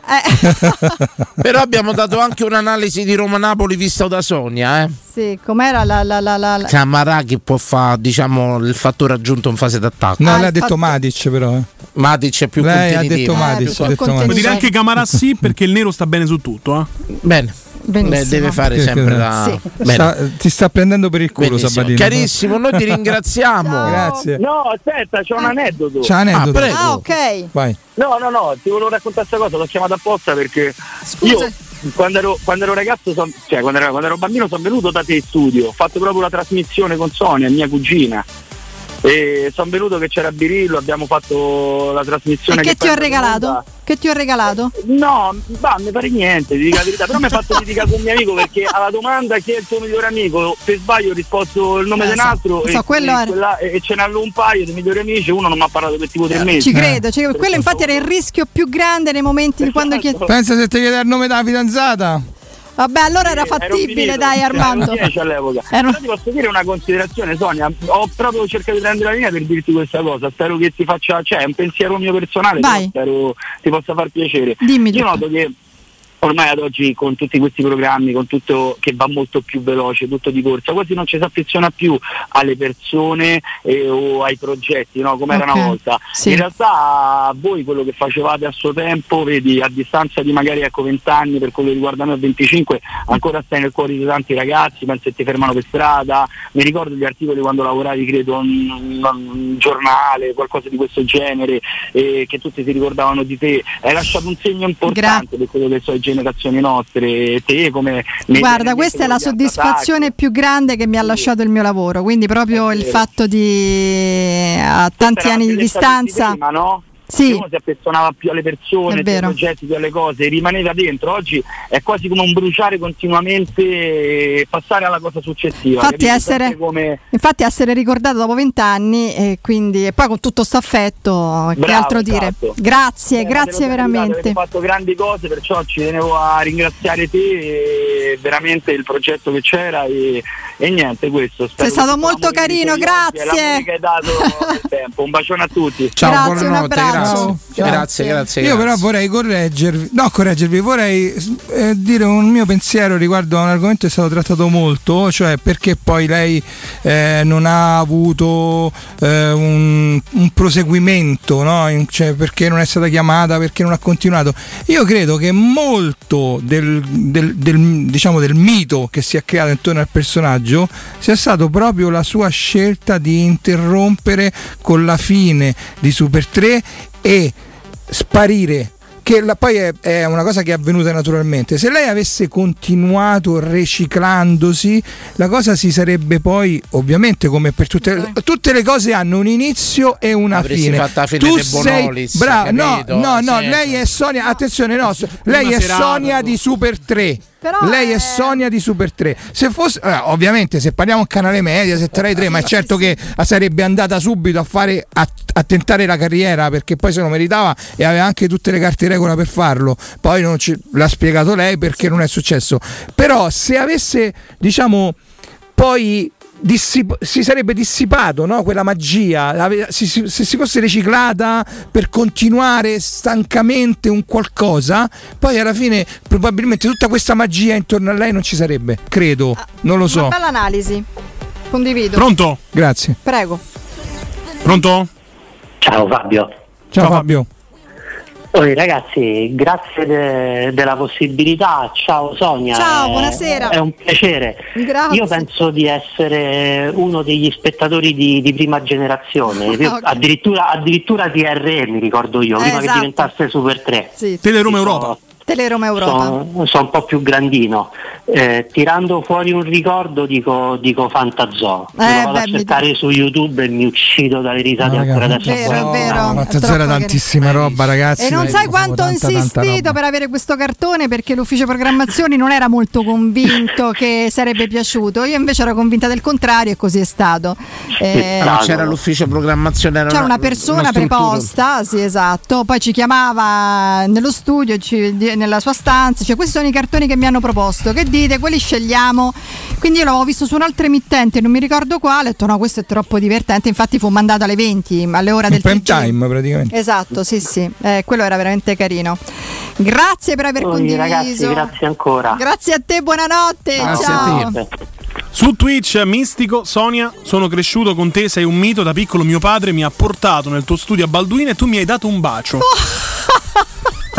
Però abbiamo dato anche un'analisi di Roma-Napoli vista da Sonia, Sì, com'era la Camarà che può fare, diciamo, il fattore aggiunto in fase d'attacco. No, lei ha detto Matic, però. Matic è più lei contenitivo. Ha detto Matic. Puoi dire anche Camarà sì, perché il nero sta bene su tutto, Bene. deve fare sempre la... Ti sta prendendo per il culo. Benissimo. Sabatino. Carissimo, noi ti ringraziamo. Grazie. No, aspetta, c'è un aneddoto. Ah, ok. Vai. No, ti volevo raccontare questa cosa, l'ho chiamata apposta perché io quando ero ragazzo, quando ero bambino sono venuto da te in studio, ho fatto proprio la trasmissione con Sonia, mia cugina. E sono venuto che c'era Birillo, abbiamo fatto la trasmissione. E che ti ho regalato? Che ti ho regalato? No, mi pare niente, ti dico la verità, però mi ha fatto litigare con un mio amico perché alla domanda chi è il tuo migliore amico, per sbaglio ho risposto il nome di un altro e ce n'hanno un paio di migliori amici, uno non mi ha parlato per tipo 3 mesi. Ci credo, quello infatti era il rischio più grande nei momenti di quando chiedi. Pensa se ti chiede il nome della fidanzata. Vabbè, allora era fattibile, dai Armando. Ero 10 all'epoca. Però ti posso dire una considerazione, Sonia, ho proprio cercato di prendere la linea per dirti questa cosa, spero che ti faccia, è un pensiero mio personale, però spero ti possa far piacere. Dimmi. Io noto che ormai ad oggi con tutti questi programmi, con tutto che va molto più veloce, tutto di corsa, quasi non ci si affeziona più alle persone o ai progetti, no? Come era una volta. In realtà voi quello che facevate a suo tempo, vedi, a distanza di magari 20 anni, per quello che riguarda me a 25, ancora stai nel cuore di tanti ragazzi, penso che ti fermano per strada, mi ricordo gli articoli quando lavoravi, credo, in un giornale, qualcosa di questo genere, che tutti si ricordavano di te, hai lasciato un segno importante per quello che so i generazioni nostre, te come... Guarda, questa è la soddisfazione più grande che mi ha lasciato il mio lavoro, quindi proprio il fatto di a tanti anni di distanza... Prima, no? Sì. Uno si affezionava più alle persone, ai progetti, più alle cose, rimaneva dentro. Oggi è quasi come un bruciare continuamente e passare alla cosa successiva. Infatti essere ricordato dopo 20 anni e poi con tutto sto affetto, che altro dire? Grazie veramente. Avete fatto grandi cose, perciò ci tenevo a ringraziare te e veramente il progetto che c'era e niente, questo. Sei stato molto carino, grazie. Che hai dato nel tempo. Un bacione a tutti. Ciao, grazie, buonanotte. un abbraccio. Grazie. Io però vorrei correggervi, vorrei dire un mio pensiero riguardo a un argomento che è stato trattato molto, cioè perché poi lei non ha avuto un proseguimento, no? Cioè perché non è stata chiamata, perché non ha continuato. Io credo che molto del mito che si è creato intorno al personaggio sia stato proprio la sua scelta di interrompere con la fine di Super 3 e sparire, che poi è una cosa che è avvenuta naturalmente. Se lei avesse continuato riciclandosi, la cosa si sarebbe poi, ovviamente, come per tutte le cose hanno un inizio e una fine. Fatta la fine Tu di sei Bonolis, bravo, no, certo. lei è Sonia, attenzione, lei è Sonia di Super 3. Però lei è Sonia di Super 3. Se fosse ovviamente, se parliamo canale media, se Rai 3, ma è certo che sarebbe andata subito a tentare la carriera, perché poi se lo meritava e aveva anche tutte le carte in regola per farlo. Poi l'ha spiegato lei perché non è successo. Però se avesse, poi si sarebbe dissipato, no? Quella magia, se si fosse riciclata per continuare stancamente un qualcosa, poi alla fine probabilmente tutta questa magia intorno a lei non ci sarebbe, credo, non lo so. Una bella analisi, condivido. Pronto? Grazie. Prego. Pronto? Ciao Fabio. Ciao Fabio. Ragazzi, grazie della possibilità. Ciao Sonia. Ciao, buonasera. È un piacere. Grazie. Io penso di essere uno degli spettatori di prima generazione. Okay. Addirittura TRE mi ricordo io, prima che diventasse Super 3. Sì. Teleroma Europa. Teleroma Europa. Sono un po' più grandino. Tirando fuori un ricordo dico Fantazoo. Me lo vado a cercare su YouTube e mi uccido dalle risate ancora adesso. È vero. Fantazoo era tantissima roba, ragazzi. E non sai quanto ho insistito per avere questo cartone, perché l'ufficio programmazioni non era molto convinto che sarebbe piaciuto. Io invece ero convinta del contrario e così è stato. C'era l'ufficio programmazione, c'era una persona preposta, sì, esatto. Poi ci chiamava nello studio, nella sua stanza, cioè questi sono i cartoni che mi hanno proposto, che dite, quelli scegliamo. Quindi io l'avevo visto su un altro emittente, non mi ricordo quale, ho detto no, questo è troppo divertente, infatti fu mandato alle 20, alle ore del prime time praticamente. Esatto, sì, quello era veramente carino. Grazie per aver condiviso. Ragazzi, grazie ancora. Grazie a te, buonanotte. Grazie ciao. a te. Su Twitch, Mistico, Sonia, sono cresciuto con te, sei un mito, da piccolo mio padre mi ha portato nel tuo studio a Balduino e tu mi hai dato un bacio.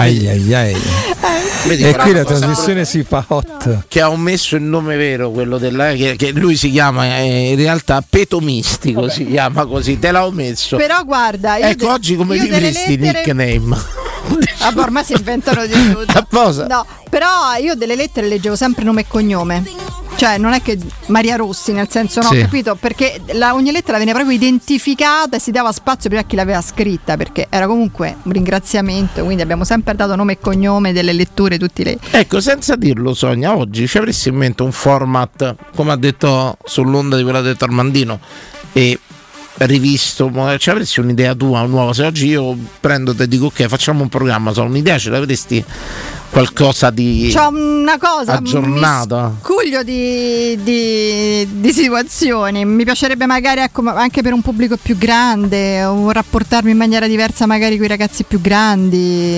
Vedi, e qui la trasmissione si fa hot. Che ha omesso il nome vero, quello che lui si chiama in realtà Peto Mistico, si chiama così, te l'ha omesso. Però guarda, ecco oggi come vivresti nickname? Ormai si inventano di tutto. No, però io delle lettere leggevo sempre nome e cognome. Cioè non è che Maria Rossi, nel senso, no, sì, capito? Perché ogni lettera veniva proprio identificata e si dava spazio prima a chi l'aveva scritta, perché era comunque un ringraziamento, quindi abbiamo sempre dato nome e cognome delle letture tutti lei. Ecco, senza dirlo Sonia, oggi ci avresti in mente un format, come ha detto sull'onda di quella del Armandino, e rivisto, ci avresti un'idea tua nuova? Se oggi io prendo e dico ok, facciamo un programma, so un'idea, ce l'avresti? Qualcosa di c'ho una cosa aggiornata, cuglio di situazioni. Mi piacerebbe magari, ecco, anche per un pubblico più grande, rapportarmi in maniera diversa magari con i ragazzi più grandi,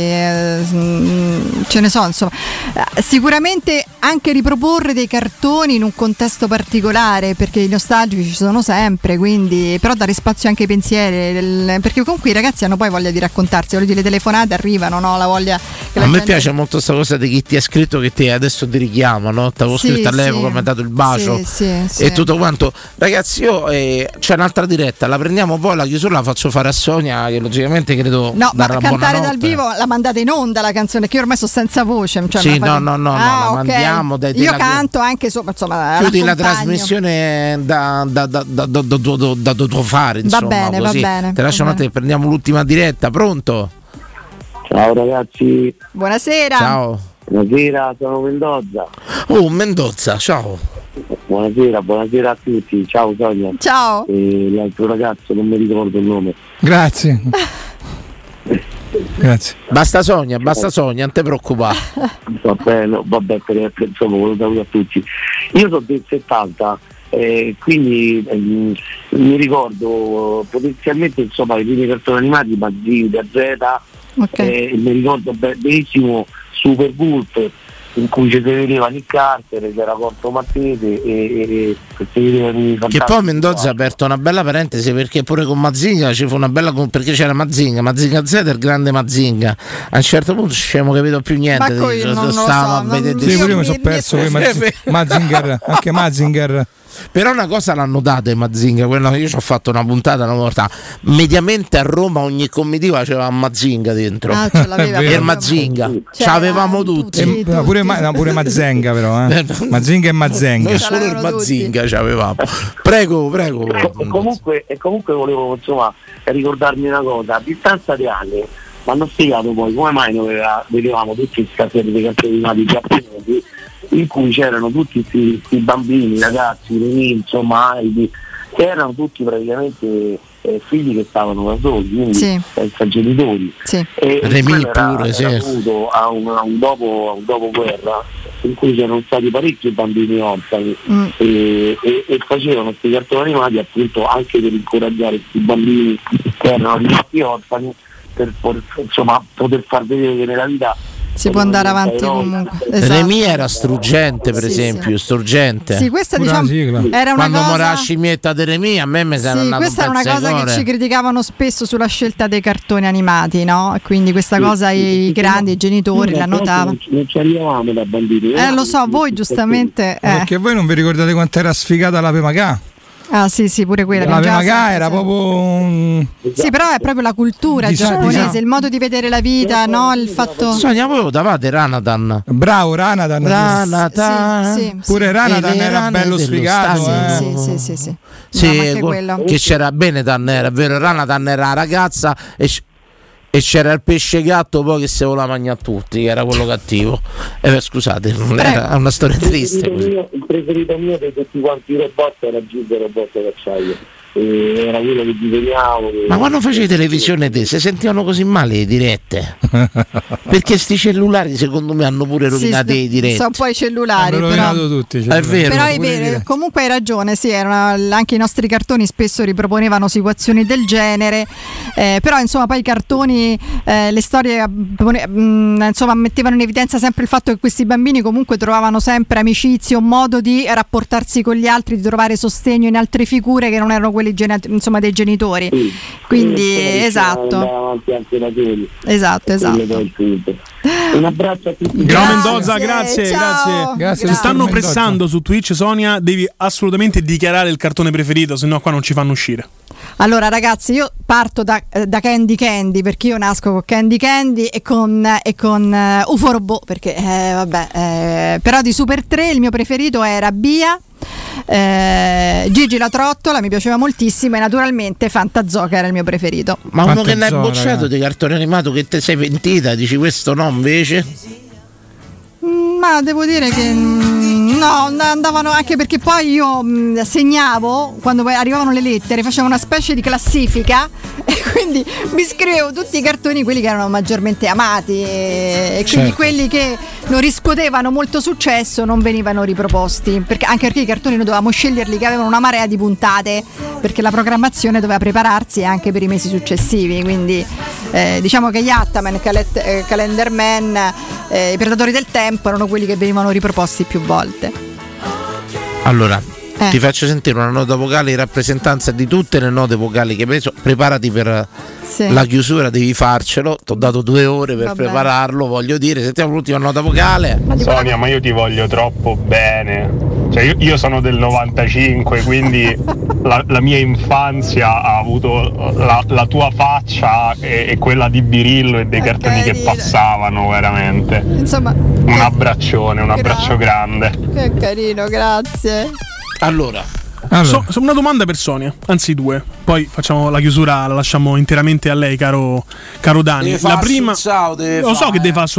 ce ne so, insomma. Sicuramente anche riproporre dei cartoni in un contesto particolare, perché i nostalgici ci sono sempre, quindi però dare spazio anche ai pensieri, perché comunque i ragazzi hanno poi voglia di raccontarsi, le telefonate arrivano, no? La voglia che a me piace molto questa cosa di chi ti ha scritto, che ti adesso ti richiama, no? Ti avevo scritto all'epoca, mi ha dato il bacio e tutto quanto. Ragazzi, io c'è un'altra diretta, la prendiamo poi, la chiusura la faccio fare a Sonia, che logicamente credo ma cantare dal vivo la mandate in onda la canzone, che io ormai sono senza voce, cioè sì, no, la mandiamo, io canto anche sopra, insomma, chiudi la trasmissione da tuo fare, insomma, va bene, te lasciamo a te, prendiamo l'ultima diretta. Pronto? Ciao ragazzi. Buonasera. Ciao. Buonasera, sono Mendoza. Mendoza, ciao. Buonasera a tutti. Ciao Sonia. Ciao. L'altro ragazzo, non mi ricordo il nome. Grazie. Grazie. Basta Sonia, non ti preoccupare. Vabbè, insomma, lo saluto a tutti. Io sono del 70. Quindi mi ricordo potenzialmente, insomma, i primi cartoni animati, Mazinga, Zeta, mi ricordo benissimo Super Gulp, in cui ci si vedeva Nick Carter, c'era Corto Maltese e si vedeva che poi Mendoza ha aperto una bella parentesi, perché pure con Mazinga ci fu una bella, perché c'era Mazinga Z, il grande Mazinga, a un certo punto ci abbiamo capito più niente, stavamo a vedere. Sì, io mi sono perso Mazinger, anche Mazinger. Però una cosa l'hanno data i Mazinga, io ci ho fatto una puntata una volta, mediamente a Roma ogni comitiva c'era un Mazinga dentro, il Mazinga ce l'avevamo tutti, pure Mazenga, però Mazinga e Mazenga, noi solo il Mazinga ce l'avevamo. Prego. E comunque volevo, insomma, ricordarmi una cosa: a distanza di anni mi hanno spiegato poi come mai noi vedevamo tutti i scattieri dei cartoni animati giapponesi, in cui c'erano tutti questi bambini, ragazzi, insomma, che erano tutti praticamente figli che stavano da soli, quindi senza genitori. E Remi pure, era avuto a un dopoguerra in cui c'erano stati parecchi bambini orfani e facevano questi cartoni animati appunto anche per incoraggiare questi bambini che erano rimasti orfani, per poter far vedere che nella vita si può andare avanti comunque. Remi era struggente, per esempio, struggente. Sì, questa diciamo era una quando cosa. morì la scimmietta di Remi, a me si era andato questa un è una cosa che ci criticavano spesso sulla scelta dei cartoni animati, no? Quindi questa cosa i grandi, i genitori la notavano. Non ci arrivavamo da bambini. Lo so, voi giustamente. Perché voi non vi ricordate quanto era sfigata la Pemagà? Ah sì, pure quella. La Pemagà era proprio sì, però è proprio la cultura giapponese, il modo di vedere la vita, no? Il fatto. Sonia, voi davate Ranatan. Bravo, Ranatan. Sì, pure Ranatan era bello sfigato. Sì, che c'era Benetan, era vero, Ranatan era la ragazza e c'era il pesce gatto poi che si voleva mangiare a tutti, che era quello cattivo. Scusate, non era una storia triste. Il preferito mio dei tutti quanti i robot era Gildo Robot d'acciaio. Era quello che disegnavo. Ma quando facevi televisione te si sentivano così male le dirette? Perché sti cellulari secondo me hanno pure rovinato i diretti. Sono poi i cellulari, però tutti, è vero. Però è vero, comunque hai ragione, sì, anche i nostri cartoni spesso riproponevano situazioni del genere, però insomma poi i cartoni, le storie insomma mettevano in evidenza sempre il fatto che questi bambini comunque trovavano sempre amicizie, un modo di rapportarsi con gli altri, di trovare sostegno in altre figure che non erano quelle quelli insomma dei genitori. Sì. Quindi esatto. Esatto. Un abbraccio a tutti. Mendoza, grazie. Si stanno pressando su Twitch. Sonia, devi assolutamente dichiarare il cartone preferito, se no qua non ci fanno uscire. Allora ragazzi, io parto da Candy Candy, perché io nasco con Candy Candy e con UFO Robot, perché però di Super 3 il mio preferito era Bia, Gigi la Trottola mi piaceva moltissimo, e naturalmente Fantazò, che era il mio preferito. Ma uno che ne hai bocciato di cartone animato, che te sei pentita, dici questo no invece? Ma devo dire che no, andavano, anche perché poi io segnavo quando arrivavano le lettere, facevo una specie di classifica e quindi mi scrivevo tutti i cartoni, quelli che erano maggiormente amati, e quindi quelli che non riscuotevano molto successo non venivano riproposti, anche perché i cartoni noi dovevamo sceglierli che avevano una marea di puntate, perché la programmazione doveva prepararsi anche per i mesi successivi, quindi diciamo che gli Ataman, Calendar Man, i Predatori del Tempo erano quelli che venivano riproposti più volte. Allora ti faccio sentire una nota vocale in rappresentanza di tutte le note vocali che hai preso. Preparati per la chiusura, devi farcelo. Ti ho dato 2 ore per prepararlo, voglio dire. Sentiamo l'ultima nota vocale. Sonia, ma io ti voglio troppo bene. Cioè io sono del 95, quindi la mia infanzia ha avuto la tua faccia e quella di Birillo e dei cartoni che passavano, veramente. Insomma, un abbraccione, un abbraccio grande. Che carino, grazie. Allora. Una domanda per Sonia, anzi 2. Poi facciamo la chiusura, la lasciamo interamente a lei, caro Dani. La prima, lo so che deve fare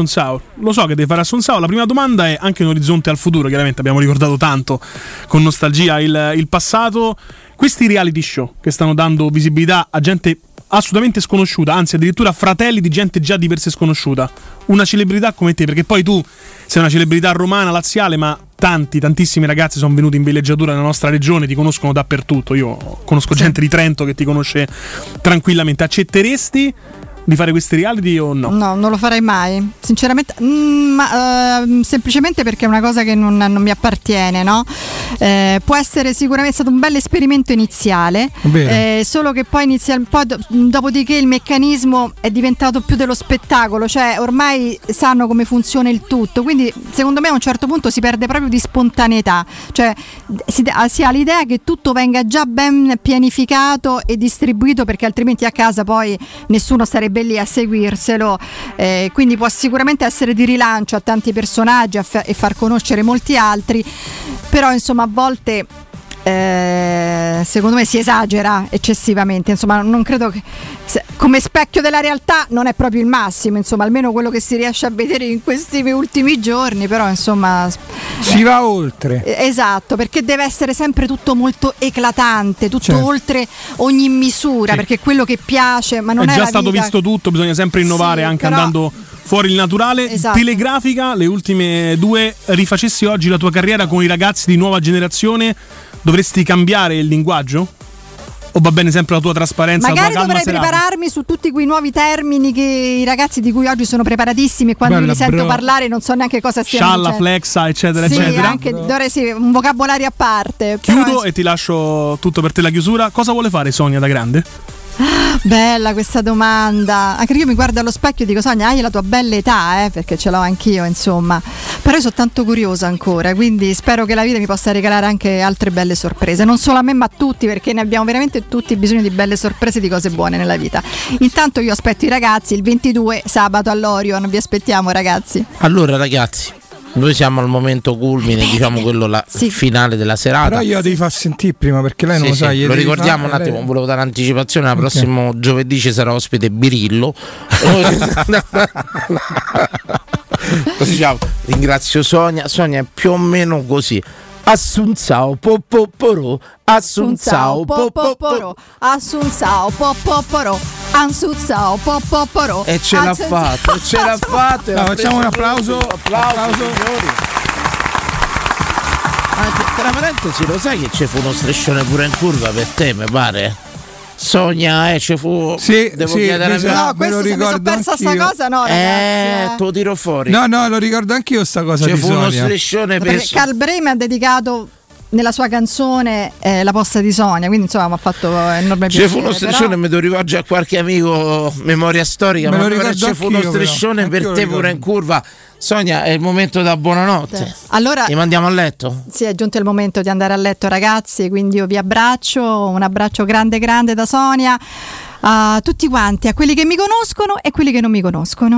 a Sonsao. La prima domanda è anche un orizzonte al futuro. Chiaramente abbiamo ricordato tanto con nostalgia il passato. Questi reality show che stanno dando visibilità a gente assolutamente sconosciuta, anzi addirittura fratelli di gente già di per sé sconosciuta, una celebrità come te, perché poi tu sei una celebrità romana, laziale, ma tantissimi ragazzi sono venuti in villeggiatura nella nostra regione, ti conoscono dappertutto. Io conosco gente di Trento che ti conosce tranquillamente. Accetteresti di fare questi reality o no? No, non lo farei mai, sinceramente, semplicemente perché è una cosa che non mi appartiene, no? Può essere sicuramente stato un bel esperimento iniziale, solo che poi dopodiché il meccanismo è diventato più dello spettacolo, cioè ormai sanno come funziona il tutto, quindi secondo me a un certo punto si perde proprio di spontaneità, cioè si ha l'idea che tutto venga già ben pianificato e distribuito, perché altrimenti a casa poi nessuno sarebbe lì a seguirselo, quindi può sicuramente essere di rilancio a tanti personaggi e far conoscere molti altri, però insomma a volte secondo me si esagera eccessivamente, insomma non credo che come specchio della realtà non è proprio il massimo, insomma almeno quello che si riesce a vedere in questi ultimi giorni, però insomma si va oltre, esatto, perché deve essere sempre tutto molto eclatante, tutto oltre ogni misura, perché quello che piace, ma non è già stato visto tutto, bisogna sempre innovare, anche andando fuori il naturale. Telegrafica, le ultime 2, rifacessi oggi la tua carriera con i ragazzi di nuova generazione, dovresti cambiare il linguaggio? O va bene sempre la tua trasparenza? Magari dovrei prepararmi su tutti quei nuovi termini che i ragazzi di cui oggi sono preparatissimi, e quando li sento parlare non so neanche cosa stiano dicendo. Scialla, flexa, eccetera, eccetera. Anche dovrei un vocabolario a parte. Chiudo e ti lascio tutto per te la chiusura. Cosa vuole fare Sonia da grande? Bella questa domanda, anche io mi guardo allo specchio e dico Sonia, hai la tua bella età, perché ce l'ho anch'io, insomma, però io sono tanto curiosa ancora, quindi spero che la vita mi possa regalare anche altre belle sorprese, non solo a me ma a tutti, perché ne abbiamo veramente tutti bisogno di belle sorprese, di cose buone nella vita. Intanto io aspetto i ragazzi il 22 sabato all'Orion, vi aspettiamo ragazzi. Allora ragazzi, noi siamo al momento culmine, diciamo quello finale della serata. Però io devi far sentire prima, perché lei non lo sa. Lo ricordiamo un attimo, volevo dare anticipazione, il prossimo giovedì ci sarà ospite Birillo. Diciamo, ringrazio Sonia è più o meno così. Assunzao popoporo, Assunzao popoporo, Assunzao popoporo, Assunzao popoporo. E ce l'ha fatto, No, facciamo un applauso. Signori. Tra parentesi, lo sai che ci fu uno striscione pure in curva per te, mi pare? Sonia, ci fu. Devo chiedere no, questo se mi sono persa sta cosa, no, ragazzi. Te lo tiro fuori. No, lo ricordo anch'io sta cosa. Ci fu uno striscione per Carl Bremer ha dedicato nella sua canzone la posta di Sonia, quindi insomma mi ha fatto enorme piacere. Ci fu uno striscione, mi devo rivolgere a qualche amico memoria storica, ma ci fu uno striscione per te pure in curva. Sonia, è il momento da buonanotte. Sì. Allora, ti mandiamo a letto? Sì, è giunto il momento di andare a letto, ragazzi, quindi io vi abbraccio, un abbraccio grande grande da Sonia a tutti quanti, a quelli che mi conoscono e quelli che non mi conoscono.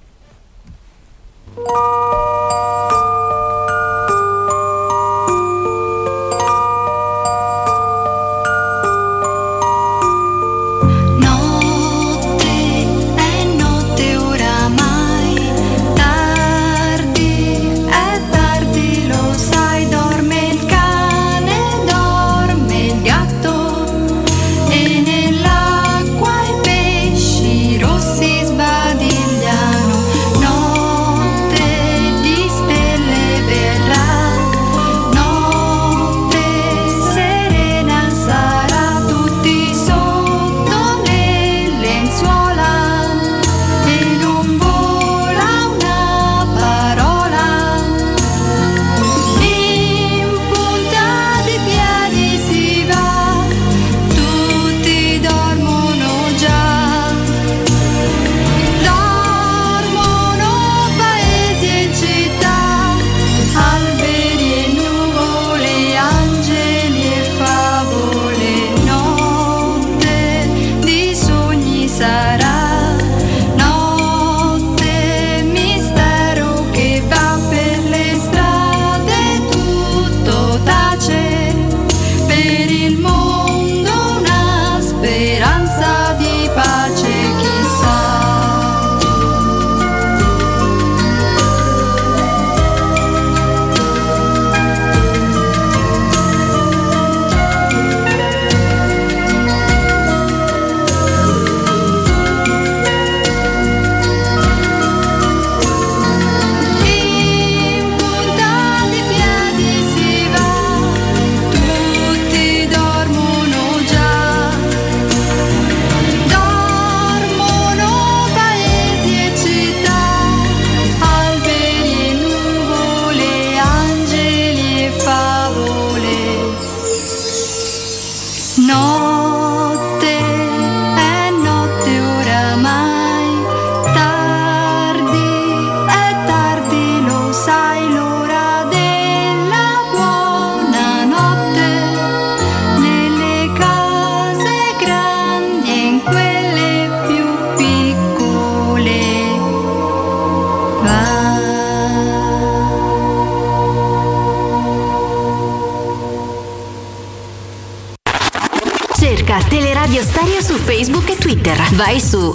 Teleradio Stereo su Facebook e Twitter. Vai su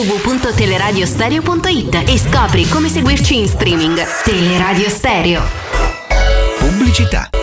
www.teleradiostereo.it e scopri come seguirci in streaming. Teleradio Stereo. Pubblicità.